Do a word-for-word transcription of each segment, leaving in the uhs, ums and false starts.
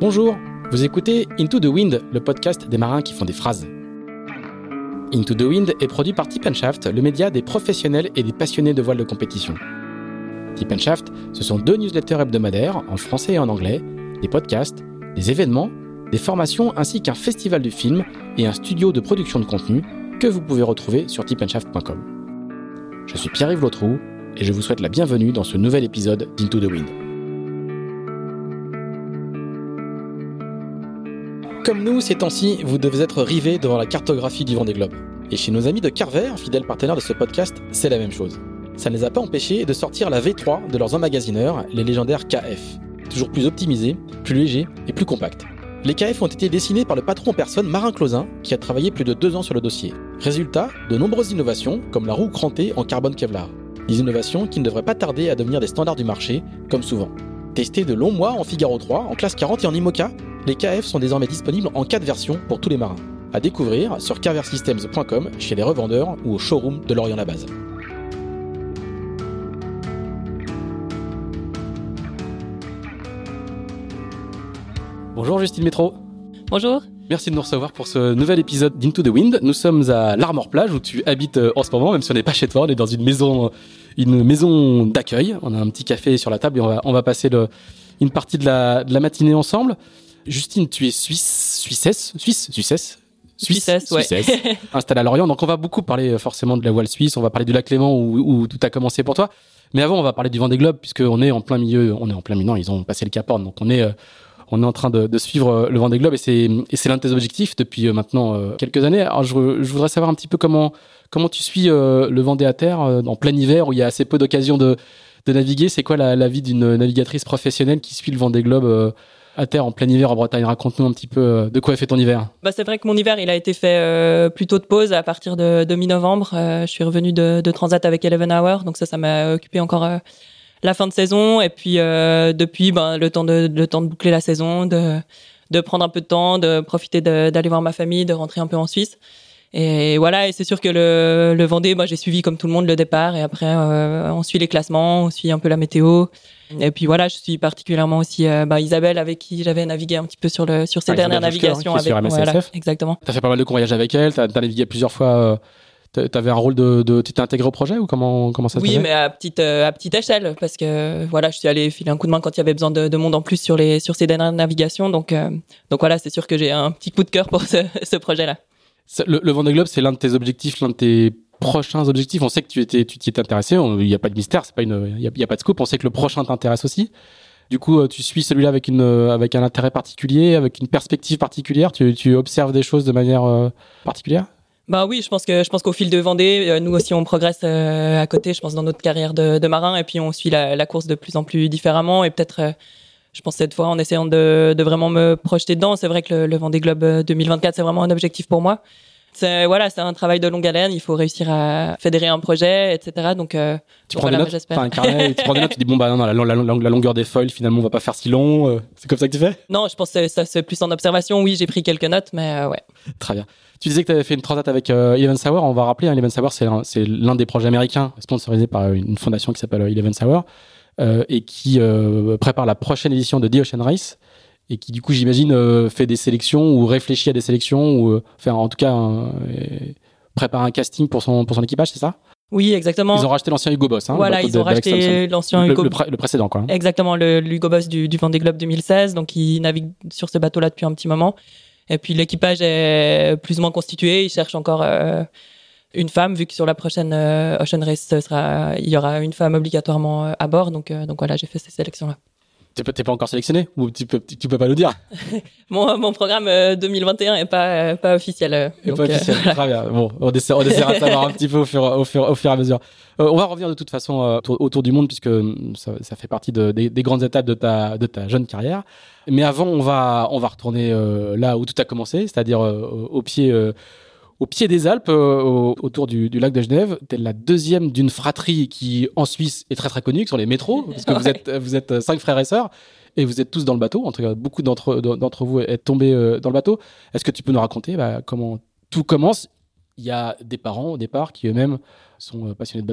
Bonjour, vous écoutez Into the Wind, le podcast des marins qui font des phrases. Into the Wind est produit par Tip and Shaft, le média des professionnels et des passionnés de voile de compétition. Tip and Shaft, ce sont deux newsletters hebdomadaires en français et en anglais, des podcasts, des événements, des formations ainsi qu'un festival du film et un studio de production de contenu que vous pouvez retrouver sur tip and shaft point com. Je suis Pierre-Yves Lautroux et je vous souhaite la bienvenue dans ce nouvel épisode d'Into the Wind. Comme nous, ces temps-ci, vous devez être rivés devant la cartographie du Vendée Globe. Et chez nos amis de Carver, fidèles partenaires de ce podcast, c'est la même chose. Ça ne les a pas empêchés de sortir la V trois de leurs emmagasineurs, les légendaires K F. Toujours plus optimisés, plus légers et plus compacts. Les K F ont été dessinés par le patron en personne Marin Clausin, qui a travaillé plus de deux ans sur le dossier. Résultat, de nombreuses innovations, comme la roue crantée en carbone Kevlar. Des innovations qui ne devraient pas tarder à devenir des standards du marché, comme souvent. Testés de longs mois en Figaro trois, en classe quarante et en IMOCA, les K F sont désormais disponibles en quatre versions pour tous les marins. À découvrir sur carver systems point com, chez les revendeurs ou au showroom de Lorient-la-Base. Bonjour Justine Métro. Bonjour. Merci de nous recevoir pour ce nouvel épisode d'Into the Wind. Nous sommes à l'Armor-Plage où tu habites en ce moment, même si on n'est pas chez toi, on est dans une maison, une maison d'accueil. On a un petit café sur la table et on va, on va passer le, une partie de la, de la matinée ensemble. Justine, tu es suisse, suissesse, suisse, suissesse, suisse, Suissesse, ouais. Suissesse, installée à Lorient. Donc on va beaucoup parler forcément de la voile suisse. On va parler du lac Léman où, où tout a commencé pour toi. Mais avant, on va parler du Vendée Globe puisqu'on est en plein milieu. On est en plein milieu. Non, ils ont passé le Cap Horn, donc on est, on est en train de, de suivre le Vendée Globe et c'est, et c'est l'un de tes objectifs depuis maintenant quelques années. Alors je, je voudrais savoir un petit peu comment, comment tu suis le Vendée à terre en plein hiver où il y a assez peu d'occasions de, de naviguer. C'est quoi la, la vie d'une navigatrice professionnelle qui suit le Vendée Globe à terre en plein hiver en Bretagne? Raconte-nous un petit peu de quoi est fait ton hiver. Bah c'est vrai que mon hiver il a été fait euh, plutôt de pause à partir de, de mi-novembre. Euh, je suis revenue de, de Transat avec Eleven Hour, donc ça ça m'a occupé encore euh, la fin de saison et puis euh, depuis ben le temps de le temps de boucler la saison, de de prendre un peu de temps, de profiter de, d'aller voir ma famille, de rentrer un peu en Suisse. Et voilà, et c'est sûr que le, le Vendée, bah, j'ai suivi comme tout le monde le départ et après euh, on suit les classements, on suit un peu la météo. Et puis voilà, je suis particulièrement aussi euh, bah, Isabelle avec qui j'avais navigué un petit peu sur le sur ses ah, dernières navigations hein, avec sur voilà, exactement. T'as fait pas mal de voyages avec elle, t'as, t'as navigué plusieurs fois. Euh, t'avais un rôle de, de tu t'es intégré au projet ou comment comment ça se Oui, passait? mais à petite euh, à petite échelle parce que voilà, je suis allée filer un coup de main quand il y avait besoin de, de monde en plus sur les sur ces dernières navigations. Donc euh, donc voilà, c'est sûr que j'ai un petit coup de cœur pour ce ce projet-là. Le, le Vendée Globe, c'est l'un de tes objectifs, l'un de tes prochains objectifs. On sait que tu étais, tu t'y étais intéressé. Il n'y a pas de mystère, c'est pas une, il y a, il y a pas de scoop. On sait que le prochain t'intéresse aussi. Du coup, tu suis celui-là avec une, avec un intérêt particulier, avec une perspective particulière. Tu, tu observes des choses de manière euh, particulière. Bah oui, je pense que je pense qu'au fil de Vendée, euh, nous aussi on progresse euh, à côté. Je pense dans notre carrière de, de marin et puis on suit la, la course de plus en plus différemment et peut-être. Euh, Je pense cette fois en essayant de, de vraiment me projeter dedans. C'est vrai que le, le Vendée Globe deux mille vingt-quatre, c'est vraiment un objectif pour moi. C'est, voilà, c'est un travail de longue haleine. Il faut réussir à fédérer un projet, et cetera. Donc, euh, tu donc prends voilà, des notes, j'espère. t'as un carnet, tu prends des notes, tu dis bon bah non, non la, la, la, la longueur des foils finalement on va pas faire si long. Euh, c'est comme ça que tu fais? Non, je pense que ça c'est plus en observation. Oui, j'ai pris quelques notes, mais euh, ouais. Très bien. Tu disais que tu avais fait une transat avec euh, Eleven Hour. On va rappeler, hein, Eleven Hour, c'est, un, c'est l'un des projets américains sponsorisés par une fondation qui s'appelle Eleven Hour euh, et qui euh, prépare la prochaine édition de The Ocean Race. Et qui du coup j'imagine euh, fait des sélections ou réfléchit à des sélections ou euh, enfin en tout cas euh, prépare un casting pour son pour son équipage, c'est ça? Oui, exactement. Ils ont racheté l'ancien Hugo Boss, hein. Voilà, ils de, ont racheté l'ancien Hugo le, le, le précédent quoi. Exactement, le l'Hugo Boss du, du Vendée Globe deux mille seize, donc ils naviguent sur ce bateau-là depuis un petit moment. Et puis l'équipage est plus ou moins constitué, ils cherchent encore euh, une femme vu que sur la prochaine euh, Ocean Race ce sera il y aura une femme obligatoirement euh, à bord, donc euh, donc voilà, j'ai fait ces sélections-là. T'es pas, t'es pas encore sélectionné ou tu peux, tu peux pas nous dire? mon, mon programme euh, deux mille vingt et un est pas, euh, pas officiel. Euh, donc, pas officiel. Euh, voilà. Très bien. Bon, on essaiera, on essaiera de savoir un petit peu au fur, au fur, au fur et à mesure. Euh, on va revenir de toute façon euh, autour, autour du monde puisque ça, ça fait partie de, des, des grandes étapes de ta, de ta jeune carrière. Mais avant, on va, on va retourner euh, là où tout a commencé, c'est-à-dire euh, au pied. Euh, Au pied des Alpes, euh, autour du, du lac de Genève, t'es la deuxième d'une fratrie qui, en Suisse, est très très connue, qui sont les métros, parce que ouais. vous êtes vous êtes cinq frères et sœurs, et vous êtes tous dans le bateau. En tout cas, beaucoup d'entre d'entre vous êtes tombés euh, dans le bateau. Est-ce que tu peux nous raconter bah, comment tout commence? Il y a des parents au départ qui eux-mêmes sont euh, passionnés de bateau.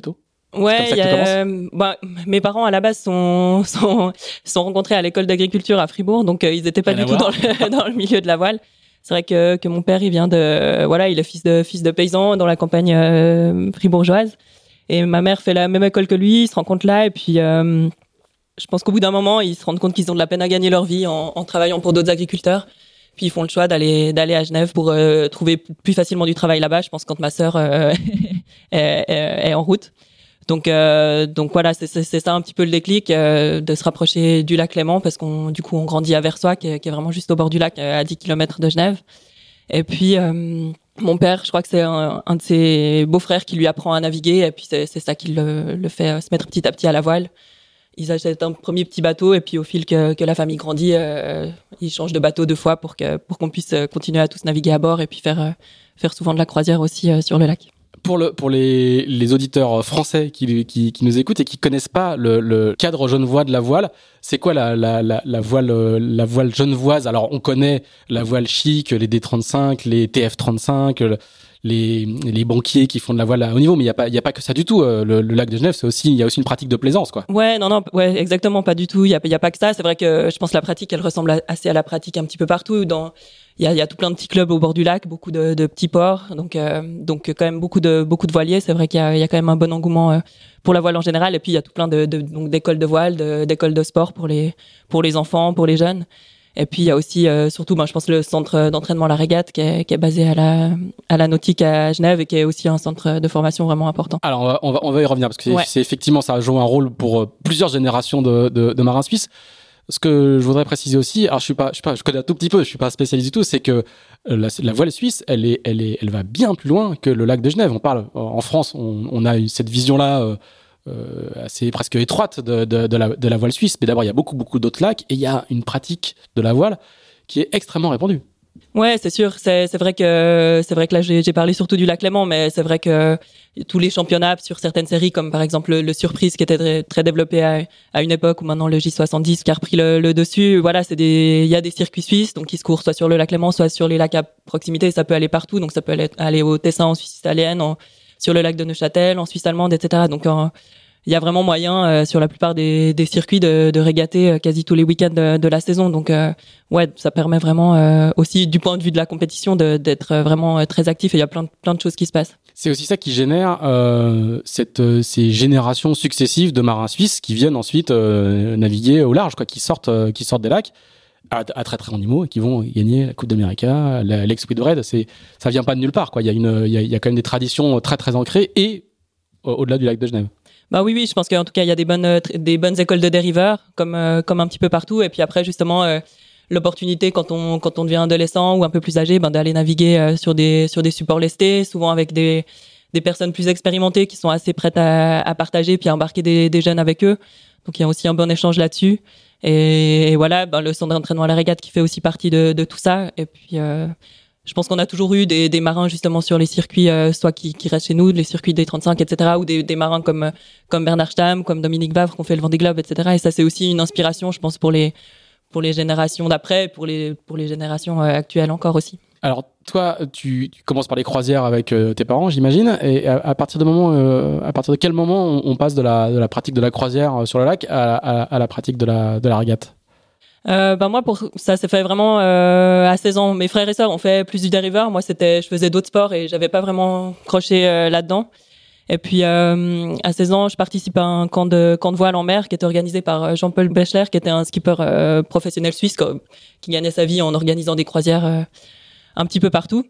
Ouais, c'est comme ça y que tu a, commences bah, mes parents à la base sont sont sont rencontrés à l'école d'agriculture à Fribourg, donc euh, ils étaient pas Rien du à tout dans voir. le dans le milieu de la voile. C'est vrai que que mon père il vient de voilà, il est fils de fils de paysan dans la campagne euh, fribourgeoise, et ma mère fait la même école que lui. Ils se rencontrent là, et puis euh, je pense qu'au bout d'un moment ils se rendent compte qu'ils ont de la peine à gagner leur vie en, en travaillant pour d'autres agriculteurs. Puis ils font le choix d'aller d'aller à Genève pour euh, trouver plus facilement du travail là-bas. Je pense quand ma sœur euh, est, est, est en route. Donc, euh, donc voilà, c'est, c'est, c'est ça un petit peu le déclic, euh, de se rapprocher du lac Léman, parce qu'on, du coup, on grandit à Versoix, qui est, qui est vraiment juste au bord du lac, à dix kilomètres de Genève. Et puis, euh, mon père, je crois que c'est un, un de ses beaux-frères qui lui apprend à naviguer, et puis c'est, c'est ça qui le, le fait se mettre petit à petit à la voile. Ils achètent un premier petit bateau, et puis au fil que, que la famille grandit, euh, ils changent de bateau deux fois pour que, pour qu'on puisse continuer à tous naviguer à bord, et puis faire, faire souvent de la croisière aussi euh, sur le lac. Pour, le, pour les, les auditeurs français qui, qui, qui nous écoutent et qui connaissent pas le, le cadre genevois de la voile, c'est quoi la, la, la, la, voile, la voile genevoise? Alors, on connaît la voile chic, les D trente-cinq, les T F trente-cinq, les, les banquiers qui font de la voile à haut niveau, mais il n'y a, pas, y a pas que ça du tout. Le, le lac de Genève, c'est aussi, il y a aussi une pratique de plaisance, quoi. Ouais, non, non, ouais, exactement, pas du tout. Il n'y a, y a pas que ça. C'est vrai que je pense que la pratique, elle ressemble assez à la pratique un petit peu partout. Dans Il y a, y a tout plein de petits clubs au bord du lac, beaucoup de, de petits ports, donc euh, donc quand même beaucoup de beaucoup de voiliers. C'est vrai qu'il y a, y a quand même un bon engouement euh, pour la voile en général. Et puis il y a tout plein de, de donc d'écoles de voile, de, d'écoles de sport pour les pour les enfants, pour les jeunes. Et puis il y a aussi euh, surtout, ben je pense le centre d'entraînement La Régate qui est qui est basé à la à la nautique à Genève, et qui est aussi un centre de formation vraiment important. Alors on va on va, on va y revenir, parce que c'est, ouais. c'est effectivement, ça joue un rôle pour plusieurs générations de de, de marins suisses. Ce que je voudrais préciser aussi, alors je suis pas, je suis pas, je connais un tout petit peu, je suis pas spécialiste du tout, c'est que la, la voile suisse, elle est, elle est, elle va bien plus loin que le lac de Genève. On parle en France, on, on a cette vision-là euh, euh, assez presque étroite de, de, de, la, de la voile suisse. Mais d'abord, il y a beaucoup, beaucoup d'autres lacs, et il y a une pratique de la voile qui est extrêmement répandue. Ouais, c'est sûr. C'est, c'est vrai que, c'est vrai que là, j'ai, j'ai parlé surtout du lac Léman, mais c'est vrai que tous les championnats sur certaines séries, comme par exemple le, le Surprise, qui était très, très développé à, à une époque, ou maintenant le J soixante-dix qui a repris le, le dessus. Voilà, c'est des, il y a des circuits suisses, donc qui se courent soit sur le lac Léman, soit sur les lacs à proximité. Ça peut aller partout, donc ça peut aller, aller au Tessin en Suisse italienne, en, sur le lac de Neuchâtel, en Suisse allemande, et cetera. Donc, en, il y a vraiment moyen euh, sur la plupart des, des circuits de, de régater euh, quasi tous les week-ends de, de la saison. Donc euh, ouais, ça permet vraiment euh, aussi du point de vue de la compétition de, d'être vraiment euh, très actif, et il y a plein de, plein de choses qui se passent. C'est aussi ça qui génère euh, cette, euh, ces générations successives de marins suisses qui viennent ensuite euh, naviguer au large, quoi, qui sortent, euh, qui sortent des lacs à, à très très haut niveau, et qui vont gagner la Coupe d'Amérique, la, l'Express de Raid. C'est, ça vient pas de nulle part, quoi. Il y a une, il y a, il y a quand même des traditions très très ancrées, et euh, au-delà du lac de Genève. Bah oui, oui, je pense qu'en tout cas, il y a des bonnes, des bonnes écoles de dériveurs, comme, euh, comme un petit peu partout. Et puis après, justement, euh, l'opportunité quand on, quand on devient adolescent ou un peu plus âgé, ben, d'aller naviguer euh, sur des, sur des supports lestés, souvent avec des, des personnes plus expérimentées qui sont assez prêtes à, à partager, puis à embarquer des, des jeunes avec eux. Donc il y a aussi un bon échange là-dessus. Et, et voilà, ben, le centre d'entraînement à la Régate qui fait aussi partie de, de tout ça. Et puis, euh, je pense qu'on a toujours eu des, des marins justement sur les circuits, euh, soit qui, qui restent chez nous, les circuits des trente-cinq, et cetera, ou des, des marins comme comme Bernard Stamm, comme Dominique Vavre, qui ont fait le Vendée Globe, et cetera. Et ça, c'est aussi une inspiration, je pense, pour les pour les générations d'après, pour les pour les générations euh, actuelles encore aussi. Alors toi, tu, tu commences par les croisières avec euh, tes parents, j'imagine. Et à, à partir de moment, euh, à partir de quel moment on, on passe de la de la pratique de la croisière sur le lac à, à, à la pratique de la de la régate? Euh, ben moi, pour ça s'est fait vraiment euh, à seize ans. Mes frères et sœurs ont fait plus du dériveur. Moi, c'était, je faisais d'autres sports et j'avais pas vraiment croché euh, là-dedans. Et puis euh, à seize ans, je participe à un camp de camp de voile en mer qui était organisé par Jean-Paul Bechler, qui était un skipper euh, professionnel suisse, quoi, qui gagnait sa vie en organisant des croisières euh, un petit peu partout.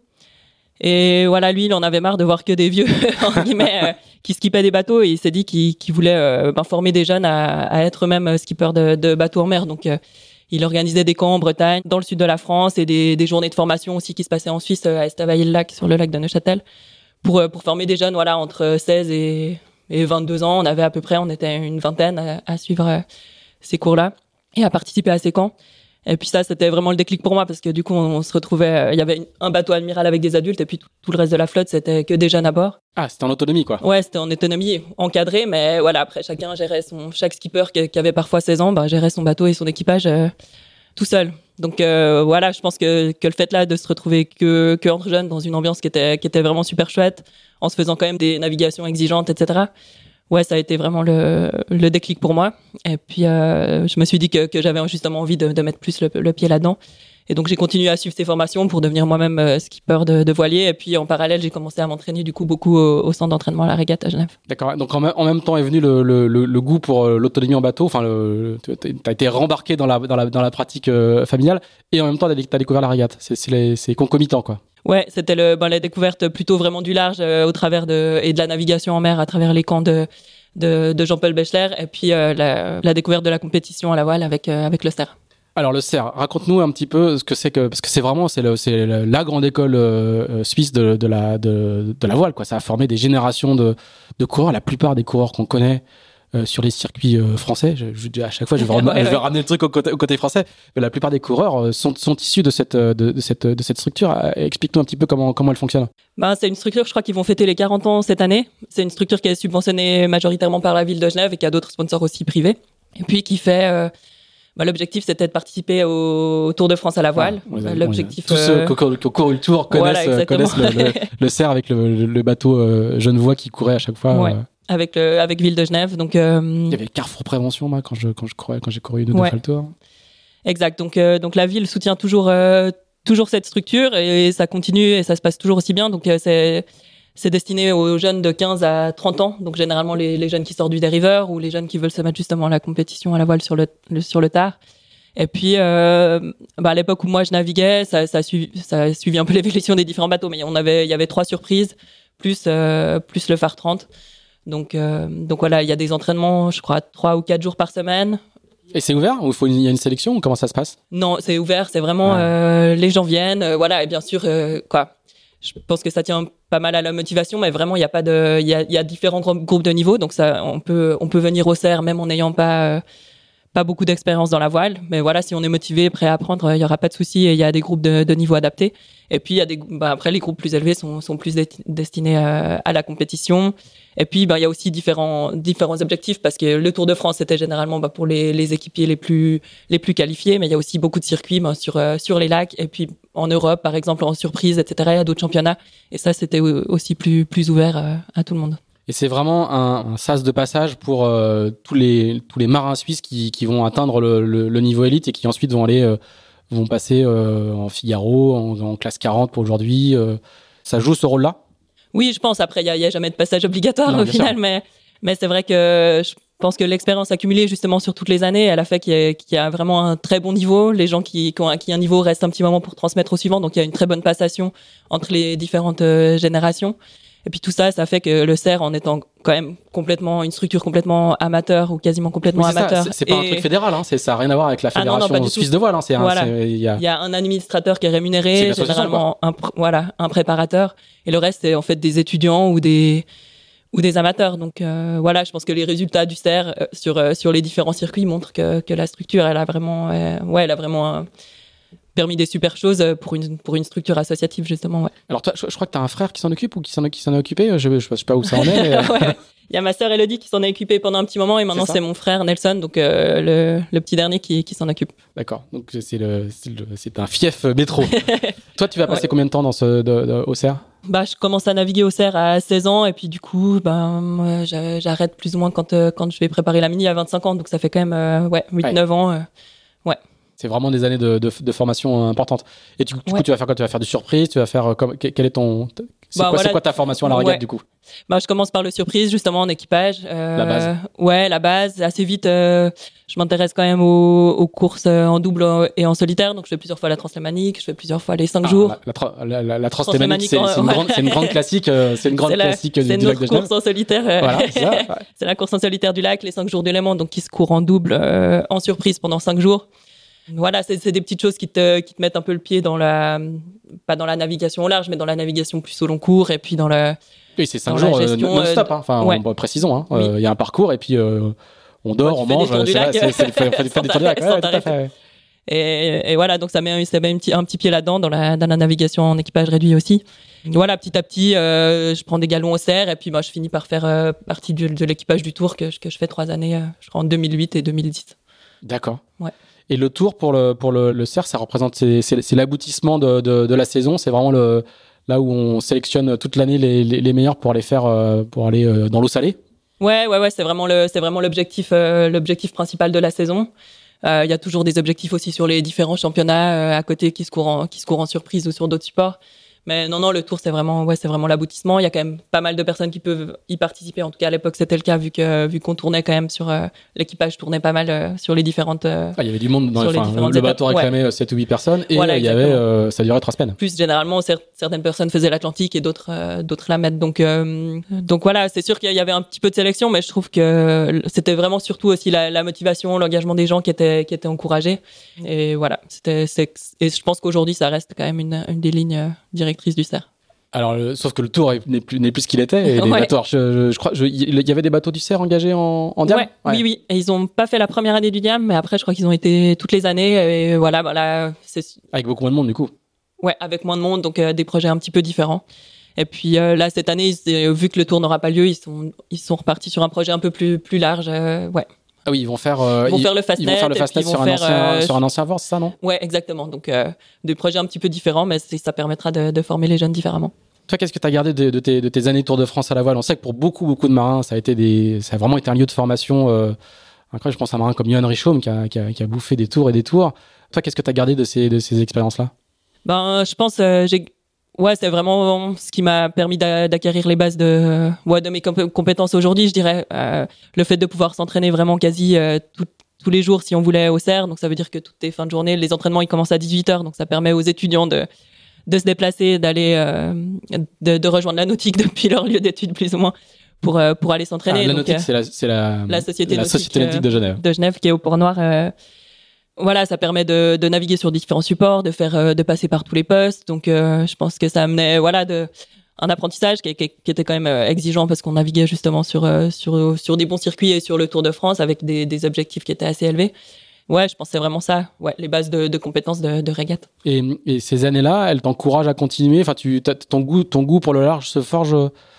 Et voilà, lui, il en avait marre de voir que des vieux en guillemets euh, qui skippaient des bateaux, et il s'est dit qu'il, qu'il voulait euh, ben, former des jeunes à, à être eux-mêmes skippers de, de bateaux en mer. Donc euh, il organisait des camps en Bretagne, dans le sud de la France, et des, des journées de formation aussi qui se passaient en Suisse, à Estavayer-le-Lac, sur le lac de Neuchâtel, pour pour former des jeunes, voilà, entre seize et, et vingt-deux ans. On avait à peu près, on était une vingtaine à, à suivre ces cours-là et à participer à ces camps. Et puis ça, c'était vraiment le déclic pour moi, parce que du coup, on se retrouvait, il y avait un bateau amiral avec des adultes, et puis tout, tout le reste de la flotte, c'était que des jeunes à bord. Ah, c'était en autonomie, quoi. Ouais, c'était en autonomie, encadré, mais voilà, après, chacun gérait son, chaque skipper qui, qui avait parfois seize ans, bah, gérait son bateau et son équipage euh, tout seul. Donc euh, voilà, je pense que que le fait là de se retrouver que que entre jeunes dans une ambiance qui était qui était vraiment super chouette, en se faisant quand même des navigations exigeantes, et cetera. ouais, ça a été vraiment le, le déclic pour moi. Et puis, euh, je me suis dit que, que j'avais justement envie de, de mettre plus le, le pied là-dedans. Et donc, j'ai continué à suivre ces formations pour devenir moi-même euh, skipper de, de voilier. Et puis, en parallèle, j'ai commencé à m'entraîner du coup beaucoup au, au centre d'entraînement à la Régate à Genève. D'accord. Donc, en même, en même temps est venu le, le, le, le goût pour euh, l'autonomie en bateau. Enfin, le, tu as été rembarqué dans la, dans la, dans la pratique euh, familiale. Et en même temps, tu as découvert la régate. C'est, c'est, les, c'est concomitant, quoi. Ouais, c'était le, ben, la découverte plutôt vraiment du large euh, au travers de, et de la navigation en mer à travers les camps de, de, de Jean-Paul Bechler. Et puis, euh, la, la découverte de la compétition à la voile avec, euh, avec le C E R. Alors le C E R, raconte-nous un petit peu ce que c'est que parce que c'est vraiment c'est le, c'est la grande école euh, suisse de, de la de, de la voile quoi. Ça a formé des générations de de coureurs. La plupart des coureurs qu'on connaît euh, sur les circuits euh, français, je, je, à chaque fois je vais, ramener, ouais, je vais ouais. ramener le truc au côté, au côté français. Mais la plupart des coureurs euh, sont sont issus de cette de, de cette de cette structure. Explique-nous un petit peu comment comment elle fonctionne. Ben, c'est une structure, je crois qu'ils vont fêter les quarante ans cette année. C'est une structure qui est subventionnée majoritairement par la ville de Genève et qui a d'autres sponsors aussi privés. Et puis qui fait euh, Bah, l'objectif, c'était de participer au Tour de France à la voile. Ah, ouais, L'objectif, tous ceux euh... qui ont couru le Tour connaissent, voilà, connaissent le, le, le C E R avec le, le bateau euh, genevois qui courait à chaque fois. Ouais. Euh... Avec, le, avec Ville de Genève. Donc, euh... il y avait Carrefour Prévention, moi, quand, je, quand, je courais, quand j'ai couru deux, deux ouais. fois le Tour. Exact. Donc, euh, donc la ville soutient toujours, euh, toujours cette structure et ça continue et ça se passe toujours aussi bien. Donc, euh, c'est... C'est destiné aux jeunes de quinze à trente ans, donc généralement les, les jeunes qui sortent du dériveur ou les jeunes qui veulent se mettre justement à la compétition à la voile sur le, le, sur le tard. Et puis, euh, bah à l'époque où moi je naviguais, ça, ça, a suivi, ça a suivi un peu l'évolution des différents bateaux, mais on avait, il y avait trois surprises, plus, euh, plus le phare trente. Donc, euh, donc voilà, il y a des entraînements, je crois, trois ou quatre jours par semaine. Et c'est ouvert ou il faut une, il y a une sélection ou comment ça se passe? Non, c'est ouvert, c'est vraiment, ah. euh, les gens viennent, euh, voilà, et bien sûr, euh, quoi. Je pense que ça tient pas mal à la motivation, mais vraiment, il y a pas de, il y a, il y a différents groupes de niveau, donc ça, on peut, on peut venir au C E R même en n'ayant pas, euh, pas beaucoup d'expérience dans la voile. Mais voilà, si on est motivé, prêt à apprendre, il y aura pas de souci. Et il y a des groupes de, de niveau adaptés. Et puis il y a des, bah, après les groupes plus élevés sont, sont plus destinés à, à la compétition. Et puis bah, il y a aussi différents, différents objectifs parce que le Tour de France c'était généralement bah, pour les, les équipiers les plus, les plus qualifiés, mais il y a aussi beaucoup de circuits bah, sur, euh, sur les lacs. Et puis en Europe, par exemple, en surprise, et cetera. Il y a d'autres championnats. Et ça, c'était aussi plus, plus ouvert euh, à tout le monde. Et c'est vraiment un, un sas de passage pour euh, tous les tous les marins suisses qui qui vont atteindre le, le, le niveau élite et qui ensuite vont aller euh, vont passer euh, en Figaro, en, en classe quarante pour aujourd'hui. Euh, ça joue ce rôle-là? Oui, je pense. Après, il y a, y a jamais de passage obligatoire non, au final, sûr. mais mais c'est vrai que je pense que l'expérience accumulée justement sur toutes les années, elle a fait qu'il y a, qu'il y a vraiment un très bon niveau. Les gens qui qui ont acquis un niveau restent un petit moment pour transmettre au suivant, donc il y a une très bonne passation entre les différentes euh, générations. Et puis tout ça, ça fait que le C E R, en étant quand même complètement une structure complètement amateur ou quasiment complètement oui, c'est amateur. Ça, c'est, c'est pas et... un truc fédéral, hein. C'est, ça n'a rien à voir avec la fédération ah non, non, suisse de voile. Hein. C'est voilà. un, c'est, il, y a... il y a un administrateur qui est rémunéré, c'est généralement un, voilà, un préparateur, et le reste c'est en fait des étudiants ou des ou des amateurs. Donc euh, voilà, je pense que les résultats du C E R euh, sur euh, sur les différents circuits montrent que que la structure, elle a vraiment, euh, ouais, elle a vraiment un, permis des super choses pour une pour une structure associative justement. Ouais. Alors toi, je, je crois que tu as un frère qui s'en occupe ou qui s'en qui s'en est occupé. Je, je sais pas où ça en est. Mais... ouais. Il y a ma sœur Elodie qui s'en est occupée pendant un petit moment et maintenant c'est, c'est mon frère Nelson, donc euh, le le petit dernier qui qui s'en occupe. D'accord. Donc c'est le c'est, le, c'est un fief métro. Toi, tu vas passer ouais. combien de temps dans ce de, de, au C E R? Bah, je commence à naviguer au C E R à seize ans et puis du coup, ben euh, j'arrête plus ou moins quand euh, quand je vais préparer la mini à vingt-cinq ans, donc ça fait quand même euh, ouais huit neuf ouais. ans. Euh, ouais. C'est vraiment des années de, de, de formation importante. Et du coup, du ouais. coup, tu vas faire quoi? Tu vas faire du surprise? Tu vas faire comme, quel est ton c'est, bah, quoi, voilà. c'est quoi ta formation à la régate ouais. du coup? Bah, je commence par le surprise justement en équipage. Euh, la base. Ouais, la base. Assez vite, euh, je m'intéresse quand même aux, aux courses en double et en solitaire. Donc, je fais plusieurs fois la translémanique, je fais plusieurs fois les cinq ah, jours. La, la, la, la, la translémanique, c'est, c'est, une grande, c'est une grande classique. Euh, c'est une grande c'est la, classique c'est du lac de Genève. C'est une course en solitaire. Euh, voilà, c'est, ça, ouais. C'est la course en solitaire du lac, les cinq jours de Léman, donc qui se courent en double, euh, en surprise pendant cinq jours. Voilà, c'est, c'est des petites choses qui te, qui te mettent un peu le pied dans la, pas dans la navigation au large, mais dans la navigation plus au long cours et puis dans le. Oui, c'est cinq jours euh, non-stop. Hein. Enfin, ouais. on, précisons. Hein. Il oui. y a un parcours et puis euh, on dort, ouais, on mange. C'est, là, c'est, c'est, fait, fait, fait des tours du lac. Ouais, tout à fait, ouais. Et, et voilà, donc ça met, ça met un, petit, un petit pied là-dedans dans la, dans la navigation en équipage réduit aussi. Voilà, petit à petit, euh, je prends des galons au C E R et puis moi, je finis par faire euh, partie de, de l'équipage du Tour que, que je fais trois années, euh, je crois en deux mille huit et deux mille dix. D'accord. Ouais. Et le Tour pour le pour le, le C E R, ça représente c'est, c'est, c'est l'aboutissement de, de, de la saison. C'est vraiment le là où on sélectionne toute l'année les, les, les meilleurs pour aller faire pour aller dans l'eau salée. Ouais, ouais, ouais, c'est vraiment le, c'est vraiment l'objectif, euh, l'objectif principal de la saison. Il euh, y a toujours des objectifs aussi sur les différents championnats euh, à côté qui se courent en, qui se courent en surprise ou sur d'autres supports. Mais non, non, le Tour, c'est vraiment, ouais, c'est vraiment l'aboutissement. Il y a quand même pas mal de personnes qui peuvent y participer. En tout cas, à l'époque, c'était le cas vu que, vu qu'on tournait quand même sur, euh, l'équipage tournait pas mal euh, sur les différentes. Euh, ah, il y avait du monde dans les, enfin, le, le bateau réclamait ouais. sept ou huit personnes et voilà, il y avait, euh, ça durait trois semaines. Plus généralement, cer- certaines personnes faisaient l'Atlantique et d'autres, euh, d'autres la Med. Donc, euh, donc voilà, c'est sûr qu'il y avait un petit peu de sélection, mais je trouve que c'était vraiment surtout aussi la, la motivation, l'engagement des gens qui étaient, qui étaient encouragés. Et voilà, c'était, c'est, et je pense qu'aujourd'hui, ça reste quand même une, une des lignes directrices du C E R. Alors, le, sauf que le Tour n'est plus, n'est plus ce qu'il était. Et les ouais. bateaux, je, je, je crois, je, il y avait des bateaux du C E R engagés en, en Diam. Ouais, ouais. Oui, oui. Et ils ont pas fait la première année du Diam, mais après, je crois qu'ils ont été toutes les années. Et voilà, voilà. C'est... Avec beaucoup moins de monde, du coup. Ouais, avec moins de monde, donc euh, des projets un petit peu différents. Et puis euh, là, cette année, ils, vu que le Tour n'aura pas lieu, ils sont, ils sont repartis sur un projet un peu plus, plus large. Euh, ouais. Ah oui, ils vont faire, euh, ils vont ils, faire le Fastnet, ils vont faire le Fastnet sur, faire, euh, sur un ancien Vorse, c'est ça, non? Ouais, exactement. Donc euh, des projets un petit peu différents, mais c'est, ça permettra de, de former les jeunes différemment. Toi, qu'est-ce que tu as gardé de, de, tes, de tes années Tour de France à la voile? On sait que pour beaucoup, beaucoup de marins, ça a été des, ça a vraiment été un lieu de formation. Euh, incroyable. Je pense à un marin comme Johan Richaume qui a, qui, a, qui a bouffé des tours et des tours. Toi, qu'est-ce que tu as gardé de ces, de ces expériences-là? Ben, je pense, euh, j'ai, ouais, c'est vraiment ce qui m'a permis d'a, d'acquérir les bases de, ouais, de mes comp- compétences aujourd'hui, je dirais. Euh, le fait de pouvoir s'entraîner vraiment quasi euh, tout, tous les jours si on voulait au C E R. Donc, ça veut dire que toutes les fins de journée, les entraînements, ils commencent à dix-huit heures. Donc, ça permet aux étudiants de, de se déplacer, d'aller, euh, de, de rejoindre la nautique depuis leur lieu d'études, plus ou moins, pour, euh, pour aller s'entraîner. Ah, la donc, nautique, euh, c'est la, c'est la, la Société la nautique, Société nautique de Genève. De Genève, qui est au Port-Noir. Euh, Voilà, ça permet de, de naviguer sur différents supports, de faire, euh, de passer par tous les postes. Donc, euh, je pense que ça amenait, voilà, de, un apprentissage qui, qui, qui était quand même euh, exigeant parce qu'on naviguait justement sur, euh, sur, sur des bons circuits et sur le Tour de France avec des, des objectifs qui étaient assez élevés. Ouais, je pense que c'est vraiment ça, ouais, les bases de, de compétences de, de régate. Et, et ces années-là, elles t'encouragent à continuer. Enfin, tu, ton goût, ton goût pour le large se forge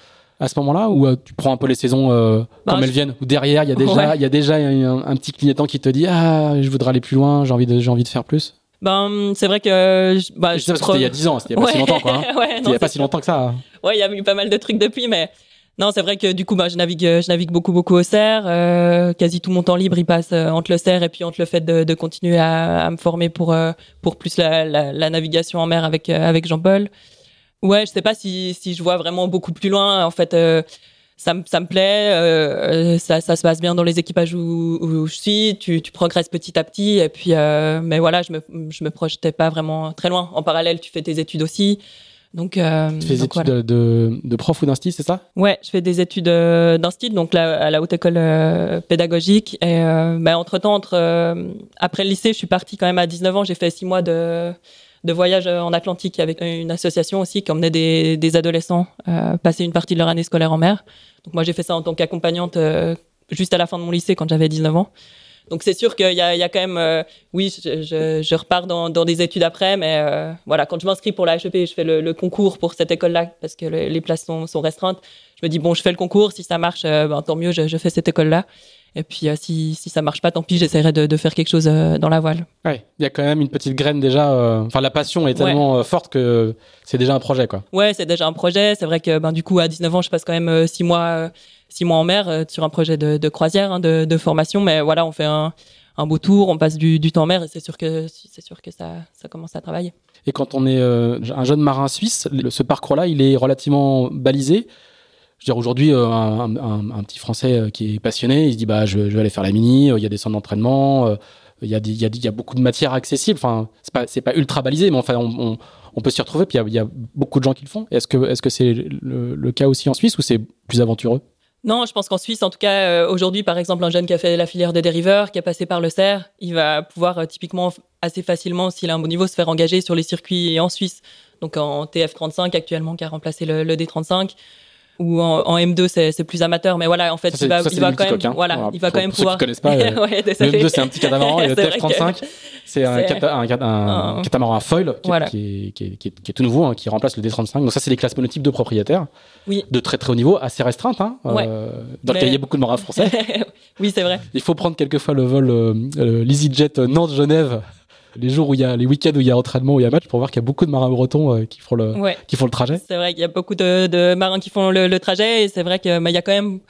à ce moment-là, ou euh, tu prends un peu les saisons euh, ben, comme je... elles viennent, ou derrière il y a déjà, ouais. il y a déjà un, un petit clignotant qui te dit ah, je voudrais aller plus loin, j'ai envie de, j'ai envie de faire plus. Ben, c'est vrai que bah, je sais parce que c'était il y a dix ans, c'était il y a pas ouais. si longtemps quoi. Hein. ouais, c'était il y a pas si longtemps que ça. Ouais, il y a eu pas mal de trucs depuis, mais non, c'est vrai que du coup, bah, je navigue, je navigue beaucoup, beaucoup au C E R. Euh, quasi tout mon temps libre, il passe euh, entre le C E R et puis entre le fait de, de continuer à, à me former pour euh, pour plus la, la, la navigation en mer avec euh, avec Jean-Paul. Ouais, je sais pas si si je vois vraiment beaucoup plus loin. En fait, euh, ça me ça me plaît. Euh, ça ça se passe bien dans les équipages où, où je suis. Tu tu progresses petit à petit. Et puis, euh, mais voilà, je me je me projetais pas vraiment très loin. En parallèle, tu fais tes études aussi. Donc, euh, tu fais des études voilà. de, de, de prof ou d'instit, c'est ça? Ouais, je fais des études euh, d'instit, donc là, à la haute école euh, pédagogique. Et euh, bah, entre temps, entre euh, après le lycée, je suis partie quand même à dix-neuf ans. J'ai fait six mois de de voyage en Atlantique avec une association aussi qui emmenait des des adolescents euh, passer une partie de leur année scolaire en mer. Donc moi, j'ai fait ça en tant qu'accompagnante euh, juste à la fin de mon lycée quand j'avais dix-neuf ans. Donc c'est sûr qu'il y a, il y a quand même, euh, oui, je, je, je repars dans, dans des études après, mais euh, voilà, quand je m'inscris pour la H E P, je fais le, le concours pour cette école-là parce que le, les places sont, sont restreintes. Je me dis bon, je fais le concours, si ça marche, euh, ben, tant mieux, je, je fais cette école-là. Et puis euh, si si ça marche pas, tant pis, j'essaierai de, de faire quelque chose euh, dans la voile. Ouais, il y a quand même une petite graine déjà. Enfin, euh, la passion est tellement ouais. euh, forte que c'est déjà un projet, quoi. Ouais, c'est déjà un projet. C'est vrai que ben du coup à dix-neuf ans, je passe quand même euh, six mois euh, six mois en mer euh, sur un projet de, de croisière, hein, de, de formation. Mais voilà, on fait un un beau tour, on passe du, du temps en mer et c'est sûr que c'est sûr que ça ça commence à travailler. Et quand on est euh, un jeune marin suisse, le, ce parcours-là, il est relativement balisé. Je veux dire, aujourd'hui, euh, un, un, un petit Français qui est passionné, il se dit bah je, je vais aller faire la mini, il y a des centres d'entraînement, euh, il y a des, il y a il y a beaucoup de matières accessibles. Enfin, c'est pas c'est pas ultra balisé, mais enfin on, on, on peut s'y retrouver. Puis il y a, il y a beaucoup de gens qui le font. Est-ce que est-ce que c'est le, le cas aussi en Suisse ou c'est plus aventureux? Non, je pense qu'en Suisse, en tout cas, euh, aujourd'hui, par exemple, un jeune qui a fait la filière des dériveurs, qui a passé par le C E R, il va pouvoir euh, typiquement assez facilement, s'il a un bon niveau, se faire engager sur les circuits en Suisse. Donc en T F trente-cinq actuellement, qui a remplacé le, le D trente-cinq. Ou en, en M deux, c'est, c'est plus amateur, mais voilà, en fait, ça, il va, ça, il va quand même, hein. voilà, Alors, il va pour, quand même pour pouvoir. Ceux qui connaissent pas, euh, ouais, le M deux, c'est un petit catamaran et le T F trente-cinq, que... c'est un, c'est... Cata, un, un, un catamaran à foil qui, voilà. qui, est, qui, est, qui, est, qui est tout nouveau, hein, qui remplace le D trente-cinq. Donc ça, c'est les classes monotypes de propriétaires, oui. de très très haut niveau, assez restreintes, hein, ouais. euh, dans mais... lequel il y a beaucoup de marins français. Oui, c'est vrai. Il faut prendre quelquefois le vol euh, euh, l'EasyJet Nantes-Genève. Les jours où il y a les week-ends où il y a entraînement, où il y a match, pour voir qu'il y a beaucoup de marins bretons euh, qui font le ouais. qui font le trajet. C'est vrai qu'il y a beaucoup de, de marins qui font le, le trajet et c'est vrai que mais il y a quand même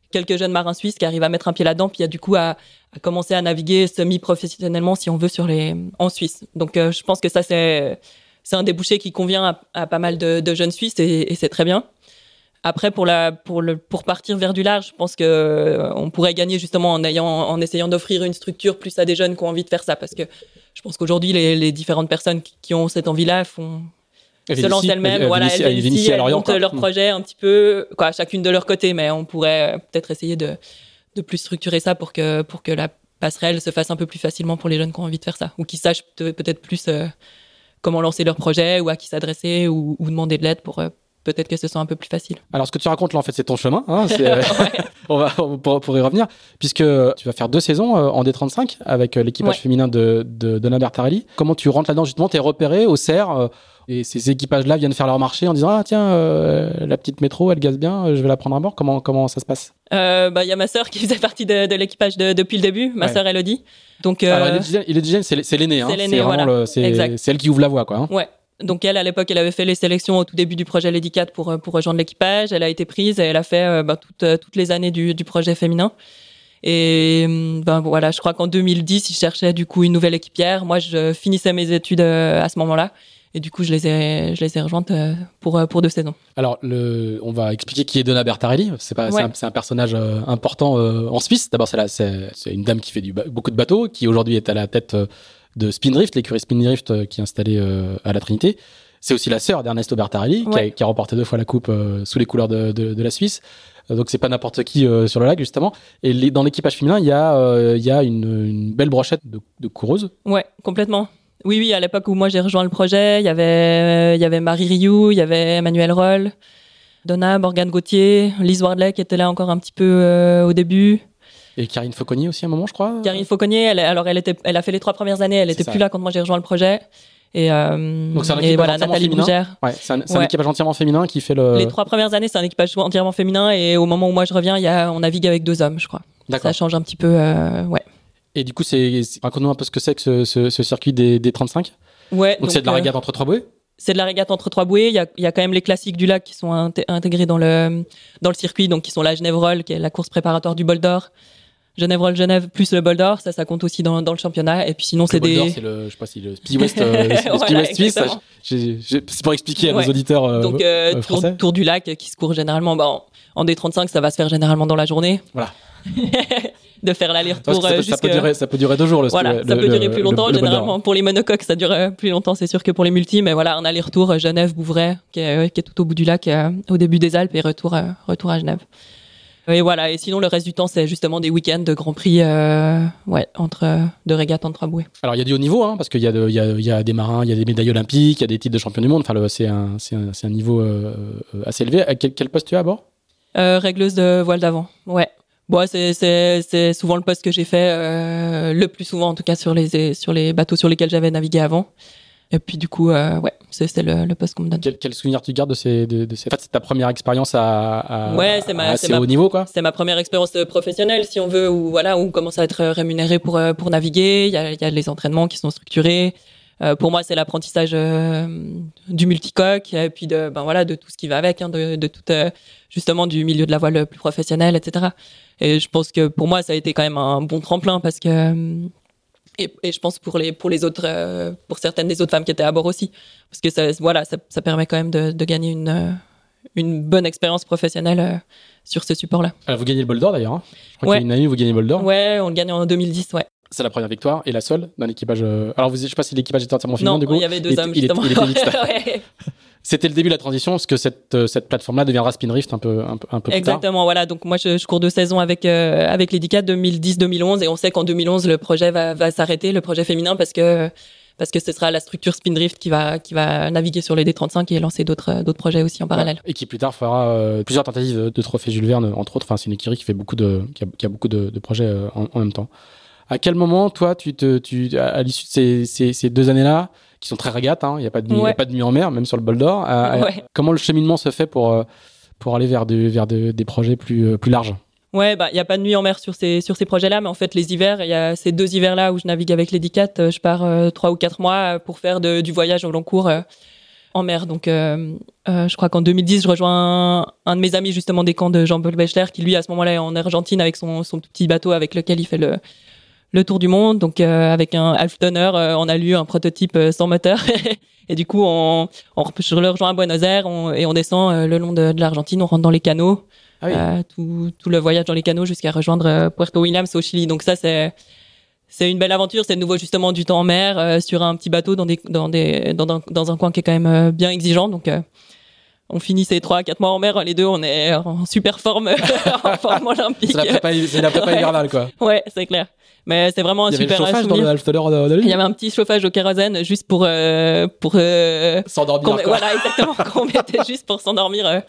quelques jeunes marins suisses qui arrivent à mettre un pied là-dedans, puis à du coup à, à commencer à naviguer semi-professionnellement, si on veut, sur les en Suisse. Donc euh, je pense que ça c'est c'est un débouché qui convient à, à pas mal de, de jeunes Suisses et, et c'est très bien. Après, pour la pour le pour partir vers du large, je pense que euh, on pourrait gagner justement en ayant en essayant d'offrir une structure plus à des jeunes qui ont envie de faire ça, parce que je pense qu'aujourd'hui les, les différentes personnes qui, qui ont cette envie-là font se lancent elles-mêmes, elle, voilà, elles elles viennent ici, elles Lorient, montent quoi. leur projet un petit peu, quoi, chacune de leur côté, mais on pourrait euh, peut-être essayer de de plus structurer ça pour que pour que la passerelle se fasse un peu plus facilement pour les jeunes qui ont envie de faire ça, ou qui sachent peut-être plus euh, comment lancer leur projet, ou à qui s'adresser, ou, ou demander de l'aide pour euh, peut-être que ce soit un peu plus facile. Alors, ce que tu racontes là, en fait, c'est ton chemin. Hein, c'est, euh, ouais. on va on, pour, pour y revenir, puisque tu vas faire deux saisons euh, en D trente-cinq avec euh, l'équipage ouais. féminin de, de Donna Bertarelli. Comment tu rentres là-dedans, justement? T'es repéré au C E R euh, et ces équipages-là viennent faire leur marché en disant ah tiens euh, la petite métro elle gaze bien, je vais la prendre à bord. Comment comment ça se passe? Euh, bah il y a ma sœur qui faisait partie de, de l'équipage de, depuis le début, ma ouais. sœur Elodie. Donc euh, alors Elodie, c'est, c'est l'aînée, hein. C'est l'aînée, c'est voilà. Le, c'est, c'est elle qui ouvre la voie, quoi. Hein. Ouais. Donc elle, à l'époque, elle avait fait les sélections au tout début du projet Lady Cat pour pour rejoindre l'équipage. Elle a été prise et elle a fait euh, bah, toutes toutes les années du du projet féminin. Et ben voilà, je crois qu'en deux mille dix, ils cherchaient du coup une nouvelle équipière. Moi, je finissais mes études euh, à ce moment-là. Et du coup, je les ai, je les ai rejointes euh, pour pour deux saisons. Alors, le, on va expliquer qui est Donna Bertarelli. C'est pas, ouais. c'est, un, c'est un personnage euh, important euh, en Suisse. D'abord, c'est, la, c'est, c'est une dame qui fait du, beaucoup de bateaux, qui aujourd'hui est à la tête euh, de Spindrift, l'écurie Spindrift euh, qui est installée euh, à la Trinité. C'est aussi la sœur d'Ernesto Bertarelli, ouais. qui, a, qui a remporté deux fois la coupe euh, sous les couleurs de, de, de la Suisse. Euh, donc, c'est pas n'importe qui euh, sur le lac, justement. Et les, dans l'équipage féminin, il y a, euh, il y a une, une belle brochette de, de coureuses. Ouais, complètement. Oui, oui, à l'époque où moi j'ai rejoint le projet, il y avait, il y avait Marie Rioux, il y avait Emmanuel Roll, Donna, Morgane Gauthier, Lise Wardley qui était là encore un petit peu euh, au début. Et Karine Fauconnier aussi à un moment, je crois. Karine Fauconnier, elle, alors elle était, elle a fait les trois premières années, elle c'est était ça. plus là quand moi j'ai rejoint le projet. Et, euh, donc c'est un et voilà, Nathalie féminin. Bougère. Ouais, c'est un, c'est ouais. un équipage entièrement féminin qui fait le. Les trois premières années, c'est un équipage entièrement féminin et au moment où moi je reviens, il y a, on navigue avec deux hommes, je crois. D'accord. Ça change un petit peu, euh, ouais. Et du coup, c'est, c'est... raconte-nous un peu ce que c'est que ce, ce, ce circuit des, des trente-cinq. Ouais. Donc, donc c'est de la régate euh, entre trois bouées. C'est de la régate entre trois bouées. Il y a, il y a quand même les classiques du lac qui sont inté- intégrés dans le dans le circuit, donc qui sont la Genève Roll, qui est la course préparatoire du Bol d'Or. Genève Roll Genève plus le Bol d'Or, ça ça compte aussi dans dans le championnat. Et puis sinon le c'est Bol des. d'Or, c'est le, je sais pas si le Speed West, euh, le Speed voilà, West Suisse. J'ai, j'ai, c'est pour expliquer à ouais. nos auditeurs euh, donc euh, euh, tour, tour du lac qui se court généralement. Bah, en, en D trente-cinq, ça va se faire généralement dans la journée. Voilà. de faire l'aller-retour ça, peut, jusque... ça peut durer ça peut durer deux jours le voilà le, ça peut le, durer plus longtemps le, le généralement pour les monocoques ça dure plus longtemps c'est sûr que pour les multis mais voilà un aller-retour Genève Bouvray qui est, qui est tout au bout du lac euh, au début des Alpes et retour euh, retour à Genève et voilà et sinon le reste du temps c'est justement des week-ends de Grand Prix euh, ouais entre de régates entre trois bouées. Alors il y a du haut niveau hein, parce qu'il y a de, il y a il y a des marins il y a des médailles olympiques il y a des titres de champion du monde enfin le, c'est un c'est un c'est un niveau euh, assez élevé. À quel, quel poste tu es à bord? euh, régleuse de voile d'avant. Ouais. Bon, c'est c'est c'est souvent le poste que j'ai fait euh, le plus souvent en tout cas sur les sur les bateaux sur lesquels j'avais navigué avant. Et puis du coup euh, ouais, c'est c'est le, le poste qu'on me donne. Quel, quel souvenir tu gardes de ces de, de ces en fait, c'est ta première expérience à, à ouais, c'est ma, à assez c'est haut ma, niveau quoi. C'est ma première expérience professionnelle si on veut où voilà, où on commence à être rémunéré pour pour naviguer, il y a il y a les entraînements qui sont structurés. Euh, pour moi, c'est l'apprentissage euh, du multicoque et puis de ben voilà de tout ce qui va avec, hein, de, de tout euh, justement du milieu de la voile plus professionnel, et cetera. Et je pense que pour moi, ça a été quand même un bon tremplin parce que et, et je pense pour les pour les autres euh, pour certaines des autres femmes qui étaient à bord aussi parce que ça voilà ça, ça permet quand même de, de gagner une une bonne expérience professionnelle euh, sur ce support-là. Alors vous gagnez le Bol d'Or d'ailleurs. Hein. Je crois ouais. qu'il y a une année où vous gagnez le Bol d'Or. Ouais, on le gagne en deux mille dix, ouais. C'est la première victoire et la seule dans l'équipage. Euh... Alors, vous, je sais pas si l'équipage était entièrement féminin non, du coup. Non, il y avait deux il hommes était, justement. Il était, il était ouais. C'était le début de la transition parce que cette cette plateforme-là deviendra Spindrift un peu un peu un peu plus Exactement, tard. voilà. Donc moi, je, je cours deux saisons avec euh, avec Lady Cat deux mille dix deux mille onze et on sait qu'en deux mille onze le projet va va s'arrêter, le projet féminin parce que parce que ce sera la structure Spindrift qui va qui va naviguer sur les D trente-cinq et lancer d'autres d'autres projets aussi en parallèle. Ouais. Et qui plus tard fera euh, plusieurs tentatives de trophée Jules Verne entre autres. Enfin, c'est une écurie qui fait beaucoup de qui a, qui a beaucoup de, de projets euh, en, en même temps. À quel moment, toi, tu te, tu, à l'issue de ces, ces, ces deux années-là, qui sont très régates, hein, il n'y a pas de nuit, ouais. y a pas de nuit en mer, même sur le Bol d'Or. À, ouais. à, comment le cheminement se fait pour, pour aller vers, de, vers de, des projets plus, plus larges? Ouais, bah, il n'y a pas de nuit en mer sur ces, sur ces projets-là, mais en fait, les hivers, il y a ces deux hivers-là où je navigue avec Lady Cat, je pars euh, trois ou quatre mois pour faire de, du voyage au long cours. Euh, En mer, donc euh, euh, je crois qu'en deux mille dix, je rejoins un, un de mes amis justement des camps de Jean-Paul Bechler, qui lui à ce moment-là est en Argentine avec son, son petit bateau avec lequel il fait le, le tour du monde. Donc euh, avec un Halftoner, euh, on a lu un prototype euh, sans moteur et du coup on, on je le rejoins à Buenos Aires on, et on descend euh, le long de, de l'Argentine, on rentre dans les canaux, ah oui. euh, tout, tout le voyage dans les canaux jusqu'à rejoindre euh, Puerto Williams au Chili. Donc ça c'est C'est une belle aventure, c'est de nouveau justement du temps en mer euh, sur un petit bateau dans des dans des dans un, dans un coin qui est quand même euh, bien exigeant. Donc euh, on finit ces trois quatre mois en mer, les deux on est en super forme, en forme olympique. C'est la prépa, c'est la prépa hivernale quoi. Ouais, c'est clair. Mais c'est vraiment un super souvenir. Il y avait le chauffage dans le Halftoner de lui. Il y avait un petit chauffage au kérosène juste pour euh, pour euh, s'endormir. Qu'on, voilà, exactement, qu'on mettait juste pour s'endormir. Euh.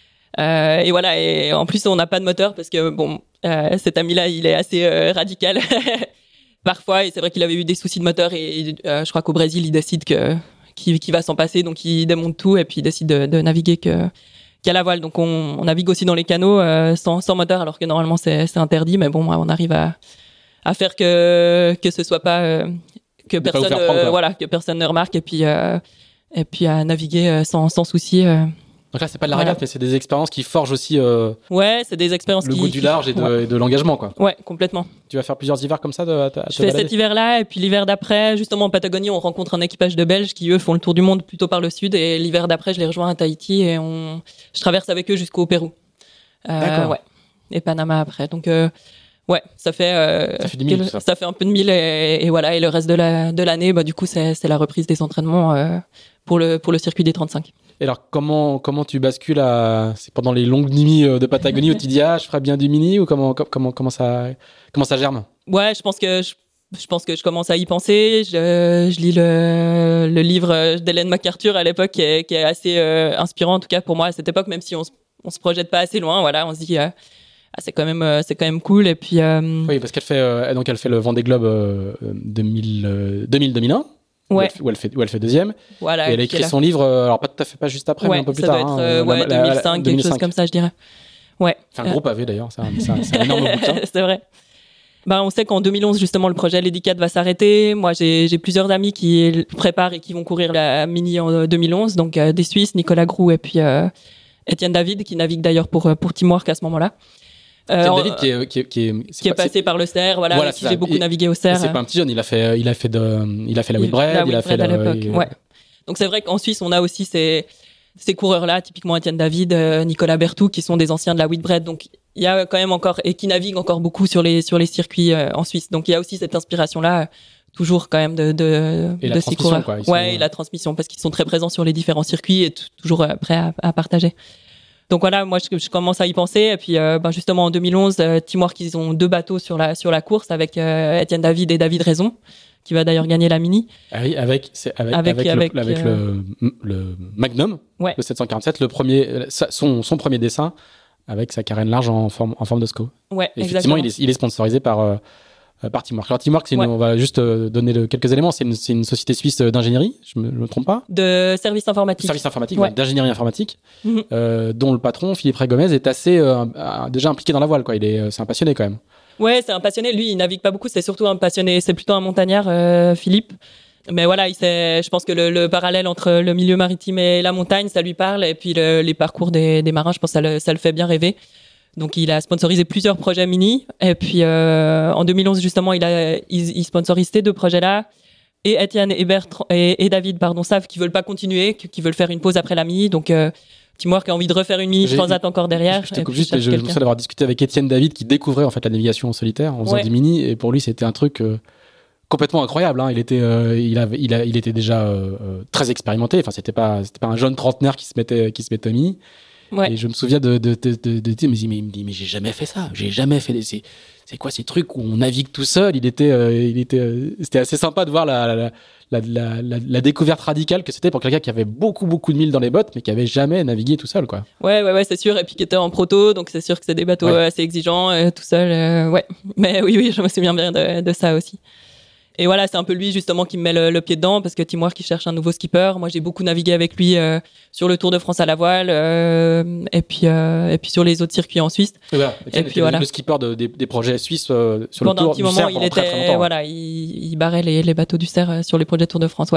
Euh, et voilà, et en plus on n'a pas de moteur parce que bon, euh, cet ami-là il est assez euh, radical. Parfois, et c'est vrai qu'il avait eu des soucis de moteur et euh, je crois qu'au Brésil, il décide que qu'il, qu'il va s'en passer, donc il démonte tout et puis il décide de, de naviguer que, qu'à la voile. Donc on, on navigue aussi dans les canaux euh, sans, sans moteur, alors que normalement c'est, c'est interdit, mais bon, on arrive à, à faire que que ce soit pas euh, que de personne pas prendre, euh, voilà que personne ne remarque et puis euh, et puis à naviguer euh, sans sans souci. Euh, Donc là, c'est pas de la régate, voilà. Mais c'est des expériences qui forgent aussi euh, ouais, c'est des expériences le qui, goût du large et de, ouais. et de l'engagement, quoi. Ouais, complètement. Tu vas faire plusieurs hivers comme ça de, à, à Je fais cet hiver-là, et puis l'hiver d'après, justement en Patagonie, on rencontre un équipage de Belges qui, eux, font le tour du monde plutôt par le sud, et l'hiver d'après, je les rejoins à Tahiti, et on... je traverse avec eux jusqu'au Pérou. Euh, D'accord. Ouais. Et Panama après. Donc, euh, ouais, ça fait, euh, ça fait du mille, quel... ça. ça fait un peu de mille, et, et voilà, et le reste de, la... de l'année, bah, du coup, c'est, c'est la reprise des entraînements euh, pour, le... pour le circuit des trente-cinq. Et alors, comment, comment tu bascules à, c'est pendant les longues nuits de Patagonie où tu dis, ah, je ferai bien du mini, ou comment, comment, comment ça, comment ça germe? Ouais, je pense que, je, je pense que je commence à y penser. Je, je lis le, le livre d'Hélène MacArthur à l'époque, qui est, qui est assez euh, inspirant, en tout cas pour moi à cette époque, même si on, on se projette pas assez loin. Voilà, on se dit, euh, ah, c'est quand même, euh, c'est quand même cool. Et puis, euh, oui, parce qu'elle fait, euh, donc elle fait le Vendée Globe euh, deux mille, deux mille deux mille un. Ouais. Où elle fait, où elle fait deuxième. Voilà. Et elle a écrit son livre, alors pas tout à fait, pas juste après, ouais, mais un peu plus ça tard. Doit être, hein, euh, ouais, la, deux mille cinq, la, quelque chose comme ça, je dirais. Ouais. C'est un gros pavé d'ailleurs, c'est un, c'est un, c'est un énorme bouquin. C'est vrai. Bah, on sait qu'en deux mille onze, justement, le projet Lady Cat va s'arrêter. Moi, j'ai, j'ai plusieurs amis qui préparent et qui vont courir la mini en deux mille onze. Donc, euh, des Suisses, Nicolas Groux et puis euh, Étienne David, qui navigue d'ailleurs pour, pour Teamwork à ce moment-là. Euh, David qui est qui est qui est, c'est qui est pas, passé c'est... par le C E R, voilà, voilà qui j'ai beaucoup et, navigué au C E R. C'est pas un petit jeune, il a fait il a fait de il a fait la Whitbread, la il a fait la, à l'époque, il... ouais. Donc c'est vrai qu'en Suisse, on a aussi ces ces coureurs-là, typiquement Étienne David, euh, Nicolas Berthoud, qui sont des anciens de la Whitbread. Donc il y a quand même encore et qui naviguent encore beaucoup sur les sur les circuits euh, en Suisse. Donc il y a aussi cette inspiration-là. Euh, toujours quand même de de, et de ces coureurs. Quoi, ouais, sont... et la transmission parce qu'ils sont très présents sur les différents circuits et t- toujours euh, prêts à, à partager. Donc voilà, moi je, je commence à y penser et puis euh, ben justement en deux mille onze, euh, Teamwork ils ont deux bateaux sur la sur la course avec euh, Étienne David et David Raison qui va d'ailleurs gagner la mini. Ah oui, avec c'est avec avec avec, avec, le, avec euh... le, le Magnum, ouais. le sept cent quarante-sept, le premier son son premier dessin avec sa carène large en forme en forme de S C O. Ouais, et effectivement, il est il est sponsorisé par euh, par Teamwork. Alors Teamwork, c'est une, ouais. on va juste euh, donner le, quelques éléments. C'est une, c'est une société suisse d'ingénierie, je me, je me trompe pas. De services informatiques. Services informatiques, ouais. ouais, d'ingénierie informatique, mm-hmm. euh, dont le patron Philippe Rey-Gomez est assez euh, déjà impliqué dans la voile, quoi. Il est, c'est un passionné quand même. Ouais, c'est un passionné. Lui, il navigue pas beaucoup. C'est surtout un passionné. C'est plutôt un montagnard, euh, Philippe. Mais voilà, il sait, je pense que le, le parallèle entre le milieu maritime et la montagne, ça lui parle. Et puis le, les parcours des, des marins, je pense que ça le, ça le fait bien rêver. Donc il a sponsorisé plusieurs projets mini et puis euh, en deux mille onze justement il a il, il sponsorise ces deux projets-là et Étienne et Bertrand et, et David pardon savent qu'ils veulent pas continuer, qu'ils veulent faire une pause après la mini. Donc euh, Teamwork a envie de refaire une mini, Transat encore derrière. Je te coupe juste, je, je me souviens d'avoir discuté avec Étienne David qui découvrait en fait la navigation en solitaire en faisant ouais. des mini et pour lui c'était un truc euh, complètement incroyable. Hein. Il était euh, il avait il, a, il était déjà euh, très expérimenté. Enfin c'était pas c'était pas un jeune trentenaire qui se mettait qui se mettait à mini. Ouais. Et je me souviens de de de de, de, de mais il me dit mais j'ai jamais fait ça, j'ai jamais fait des c'est c'est quoi ces trucs où on navigue tout seul. Il était euh, il était euh, c'était assez sympa de voir la la, la la la la découverte radicale que c'était pour quelqu'un qui avait beaucoup beaucoup de milles dans les bottes mais qui avait jamais navigué tout seul quoi. Ouais ouais ouais c'est sûr et puis qui était en proto donc c'est sûr que c'est des bateaux ouais. assez exigeants euh, tout seul euh, ouais mais oui oui je me souviens bien de de ça aussi. Et voilà, c'est un peu lui justement qui me met le, le pied dedans parce que Teamwork qui cherche un nouveau skipper. Moi, j'ai beaucoup navigué avec lui euh, sur le Tour de France à la voile euh, et puis euh, et puis sur les autres circuits en Suisse. Et voilà. Et puis le, voilà. Le skipper de, des, des projets suisses euh, sur pendant le Tour un petit du moment, C E R il pendant était très, très longtemps, voilà, il, il barrait les, les bateaux du C E R sur les projets Tour de France, ouais.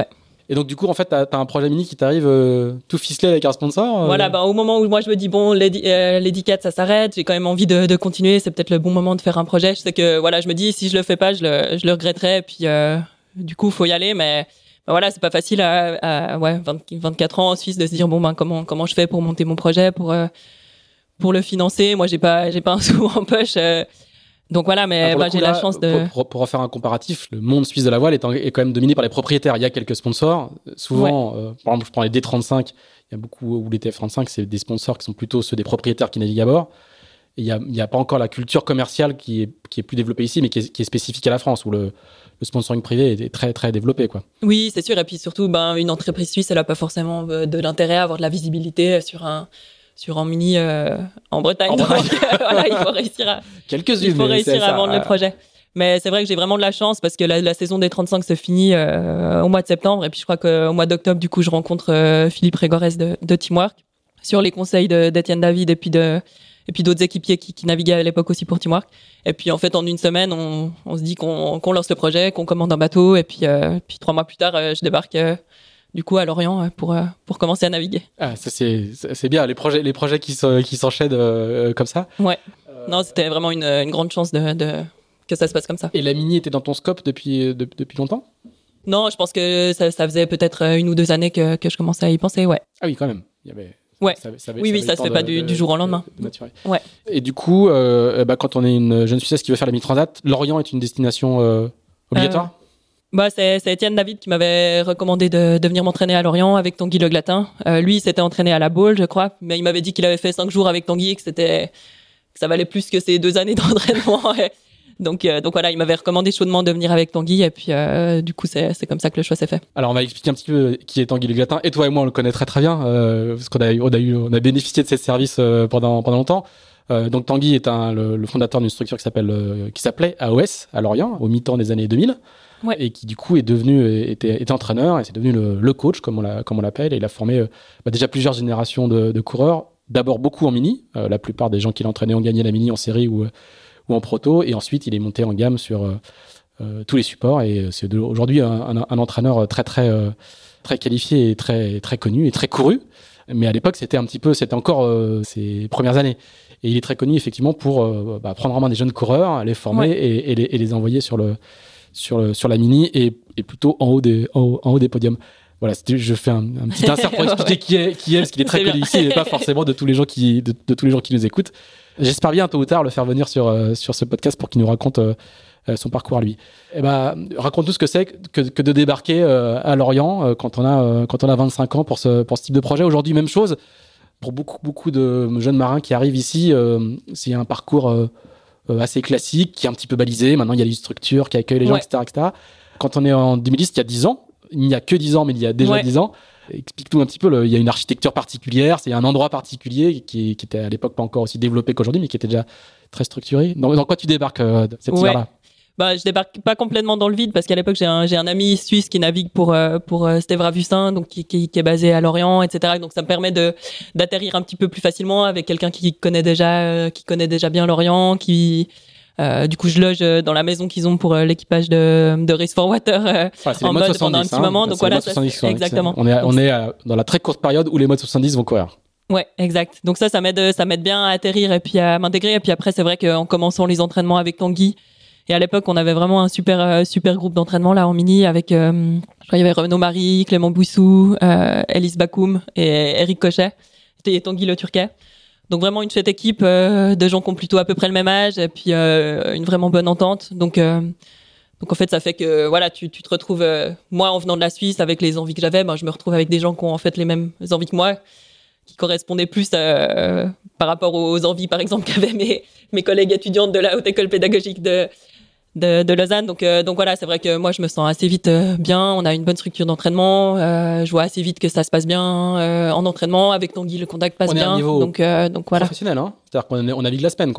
Et donc, du coup, en fait, t'as, t'as un projet mini qui t'arrive euh, tout ficelé avec un sponsor. Euh... Voilà, ben, au moment où moi je me dis, bon, Lady, euh, Lady Cat, ça s'arrête, j'ai quand même envie de, de continuer, c'est peut-être le bon moment de faire un projet. Je sais que, voilà, je me dis, si je le fais pas, je le, je le regretterai. Et puis, euh, du coup, faut y aller. Mais ben, voilà, c'est pas facile à, à ouais, vingt, vingt-quatre ans en Suisse de se dire, bon, ben, comment, comment je fais pour monter mon projet, pour, euh, pour le financer. Moi, j'ai pas, j'ai pas un sou en poche. Euh, Donc voilà, mais ah, bah, coup, j'ai là, la chance de... Pour, pour, pour refaire un comparatif, le monde suisse de la voile est, en, est quand même dominé par les propriétaires. Il y a quelques sponsors. Souvent, ouais. euh, par exemple, je prends les D trente-cinq, il y a beaucoup, ou les T F trente-cinq, c'est des sponsors qui sont plutôt ceux des propriétaires qui naviguent à bord. Et il n'y a, il y a pas encore la culture commerciale qui est, qui est plus développée ici, mais qui est, qui est spécifique à la France, où le, le sponsoring privé est très, très développé, quoi. Oui, c'est sûr. Et puis surtout, ben, une entreprise suisse, elle n'a pas forcément de l'intérêt à avoir de la visibilité sur un... sur un mini euh, en Bretagne. En donc, Bretagne. Euh, voilà, il faut réussir à, Quelques-unes, il faut réussir à vendre ça. le projet. Mais c'est vrai que j'ai vraiment de la chance parce que la, la saison des trente-cinq se finit euh, au mois de septembre. Et puis je crois qu'au mois d'octobre, du coup, je rencontre euh, Philippe Régorès de, de Teamwork sur les conseils de, d'Étienne David et puis, de, et puis d'autres équipiers qui, qui naviguaient à l'époque aussi pour Teamwork. Et puis en fait, en une semaine, on, on se dit qu'on, qu'on lance le projet, qu'on commande un bateau. Et puis, euh, puis trois mois plus tard, euh, je débarque... Euh, du coup à Lorient pour euh, pour commencer à naviguer. Ah, ça c'est c'est bien les projets les projets qui se, qui s'enchaînent euh, comme ça. Ouais. Euh... Non, c'était vraiment une une grande chance de, de que ça se passe comme ça. Et la mini était dans ton scope depuis de, depuis longtemps? Non, je pense que ça ça faisait peut-être une ou deux années que que je commençais à y penser, ouais. Ah oui, quand même. Il y avait Ouais. Ça, ça avait, oui, ça oui, ça se fait de, pas du, de, du jour au lendemain. De, de maturer. Ouais. Et du coup, euh, bah, quand on est une jeune Suissesse qui veut faire la mini-transat, Lorient est une destination euh, obligatoire. Euh... Bah, c'est, c'est Étienne David qui m'avait recommandé de, de venir m'entraîner à Lorient avec Tanguy Le Glatin. Euh, lui, il s'était entraîné à la Baule, je crois, mais il m'avait dit qu'il avait fait cinq jours avec Tanguy et que c'était, que ça valait plus que ces deux années d'entraînement. donc, euh, donc voilà, il m'avait recommandé chaudement de venir avec Tanguy et puis euh, du coup, c'est, c'est comme ça que le choix s'est fait. Alors, on va expliquer un petit peu qui est Tanguy Le Glatin. Et toi et moi, on le connaît très très bien euh, parce qu'on a, on a eu, on a bénéficié de ses services euh, pendant pendant longtemps. Euh, donc Tanguy est un, le, le fondateur d'une structure qui s'appelle, euh, qui s'appelait A O S à Lorient au mi-temps des années deux mille. Ouais. Et qui du coup est devenu était, était entraîneur et c'est devenu le, le coach comme on l'a comme on l'appelle et il a formé euh, bah déjà plusieurs générations de, de coureurs, d'abord beaucoup en mini, euh, la plupart des gens qui l'entraînaient ont gagné la mini en série ou ou en proto et ensuite il est monté en gamme sur euh, euh, tous les supports et c'est de, aujourd'hui un, un, un entraîneur très très euh, très qualifié et très très connu et très couru, mais à l'époque c'était un petit peu c'était encore euh, ses premières années et il est très connu effectivement pour euh, bah, prendre en main des jeunes coureurs, les former ouais. et, et, les, et les envoyer sur le sur le, sur la mini et, et plutôt en haut des en haut, en haut des podiums. Voilà, je fais un, un petit insert pour expliquer ouais. qui est qui est parce qu'il est très connu ici et pas forcément de tous les gens qui de, de tous les gens qui nous écoutent. J'espère bien tôt ou tard le faire venir sur euh, sur ce podcast pour qu'il nous raconte euh, son parcours à lui. Et ben bah, raconte-nous ce que c'est que, que de débarquer euh, à Lorient euh, quand on a euh, quand on a vingt-cinq ans pour ce pour ce type de projet. Aujourd'hui, même chose pour beaucoup beaucoup de jeunes marins qui arrivent ici. Euh, c'est un parcours euh, assez classique, qui est un petit peu balisé. Maintenant, il y a une structure qui accueille les gens, ouais. et cetera, et cetera. Quand on est en deux mille dix, il y a dix ans, il n'y a que dix ans, mais il y a déjà ouais. dix ans. Explique-nous un petit peu, le, il y a une architecture particulière, c'est un endroit particulier qui, qui était à l'époque pas encore aussi développé qu'aujourd'hui, mais qui était déjà très structuré. Dans, dans quoi tu débarques euh, cette ouais. hiver-là? Bah, je débarque pas complètement dans le vide parce qu'à l'époque j'ai un j'ai un ami suisse qui navigue pour euh, pour euh, Stevra Vussin, donc qui, qui qui est basé à Lorient, et cetera. Donc ça me permet de d'atterrir un petit peu plus facilement avec quelqu'un qui connaît déjà euh, qui connaît déjà bien Lorient, qui euh, du coup je loge dans la maison qu'ils ont pour euh, l'équipage de de Race for Water euh, ah, en mode pendant un petit hein, moment. Donc voilà, ça, exactement. On est à, on est à, dans la très courte période où les modes soixante-dix vont courir. Ouais, exact. Donc ça ça m'aide ça m'aide bien à atterrir et puis à m'intégrer. Et puis après c'est vrai qu'en commençant les entraînements avec Tanguy. Et à l'époque, on avait vraiment un super euh, super groupe d'entraînement là en mini avec, euh, je crois qu'il y avait Renaud Marie, Clément Boussou, euh, Elise Bakoum et Eric Cochet et Tanguy Le Turquet. Donc vraiment une chouette équipe euh, de gens qui ont plutôt à peu près le même âge et puis euh, une vraiment bonne entente. Donc euh, donc en fait, ça fait que voilà, tu tu te retrouves euh, moi en venant de la Suisse avec les envies que j'avais, ben je me retrouve avec des gens qui ont en fait les mêmes envies que moi, qui correspondaient plus euh, par rapport aux envies par exemple qu'avaient mes mes collègues étudiantes de la haute école pédagogique de De, de Lausanne, donc euh, donc voilà, c'est vrai que moi je me sens assez vite euh, bien. On a une bonne structure d'entraînement. Euh, je vois assez vite que ça se passe bien euh, en entraînement avec Tanguy, le contact passe on est bien. À un niveau donc euh, donc voilà. Professionnel, hein. C'est-à-dire qu'on est, on navigue la semaine, quoi. Hein.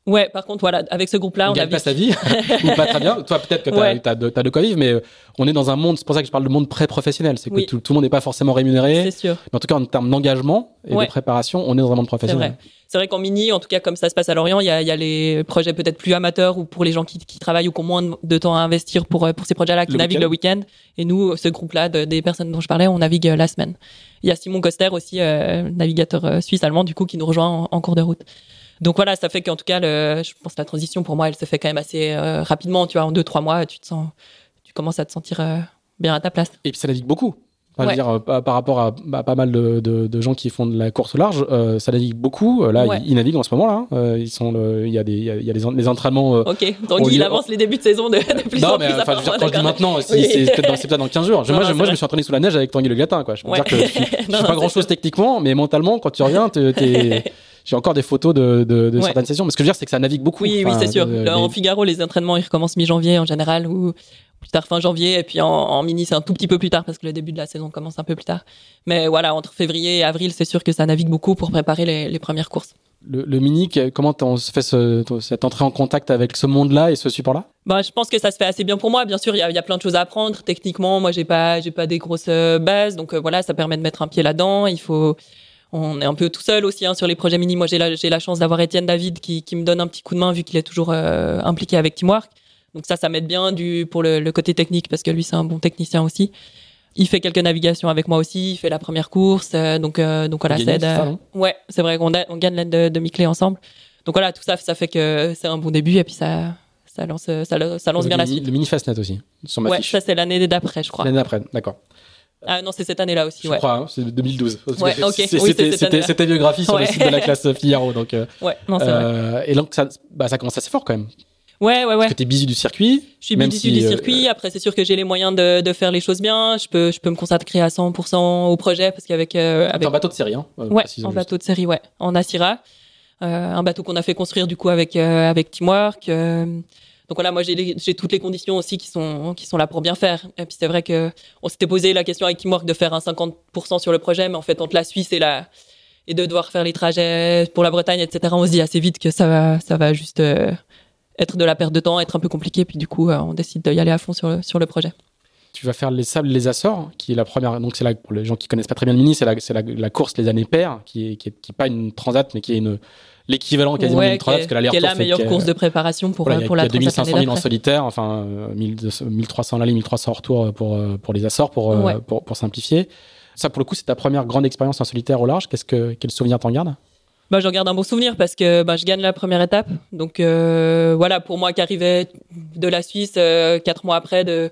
Ouais, par contre, voilà, avec ce groupe-là, on, on gagne a pas sa vie, ou pas très bien. Toi, peut-être que t'as, ouais. t'as, de, t'as de quoi vivre, mais on est dans un monde, c'est pour ça que je parle de monde pré-professionnel, c'est que oui. tout, tout le monde n'est pas forcément rémunéré. C'est sûr. Mais en tout cas, en termes d'engagement et ouais. de préparation, on est dans un monde professionnel. C'est vrai. C'est vrai qu'en mini, en tout cas, comme ça se passe à Lorient, il y a, il y a les projets peut-être plus amateurs ou pour les gens qui, qui travaillent ou qui ont moins de temps à investir pour, pour ces projets-là, qui le naviguent week-end. le week-end. Et nous, ce groupe-là, de, des personnes dont je parlais, on navigue la semaine. Il y a Simon Coster aussi, euh, navigateur suisse-allemand, du coup, qui nous rejoint en, en cours de route. Donc voilà, ça fait qu'en tout cas, le, je pense que la transition pour moi, elle se fait quand même assez euh, rapidement. Tu vois, en deux, trois mois, tu te sens, tu commences à te sentir euh, bien à ta place. Et puis ça navigue beaucoup. Enfin, ouais. je veux dire, euh, par, par rapport à, à pas mal de, de, de gens qui font de la course au large, euh, ça navigue beaucoup. Là, ouais. ils, ils naviguent en ce moment-là. Euh, ils sont, le, il y a des, il y a, il y a les, les entraînements. Euh, ok. Donc il avance les débuts de saison de, de plus non, en mais, plus. Enfin, je veux dire, quand je dis maintenant, si, oui. c'est, peut-être dans, c'est peut-être dans quinze jours. Je, non, moi, non, je, moi je me suis entraîné sous la neige avec Tanguy Le Gatin, quoi. Je peux ouais. dire que je suis, je non, suis pas grand-chose techniquement, mais mentalement, quand tu reviens, t'es, t'es, j'ai encore des photos de, de, de ouais. certaines sessions. Mais ce que je veux dire, c'est que ça navigue beaucoup. Oui, enfin, oui, c'est sûr. Euh, en les... Figaro, les entraînements, ils recommencent mi-janvier en général, ou plus tard fin janvier. Et puis en, en mini, c'est un tout petit peu plus tard parce que le début de la saison commence un peu plus tard. Mais voilà, entre février et avril, c'est sûr que ça navigue beaucoup pour préparer les, les premières courses. Le, le mini, comment on se fait ce, cette entrée en contact avec ce monde-là et ce support-là ? Bah, je pense que ça se fait assez bien pour moi. Bien sûr, il y a, y a plein de choses à apprendre. Techniquement, moi, j'ai pas, j'ai pas des grosses bases. Donc euh, voilà, ça permet de mettre un pied là-dedans. Il faut... On est un peu tout seul aussi hein, sur les projets mini. Moi, j'ai la, j'ai la chance d'avoir Étienne David qui, qui me donne un petit coup de main vu qu'il est toujours euh, impliqué avec Teamwork. Donc ça, ça m'aide bien du, pour le, le côté technique parce que lui, c'est un bon technicien aussi. Il fait quelques navigations avec moi aussi. Il fait la première course. Euh, donc, euh, donc voilà, ça aide. Euh, ouais, c'est vrai qu'on a, on gagne l'aide de, de Miclé ensemble. Donc voilà, tout ça, ça fait que c'est un bon début et puis ça, ça lance, ça, ça lance bien le la suite. Le mini Fastnet aussi, sur ma ouais, fiche. Ça, c'est l'année d'après, je crois. L'année d'après, d'accord. Ah non, c'est cette année-là aussi, je ouais. Je crois, hein, c'est deux mille douze. Ouais, ok. C'est, oui, c'était, c'est c'était, c'était biographie sur ouais. le site de la classe Figaro. Donc, euh, ouais, non, c'est euh, vrai. Et donc, ça, bah, ça commence assez fort quand même. Ouais, ouais, ouais. Parce que t'es busy du circuit. Je suis busy si, du euh, circuit. Après, c'est sûr que j'ai les moyens de, de faire les choses bien. Je peux, je peux me consacrer à cent pour cent au projet parce qu'avec, euh, avec. C'est un bateau de série, hein. Euh, ouais, en bateau de série, ouais. En Asira. Euh, un bateau qu'on a fait construire, du coup, avec, euh, avec Teamwork. Euh, donc voilà, moi, j'ai, les, j'ai toutes les conditions aussi qui sont, qui sont là pour bien faire. Et puis, c'est vrai que on s'était posé la question avec Teamwork de faire un cinquante pour cent sur le projet, mais en fait, entre la Suisse et la, et de devoir faire les trajets pour la Bretagne, et cetera, on se dit assez vite que ça va, ça va juste, euh, être de la perte de temps, être un peu compliqué, puis du coup, euh, on décide d'y aller à fond sur le, sur le projet. Tu vas faire les Sables les Açores, qui est la première. Donc, c'est là, pour les gens qui connaissent pas très bien le mini, c'est la, c'est la, la course les années paires, qui est, qui est, qui est pas une transat, mais qui est une, l'équivalent quasiment ouais, d'une transat. Parce que la qui est la meilleure course est, de préparation pour, voilà, pour y a, la transat. Il y a deux mille cinq cents milles en solitaire, enfin, mille trois cents l'aller, mille trois cents en retour pour, pour les Açores, pour, ouais. pour, pour, pour simplifier. Ça, pour le coup, c'est ta première grande expérience en solitaire au large. Qu'est-ce que, quel souvenir t'en gardes ? Bah, j'en garde un bon souvenir parce que bah, je gagne la première étape. Donc euh, voilà, pour moi qui arrivais de la Suisse euh, quatre mois après de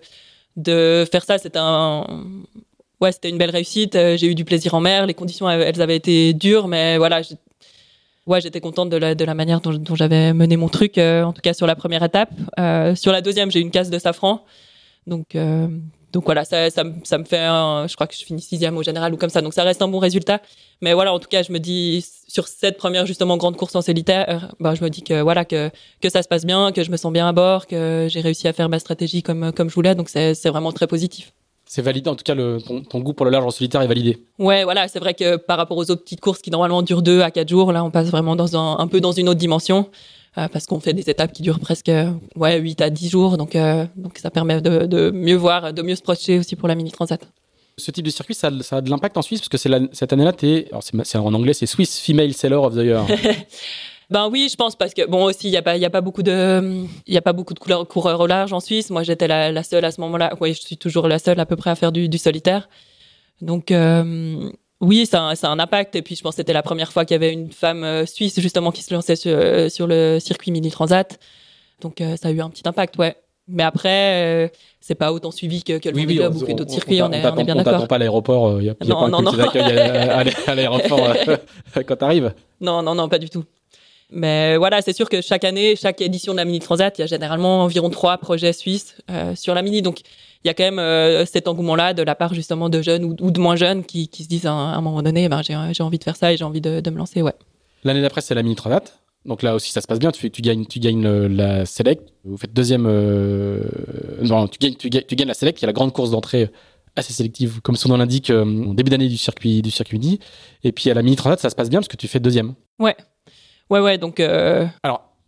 de faire ça, c'était un ouais, c'était une belle réussite. J'ai eu du plaisir en mer. Les conditions elles avaient été dures, mais voilà, j'ai... ouais, j'étais contente de la de la manière dont, dont j'avais mené mon truc. Euh, en tout cas sur la première étape. Euh, sur la deuxième, j'ai eu une casse de safran. Donc euh, Donc voilà, ça, ça, ça me fait un, je crois que je finis sixième au général ou comme ça. Donc ça reste un bon résultat. Mais voilà, en tout cas, je me dis, sur cette première, justement, grande course en solitaire, bah, je me dis que voilà, que, que ça se passe bien, que je me sens bien à bord, que j'ai réussi à faire ma stratégie comme, comme je voulais. Donc c'est, c'est vraiment très positif. C'est validé, en tout cas, le, ton, ton goût pour le large en solitaire est validé. Ouais, voilà, c'est vrai que par rapport aux autres petites courses qui normalement durent deux à quatre jours, là, on passe vraiment dans un, un peu dans une autre dimension. Euh, parce qu'on fait des étapes qui durent presque ouais, huit à dix jours, donc, euh, donc ça permet de, de mieux voir, de mieux se projeter aussi pour la Mini Transat. Ce type de circuit, ça, ça a de l'impact en Suisse, parce que c'est la, cette année-là, t'es, alors c'est, c'est en anglais, c'est Swiss Female Sailor of the Year. Ben oui, je pense, parce que bon aussi, il n'y a pas, il y a pas beaucoup de, il y a pas beaucoup de couleurs, coureurs au large en Suisse. Moi, j'étais la, la seule à ce moment-là. Oui, je suis toujours la seule à peu près à faire du, du solitaire. Donc euh, oui, ça a, ça a un impact. Et puis, je pense que c'était la première fois qu'il y avait une femme euh, suisse, justement, qui se lançait sur, euh, sur le circuit Mini Transat. Donc, euh, ça a eu un petit impact, ouais. Mais après, euh, c'est pas autant suivi que, que le oui, Vendée oui, Globe on, ou que d'autres on, circuits, on, on, est, on, on est bien on d'accord. On t'attend pas à l'aéroport, il n'y a, y a non, pas non, un non. comité d'accueil à, à, à l'aéroport quand t'arrives. Non, non, non, pas du tout. Mais voilà, c'est sûr que chaque année, chaque édition de la Mini Transat, il y a généralement environ trois projets suisses euh, sur la Mini. Donc, il y a quand même euh, cet engouement-là de la part justement de jeunes ou, ou de moins jeunes qui, qui se disent à un, à un moment donné, ben, j'ai, j'ai envie de faire ça et j'ai envie de, de me lancer, ouais. L'année d'après, c'est la Mini Transat. Donc là aussi, ça se passe bien. Tu, fais, tu gagnes, tu gagnes le, la Select. Vous faites deuxième. Euh... Non, tu gagnes, tu, gagnes, tu gagnes la Select, qui est la grande course d'entrée assez sélective, comme son nom l'indique, euh, au début d'année du circuit, du circuit Midi. Et puis à la Mini Transat, ça se passe bien parce que tu fais deuxième. Ouais. Ouais, ouais, donc... Euh... Alors,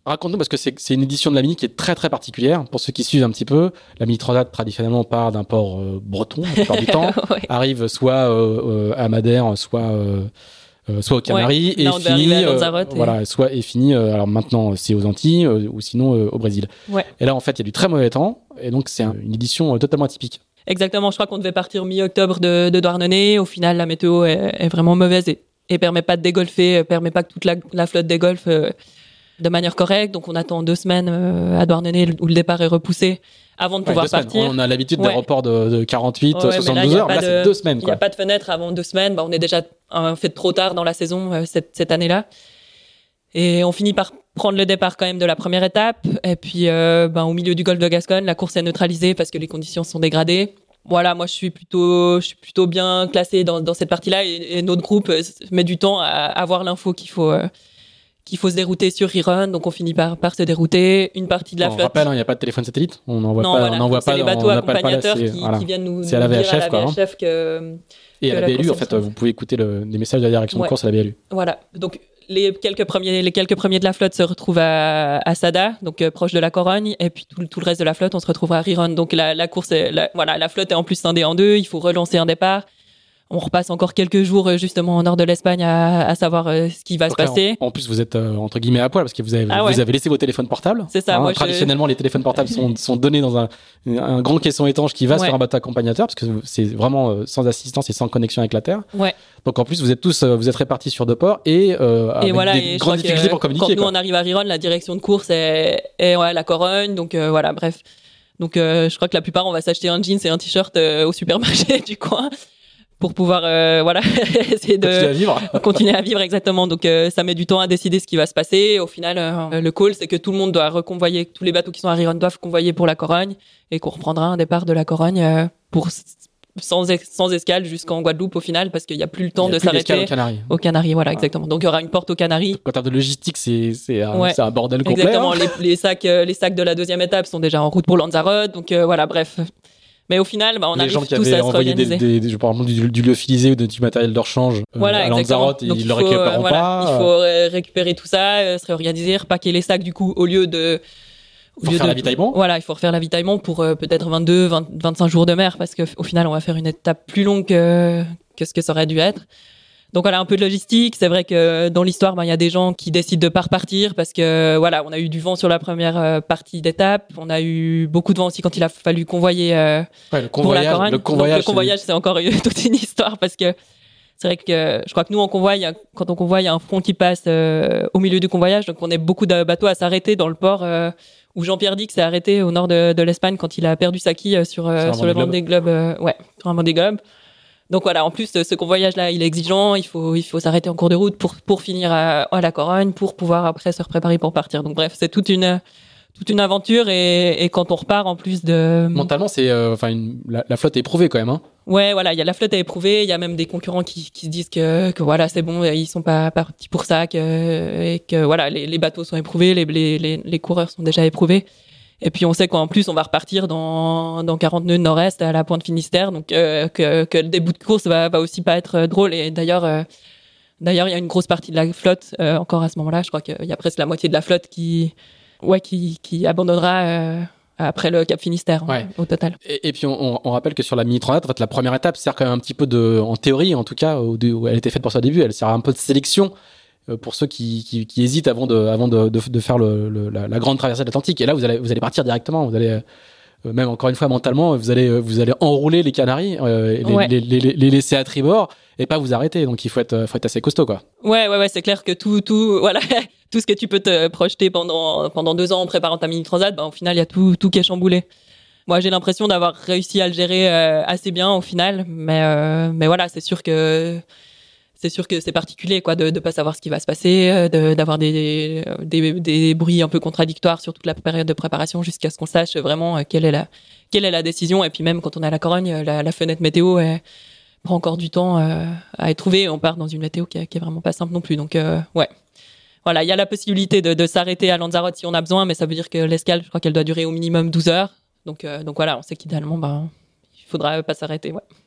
Raconte-nous, parce que c'est, c'est une édition de la Mini qui est très très particulière. Pour ceux qui suivent un petit peu, la Mini Transat traditionnellement part d'un port euh, breton la plupart du temps, ouais. arrive soit euh, euh, à Madère, soit euh, euh, soit aux Canaries, ouais. et Là, finit euh, et... voilà, soit et finit. Euh, alors maintenant c'est aux Antilles euh, ou sinon euh, au Brésil. Ouais. Et là en fait il y a du très mauvais temps et donc c'est un, une édition euh, totalement atypique. Exactement. Je crois qu'on devait partir mi-octobre de, de Douarnenez. Au final, la météo est, est vraiment mauvaise et, et permet pas de dégolfer, permet pas que toute la, la flotte dégolfe. Euh, de manière correcte, donc on attend deux semaines euh, à Douarnenez où le départ est repoussé avant de ouais, pouvoir partir. On a l'habitude ouais. des reports de, de quarante-huit, ouais, soixante-douze là, heures, là de, c'est deux semaines. Il n'y a pas de fenêtre avant deux semaines, bah, on est déjà euh, fait trop tard dans la saison euh, cette, cette année-là. Et on finit par prendre le départ quand même de la première étape, et puis euh, bah, au milieu du golfe de Gascogne, la course est neutralisée parce que les conditions sont dégradées. Voilà, moi je suis plutôt, je suis plutôt bien classé dans, dans cette partie-là, et, et notre groupe euh, met du temps à avoir l'info qu'il faut... Euh, qu'il faut se dérouter sur Rerun, donc on finit par, par se dérouter. Une partie de la on flotte. On rappelle, il hein, n'y a pas de téléphone satellite. On n'envoie pas, voilà. on n'envoie c'est pas. les bateaux on accompagnateurs pas là, qui, voilà. qui viennent nous, c'est à la V H F, dire à la quoi, V H F hein. que. Et que à la B L U, en fait, vous pouvez écouter le, les messages de la direction ouais. de course à la B L U. Voilà. Donc, les quelques premiers, les quelques premiers de la flotte se retrouvent à, à Sada, donc euh, proche de la Corogne, et puis tout, tout le reste de la flotte, on se retrouvera à Rerun. Donc, la, la course, est, la, voilà, la flotte est en plus scindée en deux. Il faut relancer un départ. On repasse encore quelques jours justement au nord de l'Espagne à, à savoir euh, ce qui va donc se passer. En, en plus, vous êtes euh, entre guillemets à poil parce que vous avez, ah ouais. vous avez laissé vos téléphones portables. C'est ça. Hein, moi, traditionnellement, je... les téléphones portables sont, sont donnés dans un, un grand caisson étanche qui va ouais. sur un bateau accompagnateur parce que c'est vraiment euh, sans assistance et sans connexion avec la terre. Ouais. Donc en plus, vous êtes tous, euh, vous êtes répartis sur deux ports et, euh, et avec voilà, des et grandes difficultés pour communiquer. Quand quoi. nous on arrive à Rerun, la direction de course est, est ouais, la Corogne. Donc euh, voilà, bref. Donc euh, je crois que la plupart on va s'acheter un jeans et un t-shirt euh, au supermarché du coin. Pour pouvoir euh, voilà essayer de continuer à vivre continuer à vivre exactement. Donc euh, ça met du temps à décider ce qui va se passer. Au final euh, le call c'est que tout le monde doit reconvoyer, tous les bateaux qui sont à Rerun doivent convoyer pour la Corogne et qu'on reprendra un départ de la Corogne euh, pour sans sans escale jusqu'en Guadeloupe au final parce qu'il y a plus le temps de s'arrêter aux Canaries. Aux Canaries voilà ah. exactement. Donc il y aura une porte aux Canaries. En termes de logistique c'est c'est un, ouais. c'est un bordel complet. Exactement, hein. les, les sacs euh, les sacs de la deuxième étape sont déjà en route pour Lanzarote. Donc euh, voilà, bref. Mais au final, bah, on les arrive gens qui tous avaient à se envoyé organiser. Des, des, des, je parle du, du lyophilisé ou de, du matériel de rechange voilà, euh, à Lanzarote, ils il le faut, récupéreront voilà, pas. Il faut euh, récupérer tout ça, euh, se réorganiser, repaquer les sacs du coup au lieu de. Il faut refaire l'avitaillement. Voilà, il faut refaire l'avitaillement pour euh, peut-être vingt-deux, vingt, vingt-cinq jours de mer parce qu'au final, on va faire une étape plus longue que, que ce que ça aurait dû être. Donc voilà, un peu de logistique. C'est vrai que dans l'histoire, ben, il y a des gens qui décident de pas repartir parce que voilà, on a eu du vent sur la première euh, partie d'étape. On a eu beaucoup de vent aussi quand il a fallu convoyer euh, ouais, le pour la Corogne. Le convoyage, Donc, le convoyage, c'est... c'est encore toute une histoire parce que c'est vrai que je crois que nous, on convoie, a, quand on convoie, il y a un front qui passe euh, au milieu du convoyage. Donc on est beaucoup de bateaux à s'arrêter dans le port euh, où Jean-Pierre Dix s'est arrêté au nord de, de l'Espagne quand il a perdu sa quille sur, euh, sur le Vendée Globe. Euh, ouais, sur un Vendée Globe. Donc voilà, en plus, ce convoyage-là, il est exigeant. Il faut, il faut s'arrêter en cours de route pour, pour finir à, à la Corogne, pour pouvoir après se préparer pour partir. Donc bref, c'est toute une, toute une aventure. Et, et quand on repart, en plus de... Mentalement, c'est, enfin, euh, la, la flotte est éprouvée quand même, hein. Ouais, voilà, il y a la flotte à éprouver. Il y a même des concurrents qui, qui se disent que, que voilà, c'est bon, ils sont pas partis pour ça, que, et que voilà, les, les bateaux sont éprouvés, les, les, les, les coureurs sont déjà éprouvés. Et puis on sait qu'en plus on va repartir dans dans quarante nœuds nord-est à la pointe Finistère, donc euh, que que le début de course va va aussi pas être drôle. Et d'ailleurs euh, d'ailleurs il y a une grosse partie de la flotte euh, encore à ce moment-là. Je crois qu'il y a presque la moitié de la flotte qui ouais qui qui abandonnera euh, après le Cap Finistère ouais. au total. Et, et puis on, on rappelle que sur la Mini Transat, en fait, la première étape sert quand même un petit peu de, en théorie en tout cas, où, où elle était faite pour ça au début, elle sert un peu de sélection. Pour ceux qui, qui, qui hésitent avant de, avant de, de, de faire le, le, la, la grande traversée de l'Atlantique. Et là, vous allez, vous allez partir directement. Vous allez, euh, même encore une fois, mentalement, vous allez, vous allez enrouler les Canaries, euh, les, ouais. les, les, les, les laisser à tribord et pas vous arrêter. Donc, il faut être, faut être assez costaud, quoi. Ouais, ouais, ouais, c'est clair que tout, tout, voilà, tout ce que tu peux te projeter pendant, pendant deux ans en préparant ta mini transat, ben, au final, il y a tout, tout qui est chamboulé. Moi, j'ai l'impression d'avoir réussi à le gérer euh, assez bien au final. Mais, euh, mais voilà, c'est sûr que, c'est sûr que c'est particulier, quoi, de, de pas savoir ce qui va se passer, de, d'avoir des, des, des bruits un peu contradictoires sur toute la période de préparation jusqu'à ce qu'on sache vraiment quelle est la, quelle est la décision. Et puis même quand on est à la Corogne, la, la fenêtre météo, elle prend encore du temps euh, à être trouvée. On part dans une météo qui, qui est vraiment pas simple non plus. Donc, euh, ouais. Voilà, il y a la possibilité de, de s'arrêter à Lanzarote si on a besoin, mais ça veut dire que l'escale, je crois qu'elle doit durer au minimum douze heures. Donc, euh, donc voilà, on sait qu'idéalement, bah, il faudra pas s'arrêter, ouais.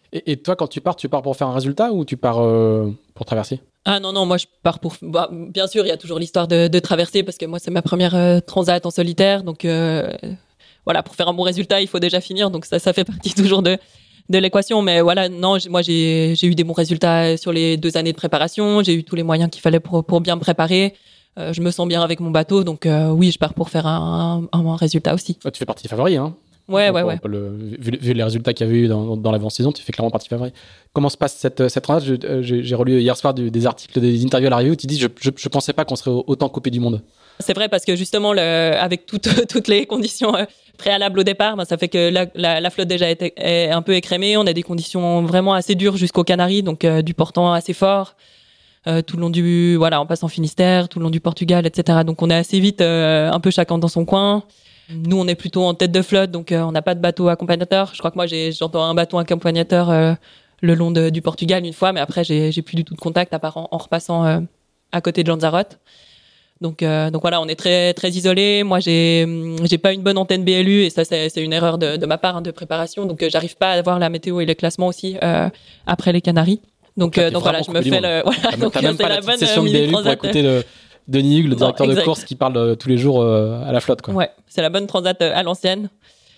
Et, et toi, quand tu pars, tu pars pour faire un résultat ou tu pars euh, pour traverser? Ah non, non, moi je pars pour... Bah, bien sûr, il y a toujours l'histoire de, de traverser parce que moi c'est ma première euh, transat en solitaire. Donc euh, voilà, pour faire un bon résultat, il faut déjà finir. Donc ça, ça fait partie toujours de, de l'équation. Mais voilà, non, moi j'ai, j'ai eu des bons résultats sur les deux années de préparation. J'ai eu tous les moyens qu'il fallait pour, pour bien me préparer. Euh, je me sens bien avec mon bateau. Donc euh, oui, je pars pour faire un, un, un résultat aussi. Ouais, tu fais partie des favoris, hein? Ouais, on, ouais, on ouais. Le, vu, vu les résultats qu'il y avait eu dans, dans l'avant-saison, tu fais clairement partie favori. Comment se passe cette, cette transat? je, j'ai, j'ai relu hier soir du, des articles, des interviews à l'arrivée où tu dis je, je, je pensais pas qu'on serait autant coupé du monde. C'est vrai parce que justement, le, avec toutes, toutes les conditions euh, préalables au départ, ben, ça fait que la, la, la flotte déjà est, est un peu écrémée. On a des conditions vraiment assez dures jusqu'aux Canaries, donc euh, du portant assez fort. Euh, tout le long du, voilà, on passe en Finistère, tout le long du Portugal, et cetera. Donc on est assez vite euh, un peu chacun dans son coin. Nous, on est plutôt en tête de flotte, donc euh, on n'a pas de bateau accompagnateur. Je crois que moi, j'ai, j'entends un bateau accompagnateur euh, le long de, du Portugal une fois, mais après, j'ai, j'ai plus du tout de contact à part en, en repassant euh, à côté de Lanzarote. Donc, euh, donc voilà, on est très très isolé. Moi, j'ai j'ai pas une bonne antenne B L U et ça, c'est, c'est une erreur de, de ma part hein, de préparation. Donc, euh, j'arrive pas à avoir la météo et les classements aussi euh, après les Canaries. Donc, donc, euh, donc voilà, je me fais le. Voilà, t'as donc t'as même c'est pas la, la bonne session de B L U pour écouter le. Denis Hugues, le directeur non, de course, qui parle euh, tous les jours euh, à la flotte, quoi. Ouais, c'est la bonne transat euh, à l'ancienne.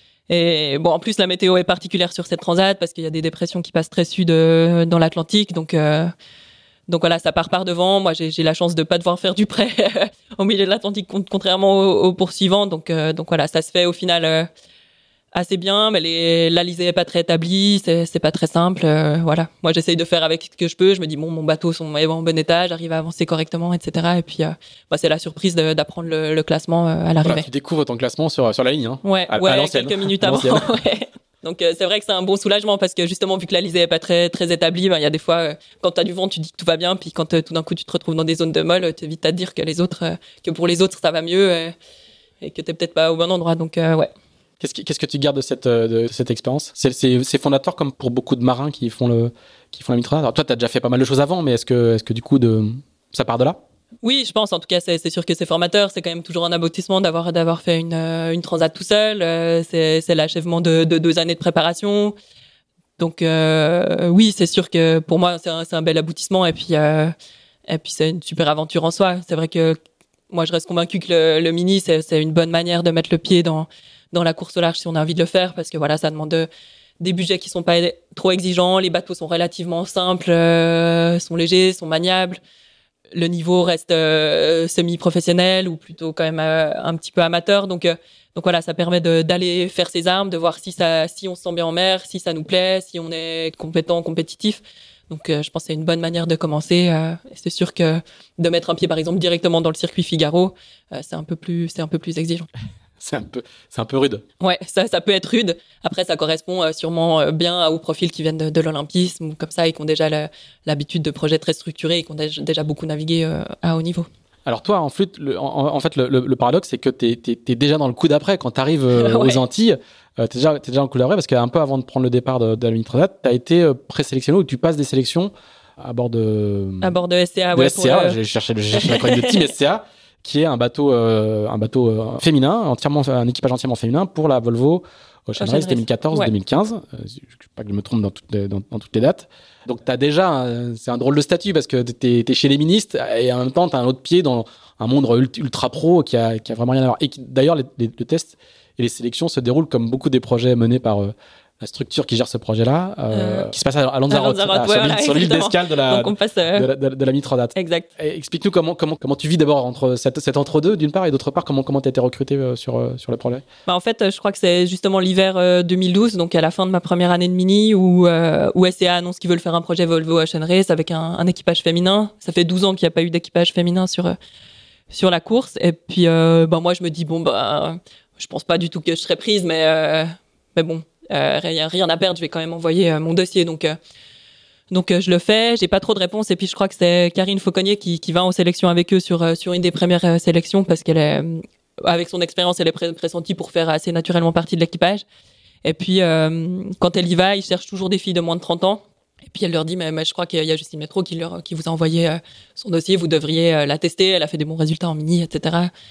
Et bon, en plus, la météo est particulière sur cette transat parce qu'il y a des dépressions qui passent très sud euh, dans l'Atlantique. Donc, euh, donc voilà, ça part par devant. Moi, j'ai, j'ai la chance de pas devoir faire du prêt au milieu de l'Atlantique, contrairement aux, aux poursuivants. Donc, euh, donc voilà, ça se fait au final euh, assez bien, mais les, l'Alizé est pas très établie, c'est, c'est pas très simple. Euh, voilà, moi j'essaye de faire avec ce que je peux. Je me dis bon, mon bateau sont est en bon état, j'arrive à avancer correctement, et cetera. Et puis, euh, bah, c'est la surprise de, d'apprendre le, le classement euh, à l'arrivée. Voilà, tu découvres ton classement sur sur la ligne, hein. Ouais, à, ouais, à quelques minutes avant. Ouais. Donc euh, c'est vrai que c'est un bon soulagement parce que justement vu que l'Alizé est pas très très établie, il ben, y a des fois euh, quand t'as du vent, tu dis que tout va bien, puis quand euh, tout d'un coup tu te retrouves dans des zones de molle, tu vite à te dire que les autres, euh, que pour les autres ça va mieux euh, et que t'es peut-être pas au bon endroit. Donc euh, ouais. Qu'est-ce que, qu'est-ce que tu gardes de cette, de cette expérience? C'est, c'est, c'est fondateur comme pour beaucoup de marins qui font, le, qui font la mitronade. Alors toi, tu as déjà fait pas mal de choses avant, mais est-ce que, est-ce que du coup, de, ça part de là? Oui, je pense. En tout cas, c'est, c'est sûr que c'est formateur. C'est quand même toujours un aboutissement d'avoir, d'avoir fait une, une transat tout seul. Euh, c'est, c'est l'achèvement de, de deux années de préparation. Donc euh, oui, c'est sûr que pour moi, c'est un, c'est un bel aboutissement. Et puis, euh, et puis, c'est une super aventure en soi. C'est vrai que moi, je reste convaincue que le, le mini, c'est, c'est une bonne manière de mettre le pied dans dans la course au large si on a envie de le faire parce que voilà, ça demande de, des budgets qui sont pas trop exigeants, les bateaux sont relativement simples, euh, sont légers, sont maniables. Le niveau reste euh, semi-professionnel ou plutôt quand même euh, un petit peu amateur. Donc euh, donc voilà, ça permet de, d'aller faire ses armes, de voir si ça si on se sent bien en mer, si ça nous plaît, si on est compétent, compétitif. Donc euh, je pense que c'est une bonne manière de commencer. Euh, c'est sûr que de mettre un pied par exemple directement dans le circuit Figaro, euh, c'est un peu plus c'est un peu plus exigeant. C'est un peu, c'est un peu rude. Ouais, ça, ça peut être rude. Après, ça correspond euh, sûrement euh, bien aux profils qui viennent de, de l'olympisme ou comme ça et qui ont déjà la, l'habitude de projets très structurés et qui ont déjà, déjà beaucoup navigué euh, à haut niveau. Alors toi, en flûte, le, en, en fait, le, le, le paradoxe, c'est que t'es, t'es, t'es déjà dans le coup d'après. Quand t'arrives euh, ouais. aux Antilles, euh, t'es déjà, t'es déjà dans le coup d'après parce qu'un peu avant de prendre le départ de, de la mini-transat, t'as été euh, présélectionné ou tu passes des sélections à bord de... À bord de S C A, de ouais. S C A, le... j'ai cherché le, j'ai cherché l'acronyme de Team S C A. Qui est un bateau, euh, un bateau euh, féminin, entièrement, un équipage entièrement féminin pour la Volvo Ocean Race deux mille quatorze deux mille quinze. Ouais. Euh, je ne veux pas que je me trompe dans toutes les, dans, dans toutes les dates. Donc, tu as déjà, un, c'est un drôle de statut parce que tu es chez les ministres et en même temps, tu as un autre pied dans un monde ultra pro qui a, qui a vraiment rien à voir. Et qui, d'ailleurs, les, les, le test et les sélections se déroulent comme beaucoup des projets menés par euh, la structure qui gère ce projet-là, euh, euh, qui se passe à Lanzarote, à Lanzarote, à, sur, ouais, l'île, sur l'île d'escale de la, on passe, euh... de la, de, de la mini-transat. Exact. Et explique-nous comment, comment, comment tu vis d'abord entre cet, cet entre-deux, d'une part, et d'autre part, comment tu as été recruté euh, sur, euh, sur le projet? Bah, en fait, je crois que c'est justement l'hiver euh, deux mille douze, donc à la fin de ma première année de mini, où, euh, où S C A annonce qu'ils veulent faire un projet Volvo Ocean Race avec un, un équipage féminin. Ça fait douze ans qu'il n'y a pas eu d'équipage féminin sur, euh, sur la course. Et puis, euh, bah, moi, je me dis, bon, bah, je pense pas du tout que je serais prise, mais, euh, mais bon. Euh, rien, rien à perdre, je vais quand même envoyer euh, mon dossier. Donc, euh, donc euh, je le fais. J'ai pas trop de réponses. Et puis je crois que c'est Karine Fauconnier qui, qui va en sélection avec eux sur euh, sur une des premières euh, sélections parce qu'elle est, euh, avec son expérience, elle est pré- pressentie pour faire assez naturellement partie de l'équipage. Et puis euh, quand elle y va, ils cherchent toujours des filles de moins de trente ans. Et puis elle leur dit, mais, mais je crois qu'il y a Justine Métro qui leur qui vous a envoyé euh, son dossier. Vous devriez euh, la tester. Elle a fait des bons résultats en mini, et cetera.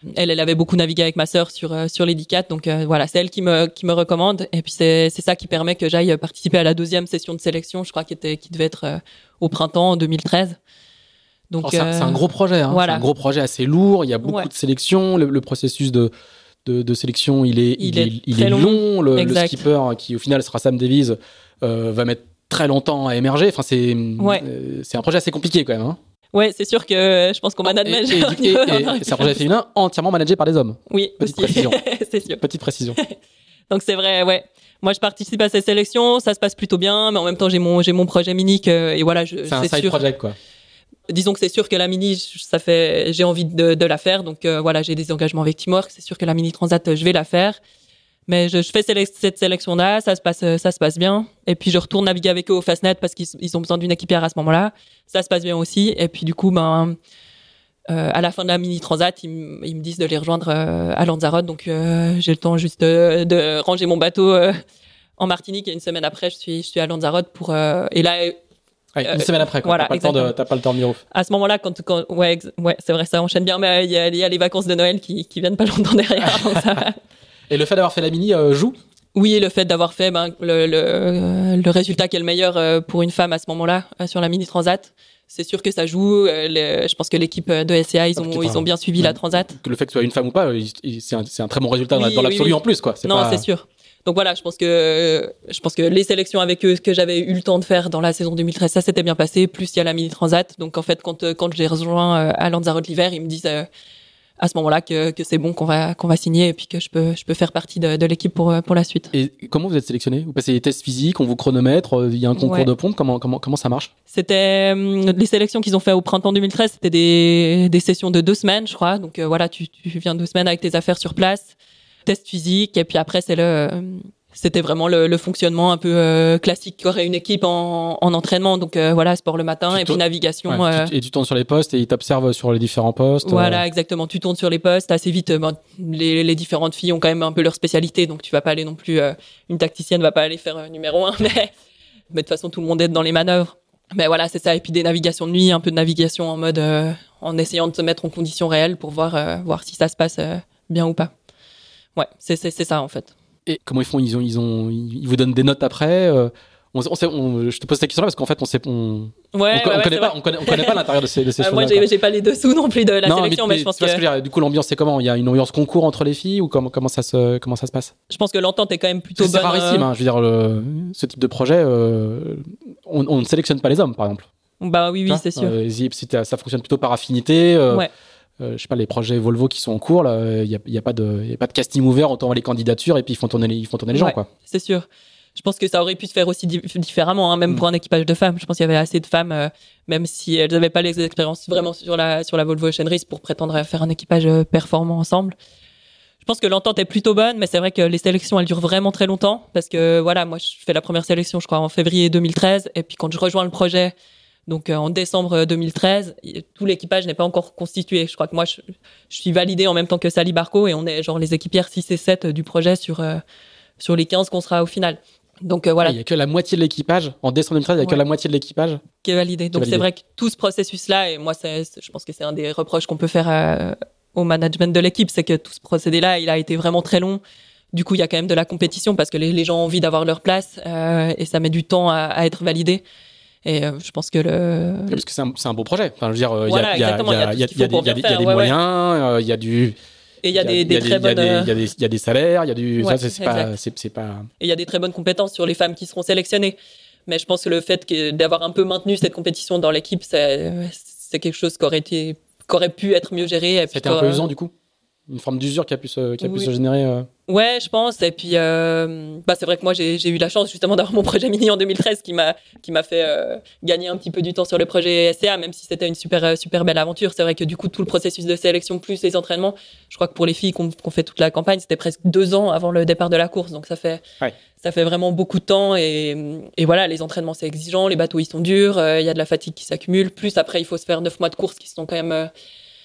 Elle, elle avait beaucoup navigué avec ma sœur sur euh, sur les D quatre, donc euh, voilà, c'est elle qui me qui me recommande. Et puis c'est c'est ça qui permet que j'aille participer à la deuxième session de sélection, je crois, qui était qui devait être euh, au printemps en deux mille treize. Donc c'est, euh, c'est un gros projet, hein. Voilà. C'est un gros projet assez lourd. Il y a beaucoup ouais. de sélections. Le, le processus de De, de sélection, il est, il, il est, est, il est long. long. Le, le skipper, qui au final sera Sam Davies, euh, va mettre très longtemps à émerger. Enfin, c'est, ouais. euh, c'est un projet assez compliqué quand même. Hein. Ouais, c'est sûr que je pense qu'on manage. Et, et, et, et, et c'est un projet féminin entièrement managé par des hommes. Oui, petite aussi. précision. C'est sûr. Petite précision. Donc c'est vrai, ouais. Moi, je participe à ces sélections, ça se passe plutôt bien, mais en même temps, j'ai mon, j'ai mon projet mini que, et voilà, je, c'est un c'est side sûr. project, quoi. Disons que c'est sûr que la mini, ça fait, j'ai envie de, de la faire. Donc euh, voilà, j'ai des engagements avec Teamwork. C'est sûr que la mini transat, je vais la faire. Mais je, je fais sélec- cette sélection-là, ça se passe, ça se passe bien. Et puis je retourne naviguer avec eux au Fastnet parce qu'ils ils ont besoin d'une équipière à ce moment-là. Ça se passe bien aussi. Et puis du coup, ben, euh, à la fin de la mini transat, ils, m- ils me disent de les rejoindre euh, à Lanzarote. Donc euh, j'ai le temps juste de, de ranger mon bateau euh, en Martinique. Et une semaine après, je suis, je suis à Lanzarote pour. Euh, et là. Ouais, une euh, semaine après, quoi. Voilà, t'as, pas le temps de, t'as pas le temps de miro. À ce moment-là, quand, quand ouais, ex- ouais, c'est vrai, ça enchaîne bien, mais il y, y a les vacances de Noël qui, qui viennent pas longtemps derrière. Donc ça va. Et le fait d'avoir fait la mini euh, joue? Oui, le fait d'avoir fait ben, le, le, le résultat qui est le meilleur euh, pour une femme à ce moment-là euh, sur la mini transat, c'est sûr que ça joue. Euh, le, je pense que l'équipe de S C A, ils ont, ah, ils ont bien suivi ouais. la transat. Que le fait que ce soit une femme ou pas, il, il, c'est, un, c'est un très bon résultat oui, dans, dans l'absolu oui, oui. en plus, quoi. C'est non, pas... c'est sûr. Donc voilà, je pense que je pense que les sélections avec eux que j'avais eu le temps de faire dans la saison deux mille treize, ça s'était bien passé. Plus il y a la mini transat. Donc en fait, quand quand j'ai rejoint à Lanzarote l'hiver, ils me disent euh, à ce moment-là que que c'est bon, qu'on va qu'on va signer et puis que je peux je peux faire partie de, de l'équipe pour pour la suite. Et comment vous êtes sélectionné? Vous passez des tests physiques, on vous chronomètre, il y a un concours ouais. de pompe. Comment comment comment ça marche? C'était euh, les sélections qu'ils ont fait au printemps deux mille treize. C'était des des sessions de deux semaines, je crois. Donc euh, voilà, tu tu viens deux semaines avec tes affaires sur place, test physique et puis après c'est le euh, c'était vraiment le, le fonctionnement un peu euh, classique qu'aurait une équipe en, en entraînement. Donc euh, voilà, sport le matin tu et puis navigation. Ouais, euh... tu, et tu tournes sur les postes et ils t'observent sur les différents postes. Voilà, euh... exactement. Tu tournes sur les postes assez vite. Ben, les, les différentes filles ont quand même un peu leur spécialité, donc tu vas pas aller non plus. Euh, une tacticienne va pas aller faire euh, numéro un, mais mais de toute façon tout le monde est dans les manœuvres. Mais voilà, c'est ça. Et puis des navigations de nuit, un peu de navigation en mode euh, en essayant de se mettre en conditions réelles pour voir euh, voir si ça se passe euh, bien ou pas. Ouais, c'est c'est c'est ça en fait. Et comment ils font? Ils ont, ils ont, ils vous donnent des notes après. Euh, on, on sait, on, je te pose cette question-là parce qu'en fait, on sait, on, ouais, on, ouais, on ouais, connaît pas, on connaît, on connaît pas l'intérieur de ces, de ces euh, choses. Moi, j'ai, j'ai pas les dessous non plus de la non, sélection, mais, mais, mais je pense tu vois que. Ce que je veux dire, du coup, l'ambiance, c'est comment? Il y a une ambiance concours entre les filles ou comment, comment ça se, comment ça se passe? Je pense que l'entente est quand même plutôt c'est bonne. C'est rarissime, euh... hein, je veux dire, le, ce type de projet, euh, on, on ne sélectionne pas les hommes, par exemple. Bah oui, oui, c'est sûr. Euh, si ça fonctionne plutôt par affinité. Euh, ouais. Euh, je sais pas, les projets Volvo qui sont en cours, il y a, y a pas de, y a pas de casting ouvert, on t'envoie les candidatures et puis ils font tourner les, ils font tourner les gens, ouais, quoi. C'est sûr. Je pense que ça aurait pu se faire aussi di- différemment, hein, même mmh. pour un équipage de femmes. Je pense qu'il y avait assez de femmes, euh, même si elles n'avaient pas les expériences vraiment sur la sur la Volvo Ocean Race pour prétendre à faire un équipage performant ensemble. Je pense que l'entente est plutôt bonne, mais c'est vrai que les sélections elles durent vraiment très longtemps parce que voilà, moi je fais la première sélection, je crois en février deux mille treize, et puis quand je rejoins le projet. Donc euh, en décembre deux mille treize, tout l'équipage n'est pas encore constitué. Je crois que moi, je, je suis validée en même temps que Sally Barco et on est genre les équipières six et sept du projet sur, euh, sur les quinze qu'on sera au final. Donc euh, voilà. Il n'y a que la moitié de l'équipage. En décembre deux mille treize, il n'y a ouais. que la moitié de l'équipage qui est validée. Donc qui est validé. C'est vrai que tout ce processus-là, et moi, c'est, c'est, je pense que c'est un des reproches qu'on peut faire euh, au management de l'équipe, c'est que tout ce procédé-là, il a été vraiment très long. Du coup, il y a quand même de la compétition parce que les, les gens ont envie d'avoir leur place euh, et ça met du temps à, à être validé. Et euh, je pense que le... Parce que c'est un, c'est un beau projet. Enfin, je veux dire, il voilà, y a, y a, y a, y a, y a, y a, y a des ouais, moyens, il ouais. y a du... Et il y a des, des très bonnes... Il y a des, il y a des salaires, il y a du... Ouais, ça, c'est, c'est, pas, c'est, c'est pas... Et il y a des très bonnes compétences sur les femmes qui seront sélectionnées. Mais je pense que le fait que, d'avoir un peu maintenu cette compétition dans l'équipe, c'est, c'est quelque chose qui aurait, été, qui aurait pu être mieux géré. C'était un peu usant, du coup? Une forme d'usure qui a pu se, qui a oui. pu se générer euh... Ouais, je pense. Et puis, euh, bah, c'est vrai que moi, j'ai, j'ai eu la chance justement d'avoir mon projet mini en deux mille treize qui m'a, qui m'a fait euh, gagner un petit peu du temps sur le projet S C A, même si c'était une super, super belle aventure. C'est vrai que du coup, tout le processus de sélection plus les entraînements, je crois que pour les filles qu'on, qu'on fait toute la campagne, c'était presque deux ans avant le départ de la course. Donc ça fait, ouais. ça fait vraiment beaucoup de temps. Et, et voilà, les entraînements, c'est exigeant. Les bateaux, ils sont durs. Il euh, y a de la fatigue qui s'accumule. Plus après, il faut se faire neuf mois de course qui sont quand même... Euh,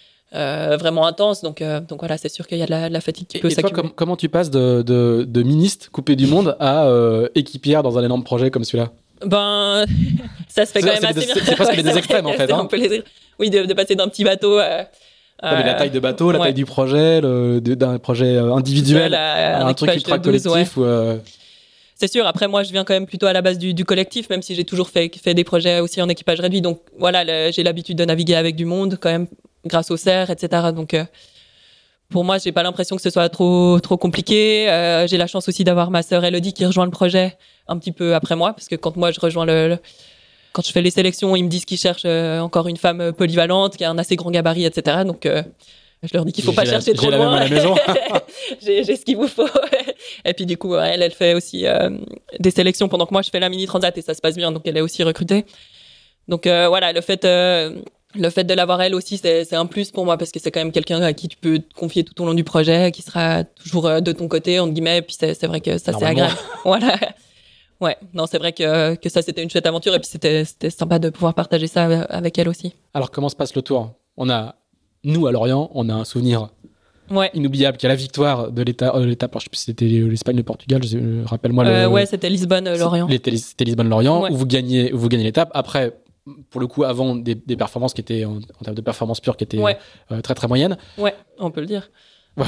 Euh, vraiment intense, donc euh, donc voilà, c'est sûr qu'il y a de la, de la fatigue qui et, peut et s'accumuler. Toi, com- comment tu passes de de, de ministre coupé du monde à euh, équipière dans un énorme projet comme celui-là? Ben, ça se fait c'est, quand même c'est assez des, bien. C'est, c'est presque ouais, des extrêmes en fait. Hein. On peut les... Oui, de, de passer d'un petit bateau à, Ouais, mais la taille de bateau, la ouais. taille du projet, le, d'un projet individuel, la, un truc ultra collectif. Ouais. Ou euh... C'est sûr. Après, moi, je viens quand même plutôt à la base du, du collectif, même si j'ai toujours fait, fait des projets aussi en équipage réduit. Donc voilà, le, j'ai l'habitude de naviguer avec du monde quand même, grâce au C E R, et cetera. Donc euh, pour moi, j'ai pas l'impression que ce soit trop trop compliqué. Euh, j'ai la chance aussi d'avoir ma sœur Elodie qui rejoint le projet un petit peu après moi, parce que quand moi je rejoins le, le quand je fais les sélections, ils me disent qu'ils cherchent euh, encore une femme polyvalente qui a un assez grand gabarit, et cetera. Donc, euh, je leur dis qu'il faut pas j'ai chercher la, trop j'ai loin. La même à la maison. j'ai, j'ai ce qu'il vous faut. Et puis, du coup, elle, elle fait aussi euh, des sélections pendant que moi, je fais la mini transat et ça se passe bien. Donc, elle est aussi recrutée. Donc, euh, voilà, le fait, euh, le fait de l'avoir elle aussi, c'est, c'est un plus pour moi parce que c'est quand même quelqu'un à qui tu peux te confier tout au long du projet, qui sera toujours de ton côté, entre guillemets. Et puis, c'est, c'est vrai que ça, c'est agréable. Voilà. Ouais, non, c'est vrai que, que ça, c'était une chouette aventure et puis c'était, c'était sympa de pouvoir partager ça avec elle aussi. Alors, comment se passe le tour ? On a, nous, à Lorient, on a un souvenir ouais. inoubliable qui est la victoire de l'étape, euh, l'étape alors, je sais plus si c'était l'Espagne, le Portugal, je, je, rappelle-moi. Le, euh, ouais, c'était Lisbonne-Lorient. C'était, c'était Lisbonne-Lorient, ouais. où vous gagnez, où vous gagnez l'étape. Après, pour le coup, avant des, des performances qui étaient, en, en termes de performance pure, qui étaient ouais. euh, très, très moyennes. Ouais, on peut le dire. Ouais.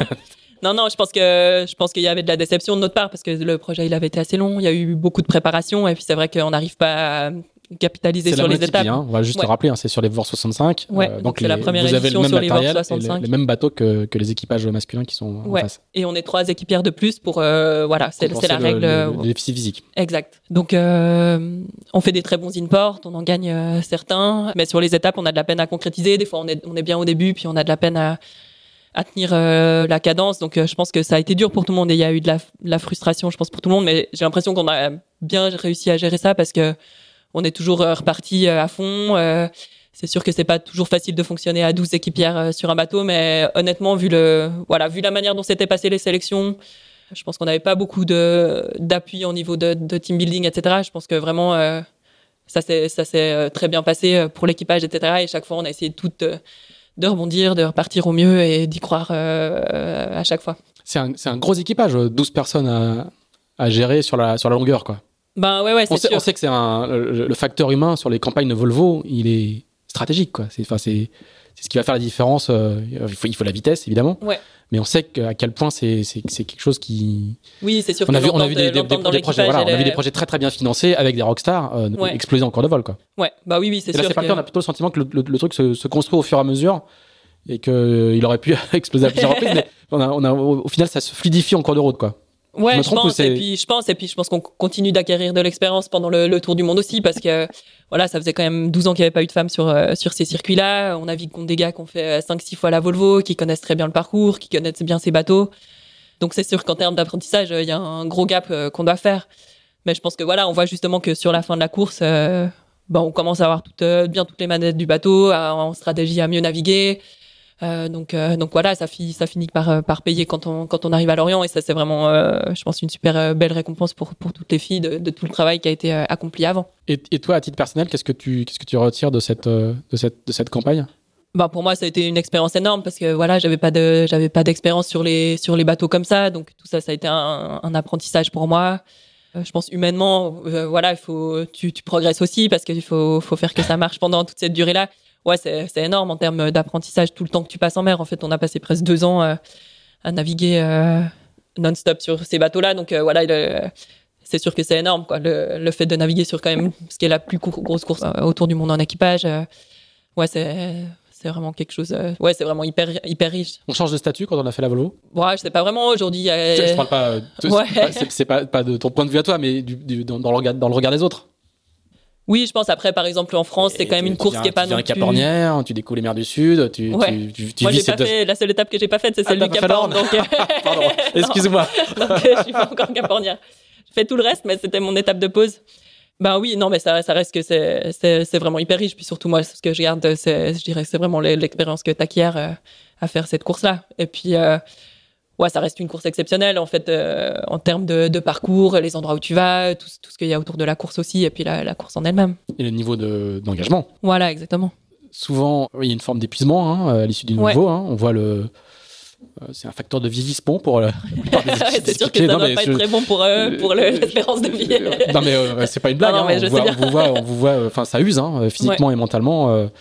Non, non, je pense que je pense qu'il y avait de la déception de notre part parce que le projet il avait été assez long. Il y a eu beaucoup de préparation et puis c'est vrai qu'on n'arrive pas à capitaliser c'est sur les étapes. Hein. On va juste ouais. le rappeler, hein, c'est sur les V O R soixante-cinq. Ouais, euh, donc, donc c'est les, la première vous édition avez le même sur les V O R Les, soixante-cinq. les mêmes bateaux que, que les équipages masculins qui sont ouais. en face. Et on est trois équipières de plus pour euh, voilà, c'est, c'est la le, règle. Le, le déficit physique. Exact. Donc euh, on fait des très bons imports, on en gagne euh, certains, mais sur les étapes on a de la peine à concrétiser. Des fois on est on est bien au début, puis on a de la peine à à tenir euh, la cadence. Donc, euh, je pense que ça a été dur pour tout le monde et il y a eu de la, de la frustration, je pense, pour tout le monde. Mais j'ai l'impression qu'on a bien réussi à gérer ça parce que on est toujours euh, reparti euh, à fond. Euh, c'est sûr que c'est pas toujours facile de fonctionner à douze équipières euh, sur un bateau, mais honnêtement, vu le, voilà, vu la manière dont s'étaient passées les sélections, je pense qu'on n'avait pas beaucoup de, d'appui au niveau de, de team building, et cetera. Je pense que vraiment, euh, ça s'est, ça s'est très bien passé pour l'équipage, et cetera. Et chaque fois, on a essayé de tout, de, de rebondir, de repartir au mieux et d'y croire euh, à chaque fois. C'est un, c'est un gros équipage, douze personnes à, à gérer sur la, sur la longueur, quoi. Ben ouais, ouais, c'est on sait, sûr. On sait que c'est un, le, le facteur humain sur les campagnes de Volvo, il est stratégique, quoi. C'est, enfin, c'est, c'est ce qui va faire la différence. Euh, il, faut, il faut la vitesse, évidemment. Ouais. Mais on sait à quel point c'est, c'est, c'est quelque chose qui... Oui, c'est sûr. On a vu, on a vu des, des, des, des projets, voilà, on a vu des projets très très bien financés avec des rockstars euh, ouais. exploser en cours de vol, quoi. Ouais, bah oui, oui, c'est et là, sûr. C'est pas que... le cas, on a plutôt le sentiment que le, le, le truc se, se construit au fur et à mesure et qu'il euh, aurait pu exploser à plusieurs reprises, mais on a, on a, au, au final, ça se fluidifie en cours de route, quoi. Ouais, je, je pense. Et puis je pense, et puis je pense qu'on continue d'acquérir de l'expérience pendant le, le tour du monde aussi, parce que voilà, ça faisait quand même douze ans qu'il n'y avait pas eu de femmes sur euh, sur ces circuits-là. On navigue contre des gars qui ont fait cinq six fois la Volvo, qui connaissent très bien le parcours, qui connaissent bien ces bateaux. Donc c'est sûr qu'en termes d'apprentissage, il y a un gros gap euh, qu'on doit faire. Mais je pense que voilà, on voit justement que sur la fin de la course, euh, bon, on commence à avoir toutes, euh, bien toutes les manettes du bateau, à, en stratégie à mieux naviguer. Euh, donc, euh, donc voilà, ça, fi- ça finit par, par payer quand on, quand on arrive à Lorient, et ça c'est vraiment, euh, je pense, une super euh, belle récompense pour, pour toutes les filles de, de tout le travail qui a été euh, accompli avant. Et, et toi, à titre personnel, qu'est-ce que tu, qu'est-ce que tu retires de cette, euh, de cette, de cette campagne ? Bah pour moi, ça a été une expérience énorme parce que voilà, j'avais pas de, j'avais pas d'expérience sur les, sur les bateaux comme ça, donc tout ça, ça a été un, un apprentissage pour moi. Euh, je pense humainement, euh, voilà, il faut, tu, tu progresses aussi parce qu'il faut, faut faire que ça marche pendant toute cette durée-là. Ouais, c'est, c'est énorme en termes d'apprentissage, tout le temps que tu passes en mer. En fait, on a passé presque deux ans euh, à naviguer euh, non-stop sur ces bateaux-là. Donc euh, voilà, le, c'est sûr que c'est énorme, quoi. Le, le fait de naviguer sur quand même ce qui est la plus cour- grosse course euh, autour du monde en équipage, euh, ouais, c'est, c'est vraiment quelque chose. Euh, ouais, c'est vraiment hyper, hyper riche. On change de statut quand on a fait la Volvo ? Ouais, je sais pas vraiment aujourd'hui. Euh... Je, je parle pas. Euh, te, ouais. c'est, pas c'est, c'est pas, pas de ton point de vue à toi, mais du, du, dans, dans, le regard, dans le regard des autres. Oui, je pense. Après, par exemple, en France, c'est quand même une course viens, qui est pas non plus... Tu viens Cap-Ornière, tu découvres les mers du Sud, tu, ouais. tu, tu, tu Moi, vis j'ai pas cette... fait... La seule étape que j'ai pas faite, c'est celle ah, du Cap-Horn. Donc... Pardon, excuse-moi. donc, je suis pas encore Cap-Ornière. Je fais tout le reste, mais c'était mon étape de pause. Ben oui, non, mais ça, ça reste que c'est, c'est, c'est vraiment hyper riche. Puis surtout, moi, ce que je garde, c'est, je dirais, c'est vraiment l'expérience que t'acquiers euh, à faire cette course-là. Et puis... Euh, ouais, ça reste une course exceptionnelle en fait euh, en termes de, de parcours, les endroits où tu vas, tout, tout ce qu'il y a autour de la course aussi, et puis la, la course en elle-même. Et le niveau de, d'engagement. Voilà, exactement. Souvent, il y a une forme d'épuisement hein, à l'issue du nouveau. Ouais. Hein, on voit le, euh, c'est un facteur de vieillissement pour la plupart des équipes. C'est sûr que ça ne doit pas je... être très bon pour euh, pour le, l'espérance de vie. Non mais euh, c'est pas une blague. Non, non, hein, on, vous voit, on vous voit, on vous voit. Enfin, ça use hein, physiquement ouais. et mentalement. Euh,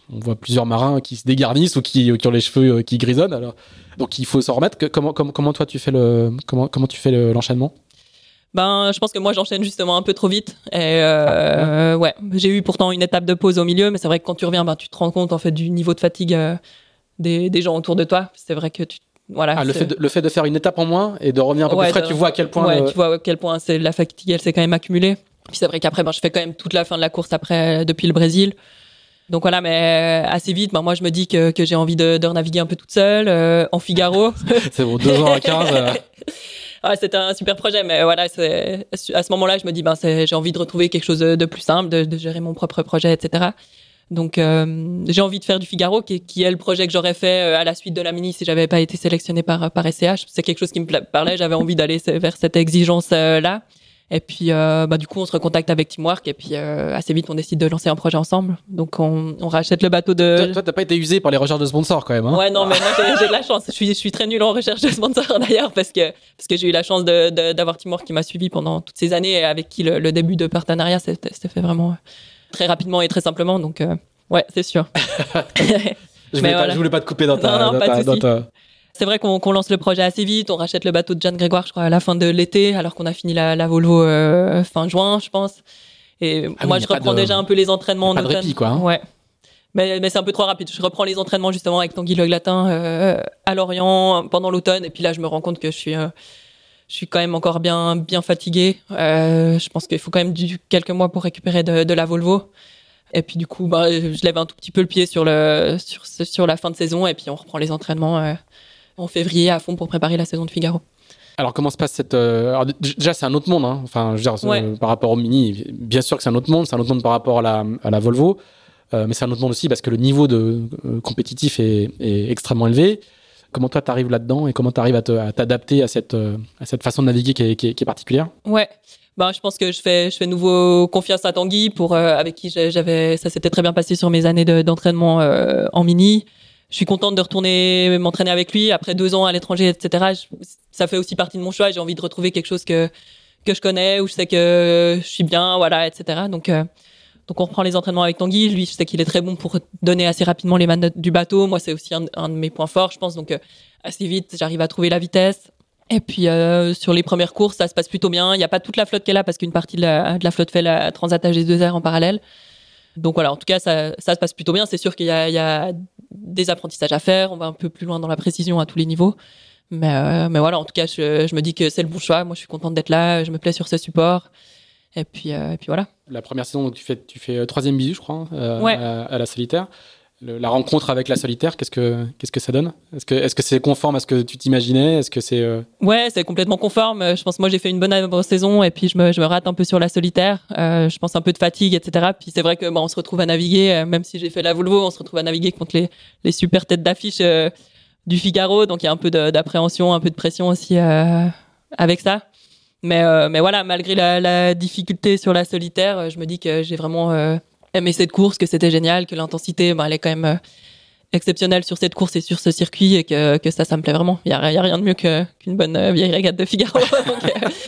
on voit plusieurs marins qui se dégarnissent ou qui, qui ont les cheveux qui grisonnent. Alors, donc il faut s'en remettre. Comment, comment, comment toi tu fais le, comment, comment tu fais le, l'enchaînement? Ben, je pense que moi j'enchaîne justement un peu trop vite. Et euh, ah, ouais. ouais, j'ai eu pourtant une étape de pause au milieu, mais c'est vrai que quand tu reviens, ben tu te rends compte en fait du niveau de fatigue euh, des, des gens autour de toi. C'est vrai que tu Voilà, ah, le, fait de, le fait de faire une étape en moins et de revenir un peu ouais, plus frais, de, tu vois à quel point. Ouais, le... tu vois à quel point c'est, la fatigue, elle s'est quand même accumulée. Puis c'est vrai qu'après, ben, je fais quand même toute la fin de la course après, depuis le Brésil. Donc voilà, mais assez vite, ben, moi, je me dis que, que j'ai envie de, de renaviguer un peu toute seule, euh, en Figaro. C'est bon, deux ans à quinze. Euh... Ouais, c'était un super projet, mais voilà, c'est, à ce moment-là, je me dis, ben, c'est, j'ai envie de retrouver quelque chose de, de plus simple, de, de gérer mon propre projet, et cetera. Donc euh, j'ai envie de faire du Figaro, qui, qui est le projet que j'aurais fait à la suite de la mini si j'avais pas été sélectionnée par par S C H. C'est quelque chose qui me parlait, j'avais envie d'aller vers cette exigence euh, là. Et puis euh, bah du coup on se recontacte avec Teamwork et puis euh, assez vite on décide de lancer un projet ensemble. Donc on, on rachète le bateau de. Toi, toi t'as pas été usé par les recherches de sponsors quand même, hein? Ouais non mais moi j'ai, j'ai de la chance. Je suis je suis très nulle en recherche de sponsors d'ailleurs parce que parce que j'ai eu la chance de, de d'avoir Teamwork qui m'a suivi pendant toutes ces années et avec qui le, le début de partenariat s'est, s'est fait vraiment très rapidement et très simplement. Donc euh, ouais, c'est sûr. je, voulais voilà. pas, je voulais pas te couper dans ta... Non, non, dans pas ta, de dans ta... C'est vrai qu'on, qu'on lance le projet assez vite, on rachète le bateau de Jeanne Grégoire, je crois, à la fin de l'été, alors qu'on a fini la, la Volvo euh, fin juin, je pense. Et ah moi, oui, je reprends de... déjà un peu les entraînements en pas automne. De répit, quoi, hein. Ouais. Mais, mais c'est un peu trop rapide. Je reprends les entraînements justement avec Tanguy Le Glatin euh, à Lorient pendant l'automne, et puis là, je me rends compte que je suis... Euh, je suis quand même encore bien, bien fatiguée. Euh, je pense qu'il faut quand même du, quelques mois pour récupérer de, de la Volvo. Et puis du coup, bah, je lève un tout petit peu le pied sur le sur sur la fin de saison et puis on reprend les entraînements euh, en février à fond pour préparer la saison de Figaro. Alors comment se passe cette euh... Alors, déjà c'est un autre monde, hein. Enfin, je veux dire, ouais. euh, par rapport au Mini, bien sûr que c'est un autre monde, c'est un autre monde par rapport à la à la Volvo, euh, mais c'est un autre monde aussi parce que le niveau de euh, compétitif est, est extrêmement élevé. Comment toi t'arrives là-dedans et comment t'arrives à, te, à t'adapter à cette euh, à cette façon de naviguer qui est, qui est, qui est particulière? Ouais. Ben, je pense que je fais, je fais nouveau confiance à Tanguy pour, euh, avec qui j'avais, ça s'était très bien passé sur mes années de, d'entraînement, euh, en mini. Je suis contente de retourner m'entraîner avec lui après deux ans à l'étranger, et cetera. Je, ça fait aussi partie de mon choix. J'ai envie de retrouver quelque chose que, que je connais, où je sais que je suis bien, voilà, et cetera. Donc, euh, donc on reprend les entraînements avec Tanguy. Lui, je sais qu'il est très bon pour donner assez rapidement les manœuvres du bateau. Moi, c'est aussi un, un de mes points forts, je pense. Donc, euh, assez vite, j'arrive à trouver la vitesse. Et puis euh, sur les premières courses, ça se passe plutôt bien. Il n'y a pas toute la flotte qui est là parce qu'une partie de la, de la flotte fait la Transat A G deux R en parallèle. Donc voilà, en tout cas, ça, ça se passe plutôt bien. C'est sûr qu'il y a, il y a des apprentissages à faire. On va un peu plus loin dans la précision à tous les niveaux. Mais, euh, mais voilà, en tout cas, je, je me dis que c'est le bon choix. Moi, je suis contente d'être là. Je me plais sur ce support. Et puis, euh, et puis voilà. La première saison, donc, tu fais, tu fais troisième bisu, je crois, euh, ouais. à, à la solitaire. Le, la rencontre avec la solitaire, qu'est-ce que qu'est-ce que ça donne? Est-ce que est-ce que c'est conforme à ce que tu t'imaginais? Est-ce que c'est euh... Ouais, c'est complètement conforme. Je pense moi j'ai fait une bonne saison et puis je me je me rate un peu sur la solitaire. Euh, je pense un peu de fatigue, et cetera. Puis c'est vrai que bah, on se retrouve à naviguer, même si j'ai fait la Volvo, on se retrouve à naviguer contre les les super têtes d'affiche euh, du Figaro. Donc il y a un peu de, d'appréhension, un peu de pression aussi euh, avec ça. Mais euh, mais voilà, malgré la, la difficulté sur la solitaire, je me dis que j'ai vraiment euh, aimé cette course, que c'était génial, que l'intensité, bah, elle est quand même euh, exceptionnelle sur cette course et sur ce circuit et que, que ça, ça me plaît vraiment. Il y a, y a rien de mieux que, qu'une bonne euh, vieille régate de Figaro. donc,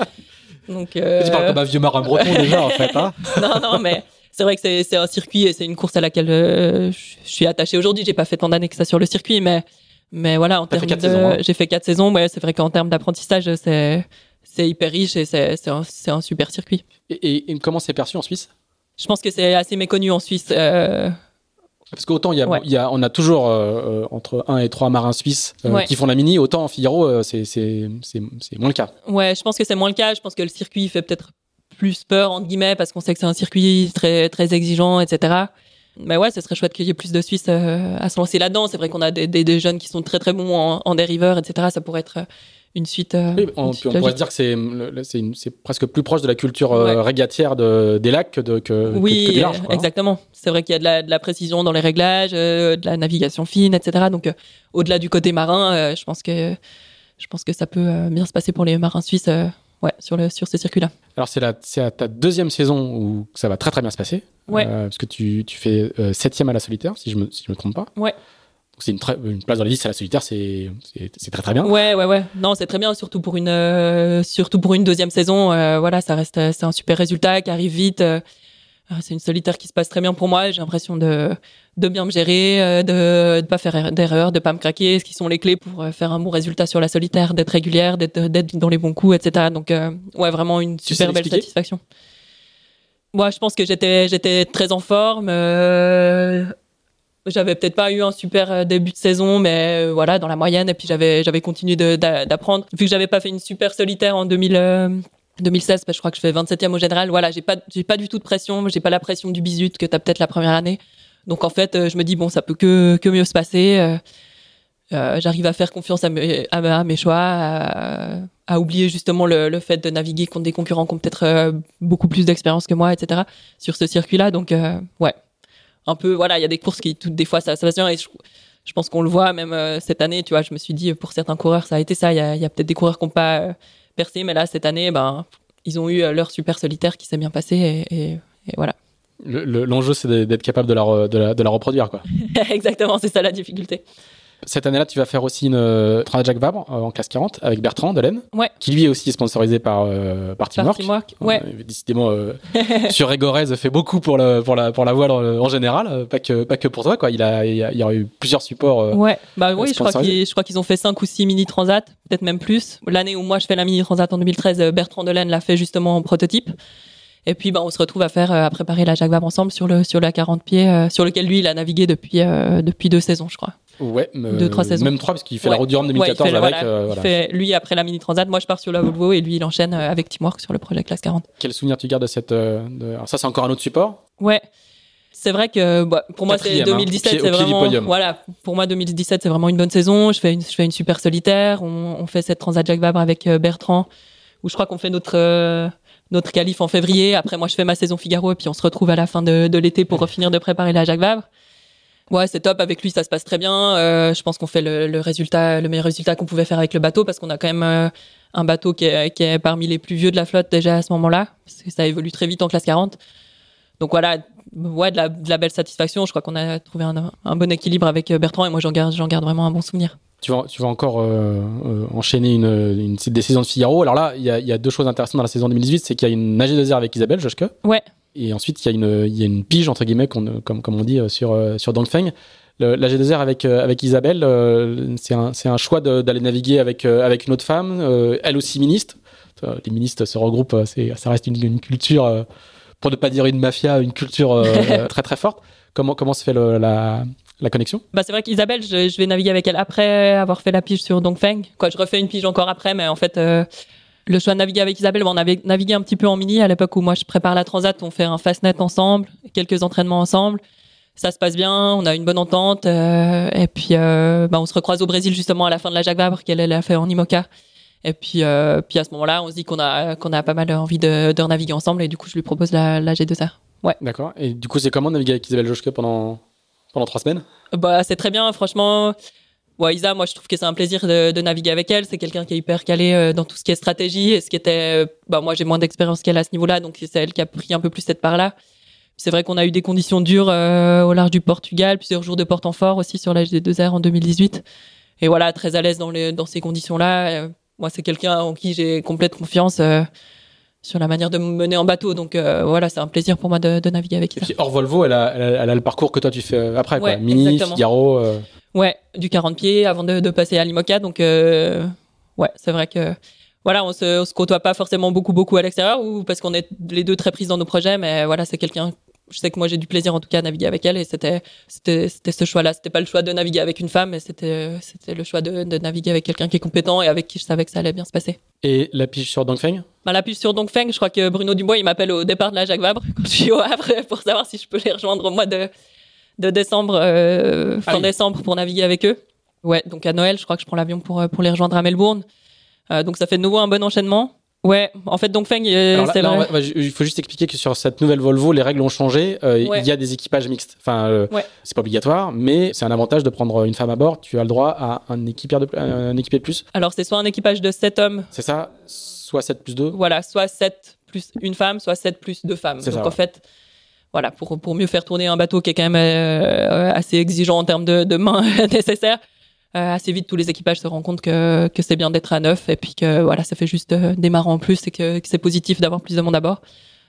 euh, donc, euh... Tu parles comme un vieux marin breton déjà, en fait. Hein. non, non, mais c'est vrai que c'est, c'est un circuit et c'est une course à laquelle euh, je suis attachée aujourd'hui. J'ai pas fait tant d'années que ça sur le circuit, mais, mais voilà, en T'as termes fait de, saisons, hein. j'ai fait quatre saisons. Ouais, c'est vrai qu'en termes d'apprentissage, c'est, c'est hyper riche et c'est, c'est un, c'est un super circuit. Et, et, et comment c'est perçu en Suisse? Je pense que c'est assez méconnu en Suisse. Euh... Parce qu'autant il y a, ouais. il y a, on a toujours euh, entre un et trois marins suisses euh, ouais. qui font la mini. Autant en Figaro, euh, c'est, c'est, c'est, c'est moins le cas. Ouais, je pense que c'est moins le cas. Je pense que le circuit fait peut-être plus peur entre guillemets parce qu'on sait que c'est un circuit très très exigeant, et cetera. Mais ouais, ce serait chouette qu'il y ait plus de Suisses euh, à se lancer là-dedans. C'est vrai qu'on a des, des, des jeunes qui sont très très bons en, en dériveur, et cetera. Ça pourrait être une suite. Euh, oui, on, une puis suite on pourrait se dire que c'est, c'est, une, c'est presque plus proche de la culture euh, ouais. régatière de, des lacs que, de, que, oui, que, que du large. Quoi, exactement. Hein. C'est vrai qu'il y a de la, de la précision dans les réglages, euh, de la navigation fine, et cetera. Donc, euh, au-delà du côté marin, euh, je pense que je pense que ça peut euh, bien se passer pour les marins suisses. Euh, Ouais, sur le sur ces circuits-là. Alors c'est la c'est à ta deuxième saison où ça va très très bien se passer. Ouais. Euh, parce que tu tu fais euh, septième à la solitaire si je me si je me trompe pas. Ouais. Donc c'est une très une place dans la liste à la solitaire, c'est c'est c'est très très bien. Ouais ouais ouais. Non, c'est très bien surtout pour une euh, surtout pour une deuxième saison. Euh, voilà, ça reste c'est un super résultat qui arrive vite. Euh, C'est une solitaire qui se passe très bien pour moi. J'ai l'impression de de bien me gérer, de de pas faire d'erreurs, de pas me craquer. Ce qui sont les clés pour faire un bon résultat sur la solitaire, d'être régulière, d'être d'être dans les bons coups, et cetera. Donc euh, ouais, vraiment une super belle satisfaction. Moi, je pense que j'étais j'étais très en forme. Euh, j'avais peut-être pas eu un super début de saison, mais euh, voilà, dans la moyenne. Et puis j'avais j'avais continué de, d'apprendre. Vu que j'avais pas fait une super solitaire en deux mille. Euh, deux mille seize, je crois que je fais vingt-septième au général. Voilà, j'ai pas, j'ai pas du tout de pression. J'ai pas la pression du bisut que t'as peut-être la première année. Donc en fait, je me dis bon, ça peut que que mieux se passer. Euh, euh, j'arrive à faire confiance à mes, à, à mes choix, à, à oublier justement le, le fait de naviguer contre des concurrents qui ont peut-être euh, beaucoup plus d'expérience que moi, et cetera. Sur ce circuit-là. Donc euh, ouais, un peu. Voilà, il y a des courses qui, toutes des fois, ça, ça passe bien. Et je, je pense qu'on le voit même euh, cette année. Tu vois, je me suis dit pour certains coureurs, ça a été ça. Il y a, il y a peut-être des coureurs qui n'ont pas euh, percé, mais là cette année, ben ils ont eu leur super solitaire qui s'est bien passé et, et, et voilà. Le, le, l'enjeu, c'est d'être capable de la, de la, de la reproduire, quoi. Exactement, c'est ça la difficulté. Cette année-là, tu vas faire aussi une euh, Transat Jacques Vabre euh, en classe quarante avec Bertrand Delaine, ouais. qui lui est aussi sponsorisé par, euh, par Teamwork. Par Teamwork, ouais. Euh, décidément, euh, sur Régorez fait beaucoup pour, le, pour, la, pour la voile en, en général, euh, pas, que, pas que pour toi, quoi. Il, a, il, y a, il y a eu plusieurs supports. Euh, ouais, bah oui, je crois, qu'ils, je crois qu'ils ont fait cinq ou six mini-transats, peut-être même plus. L'année où moi je fais la mini-transat en deux mille treize, Bertrand Delaine l'a fait justement en prototype. Et puis, bah, on se retrouve à faire, à préparer la Jacques Vabre ensemble sur le, sur la quarante pieds, euh, sur lequel lui, il a navigué depuis, euh, depuis deux saisons, je crois. Ouais, euh, deux, trois saisons. Même trois, parce qu'il fait ouais. la Route du Rhum deux mille quatorze ouais, avec. Voilà, euh, il voilà. fait, lui, après la mini transat, moi je pars sur la Volvo et lui, il enchaîne avec Teamwork sur le projet Classe quarante. Quel souvenir tu gardes de cette. Euh, de... Alors, ça, c'est encore un autre support. Ouais. C'est vrai que bah, pour moi, Quatrième, c'est deux mille dix-sept, hein, c'est vraiment. Voilà, pour moi, deux mille dix-sept, c'est vraiment une bonne saison. Je fais une, je fais une super solitaire. On, on fait cette Transat Jacques Vabre avec euh, Bertrand, où je crois qu'on fait notre. Euh, notre qualif en février. Après, moi, je fais ma saison Figaro et puis on se retrouve à la fin de, de l'été pour finir de préparer la Jacques Vabre. Ouais, c'est top. Avec lui, ça se passe très bien. Euh, je pense qu'on fait le, le résultat, le meilleur résultat qu'on pouvait faire avec le bateau parce qu'on a quand même euh, un bateau qui est, qui est parmi les plus vieux de la flotte déjà à ce moment-là. Parce que ça évolue très vite en classe quarante. Donc voilà, ouais, de la, de la belle satisfaction. Je crois qu'on a trouvé un, un bon équilibre avec Bertrand et moi, j'en garde, j'en garde vraiment un bon souvenir. Tu vas, tu vas encore euh, euh, enchaîner une, une, des saisons de Figaro. Alors là, il y a, y a deux choses intéressantes dans la saison deux mille dix-huit. C'est qu'il y a une nage deux heures avec Isabelle Joschke. Ouais. Et ensuite, il y a une, il y a une pige, entre guillemets, qu'on, comme, comme on dit sur, sur Dongfeng. Le, la G deux R avec, avec Isabelle, euh, c'est, un, c'est un choix de, d'aller naviguer avec, euh, avec une autre femme, euh, elle aussi ministre. Les ministres se regroupent, c'est, ça reste une, une culture, euh, pour ne pas dire une mafia, une culture euh, très très forte. Comment, comment se fait le, la... La connexion ? Bah c'est vrai qu'Isabelle, je, je vais naviguer avec elle après avoir fait la pige sur Dongfeng. Quoi, je refais une pige encore après, mais en fait, euh, le choix de naviguer avec Isabelle, bon, on avait navigué un petit peu en mini à l'époque où moi je prépare la transat, on fait un fastnet ensemble, quelques entraînements ensemble. Ça se passe bien, on a une bonne entente, euh, et puis euh, bah on se recroise au Brésil justement à la fin de la Jacques Vabre qu'elle elle a fait en IMOCA. Et puis, euh, puis à ce moment-là, on se dit qu'on a qu'on a pas mal envie de, de naviguer ensemble, et du coup, je lui propose la, la G deux R. Ouais. D'accord. Et du coup, c'est comment naviguer avec Isabelle Joschke pendant pendant trois semaines ? Bah, c'est très bien, franchement. Ouais, Isa, moi, je trouve que c'est un plaisir de, de naviguer avec elle. C'est quelqu'un qui est hyper calé euh, dans tout ce qui est stratégie. Et ce qui était, euh, bah, moi, j'ai moins d'expérience qu'elle à ce niveau-là, donc c'est elle qui a pris un peu plus cette part-là. C'est vrai qu'on a eu des conditions dures euh, au large du Portugal, plusieurs jours de porte-en-fort aussi sur la G deux R en deux mille dix-huit. Et voilà, très à l'aise dans les dans ces conditions-là. Euh, moi, c'est quelqu'un en qui j'ai complète confiance. Euh, sur la manière de me mener en bateau. Donc euh, voilà, c'est un plaisir pour moi de, de naviguer avec ça. Et puis hors Volvo, elle a, elle, a, elle a le parcours que toi tu fais après, ouais, quoi. Mini, exactement. Figaro. Euh... Ouais, du quarante pieds avant de, de passer à l'IMOCA. Donc euh, ouais, c'est vrai que voilà, on se, on se côtoie pas forcément beaucoup, beaucoup à l'extérieur ou parce qu'on est les deux très prises dans nos projets. Mais voilà, c'est quelqu'un. Je sais que moi j'ai du plaisir en tout cas à naviguer avec elle et c'était c'était c'était ce choix-là. C'était pas le choix de naviguer avec une femme, mais c'était c'était le choix de, de naviguer avec quelqu'un qui est compétent et avec qui je savais que ça allait bien se passer. Et la pige sur Dongfeng ? Bah, la pige sur Dongfeng, je crois que Bruno Dubois il m'appelle au départ de la Jacques Vabre quand je suis au Havre pour savoir si je peux les rejoindre au mois de de décembre euh, fin ah oui. décembre pour naviguer avec eux. Ouais, donc à Noël, je crois que je prends l'avion pour pour les rejoindre à Melbourne. Euh, donc ça fait de nouveau un bon enchaînement. Ouais, en fait, Dongfeng, euh, là, c'est là, vrai. Va, il faut juste expliquer que sur cette nouvelle Volvo, les règles ont changé. Euh, ouais. Il y a des équipages mixtes. Enfin, euh, ouais. C'est pas obligatoire, mais c'est un avantage de prendre une femme à bord. Tu as le droit à un équipier de, un équipier de plus. Alors, c'est soit un équipage de sept hommes. C'est ça, soit sept plus deux. Voilà, soit sept plus une femme, soit sept plus deux femmes. C'est Donc, ça, en ouais. fait, voilà, pour, pour mieux faire tourner un bateau qui est quand même euh, assez exigeant en termes de, de mains nécessaires. Euh, assez vite, tous les équipages se rendent compte que, que c'est bien d'être à neuf et puis que voilà, ça fait juste euh, des marrants en plus et que, que c'est positif d'avoir plus de monde à bord.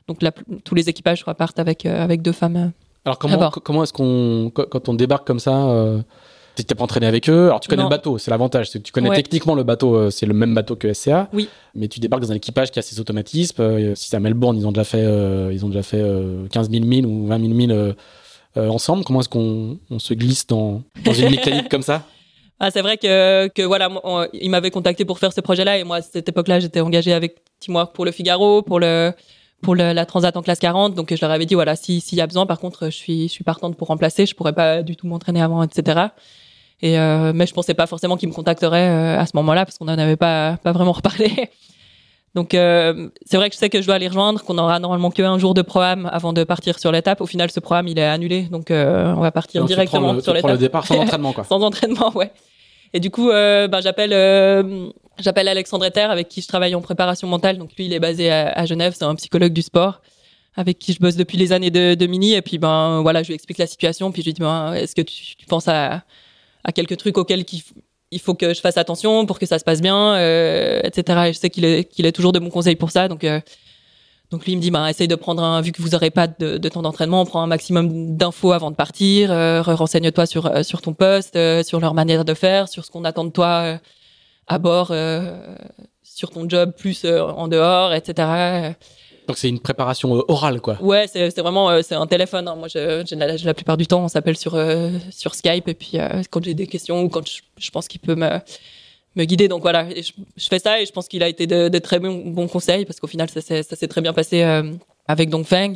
Donc la, tous les équipages repartent avec euh, avec deux femmes. Alors comment c- comment est-ce qu'on quand on débarque comme ça euh, t'es pas entraîné avec eux. Alors tu connais non. le bateau, c'est l'avantage, c'est que tu connais ouais. techniquement le bateau, euh, c'est le même bateau que S C A. Oui. Mais tu débarques dans un équipage qui a ses automatismes. Euh, si c'est à Melbourne, ils ont déjà fait euh, ils ont déjà fait euh, quinze mille milles ou vingt mille milles euh, euh, ensemble. Comment est-ce qu'on on se glisse dans dans une mécanique comme ça? Ah, c'est vrai que, que voilà, on, il m'avait contacté pour faire ce projet-là et moi, à cette époque-là, j'étais engagée avec Teamwork pour le Figaro, pour le, pour le, la Transat en classe quarante. Donc, je leur avais dit, voilà, si, s'il y a besoin, par contre, je suis, je suis partante pour remplacer. Je pourrais pas du tout m'entraîner avant, et cetera. Et, euh, mais je pensais pas forcément qu'ils me contacteraient euh, à ce moment-là parce qu'on en avait pas, pas vraiment reparlé. Donc, euh, c'est vrai que je sais que je dois aller rejoindre, qu'on aura normalement qu'un jour de programme avant de partir sur l'étape. Au final, ce programme, il est annulé. Donc, euh, on va partir Donc, directement tu le, sur tu l'étape. le départ sans entraînement, quoi. Sans entraînement, ouais. Et du coup, euh, ben, j'appelle, euh, j'appelle Alexandre Etter, avec qui je travaille en préparation mentale. Donc lui, il est basé à, à Genève, c'est un psychologue du sport, avec qui je bosse depuis les années de, de mini. Et puis, ben voilà, je lui explique la situation. Puis je lui dis, ben, est-ce que tu, tu penses à, à quelques trucs auxquels il, il faut que je fasse attention pour que ça se passe bien, euh, et cetera. Et je sais qu'il est, qu'il est toujours de bons conseils pour ça. Donc euh, Donc lui il me dit, bah essaye de prendre un, vu que vous aurez pas de, de temps d'entraînement, prends un maximum d'infos avant de partir, euh, renseigne-toi sur euh, sur ton poste, euh, sur leur manière de faire, sur ce qu'on attend de toi euh, à bord, euh, sur ton job plus euh, en dehors, et cetera. Donc c'est une préparation euh, orale, quoi. Ouais, c'est c'est vraiment euh, c'est un téléphone. Hein. Moi, je, je, la, la plupart du temps, on s'appelle sur euh, sur Skype et puis euh, quand j'ai des questions ou quand je, je pense qu'il peut me me guider. Donc voilà, et je, je fais ça et je pense qu'il a été de, de très bons, bons conseils parce qu'au final, ça s'est, ça s'est très bien passé euh, avec Dongfeng.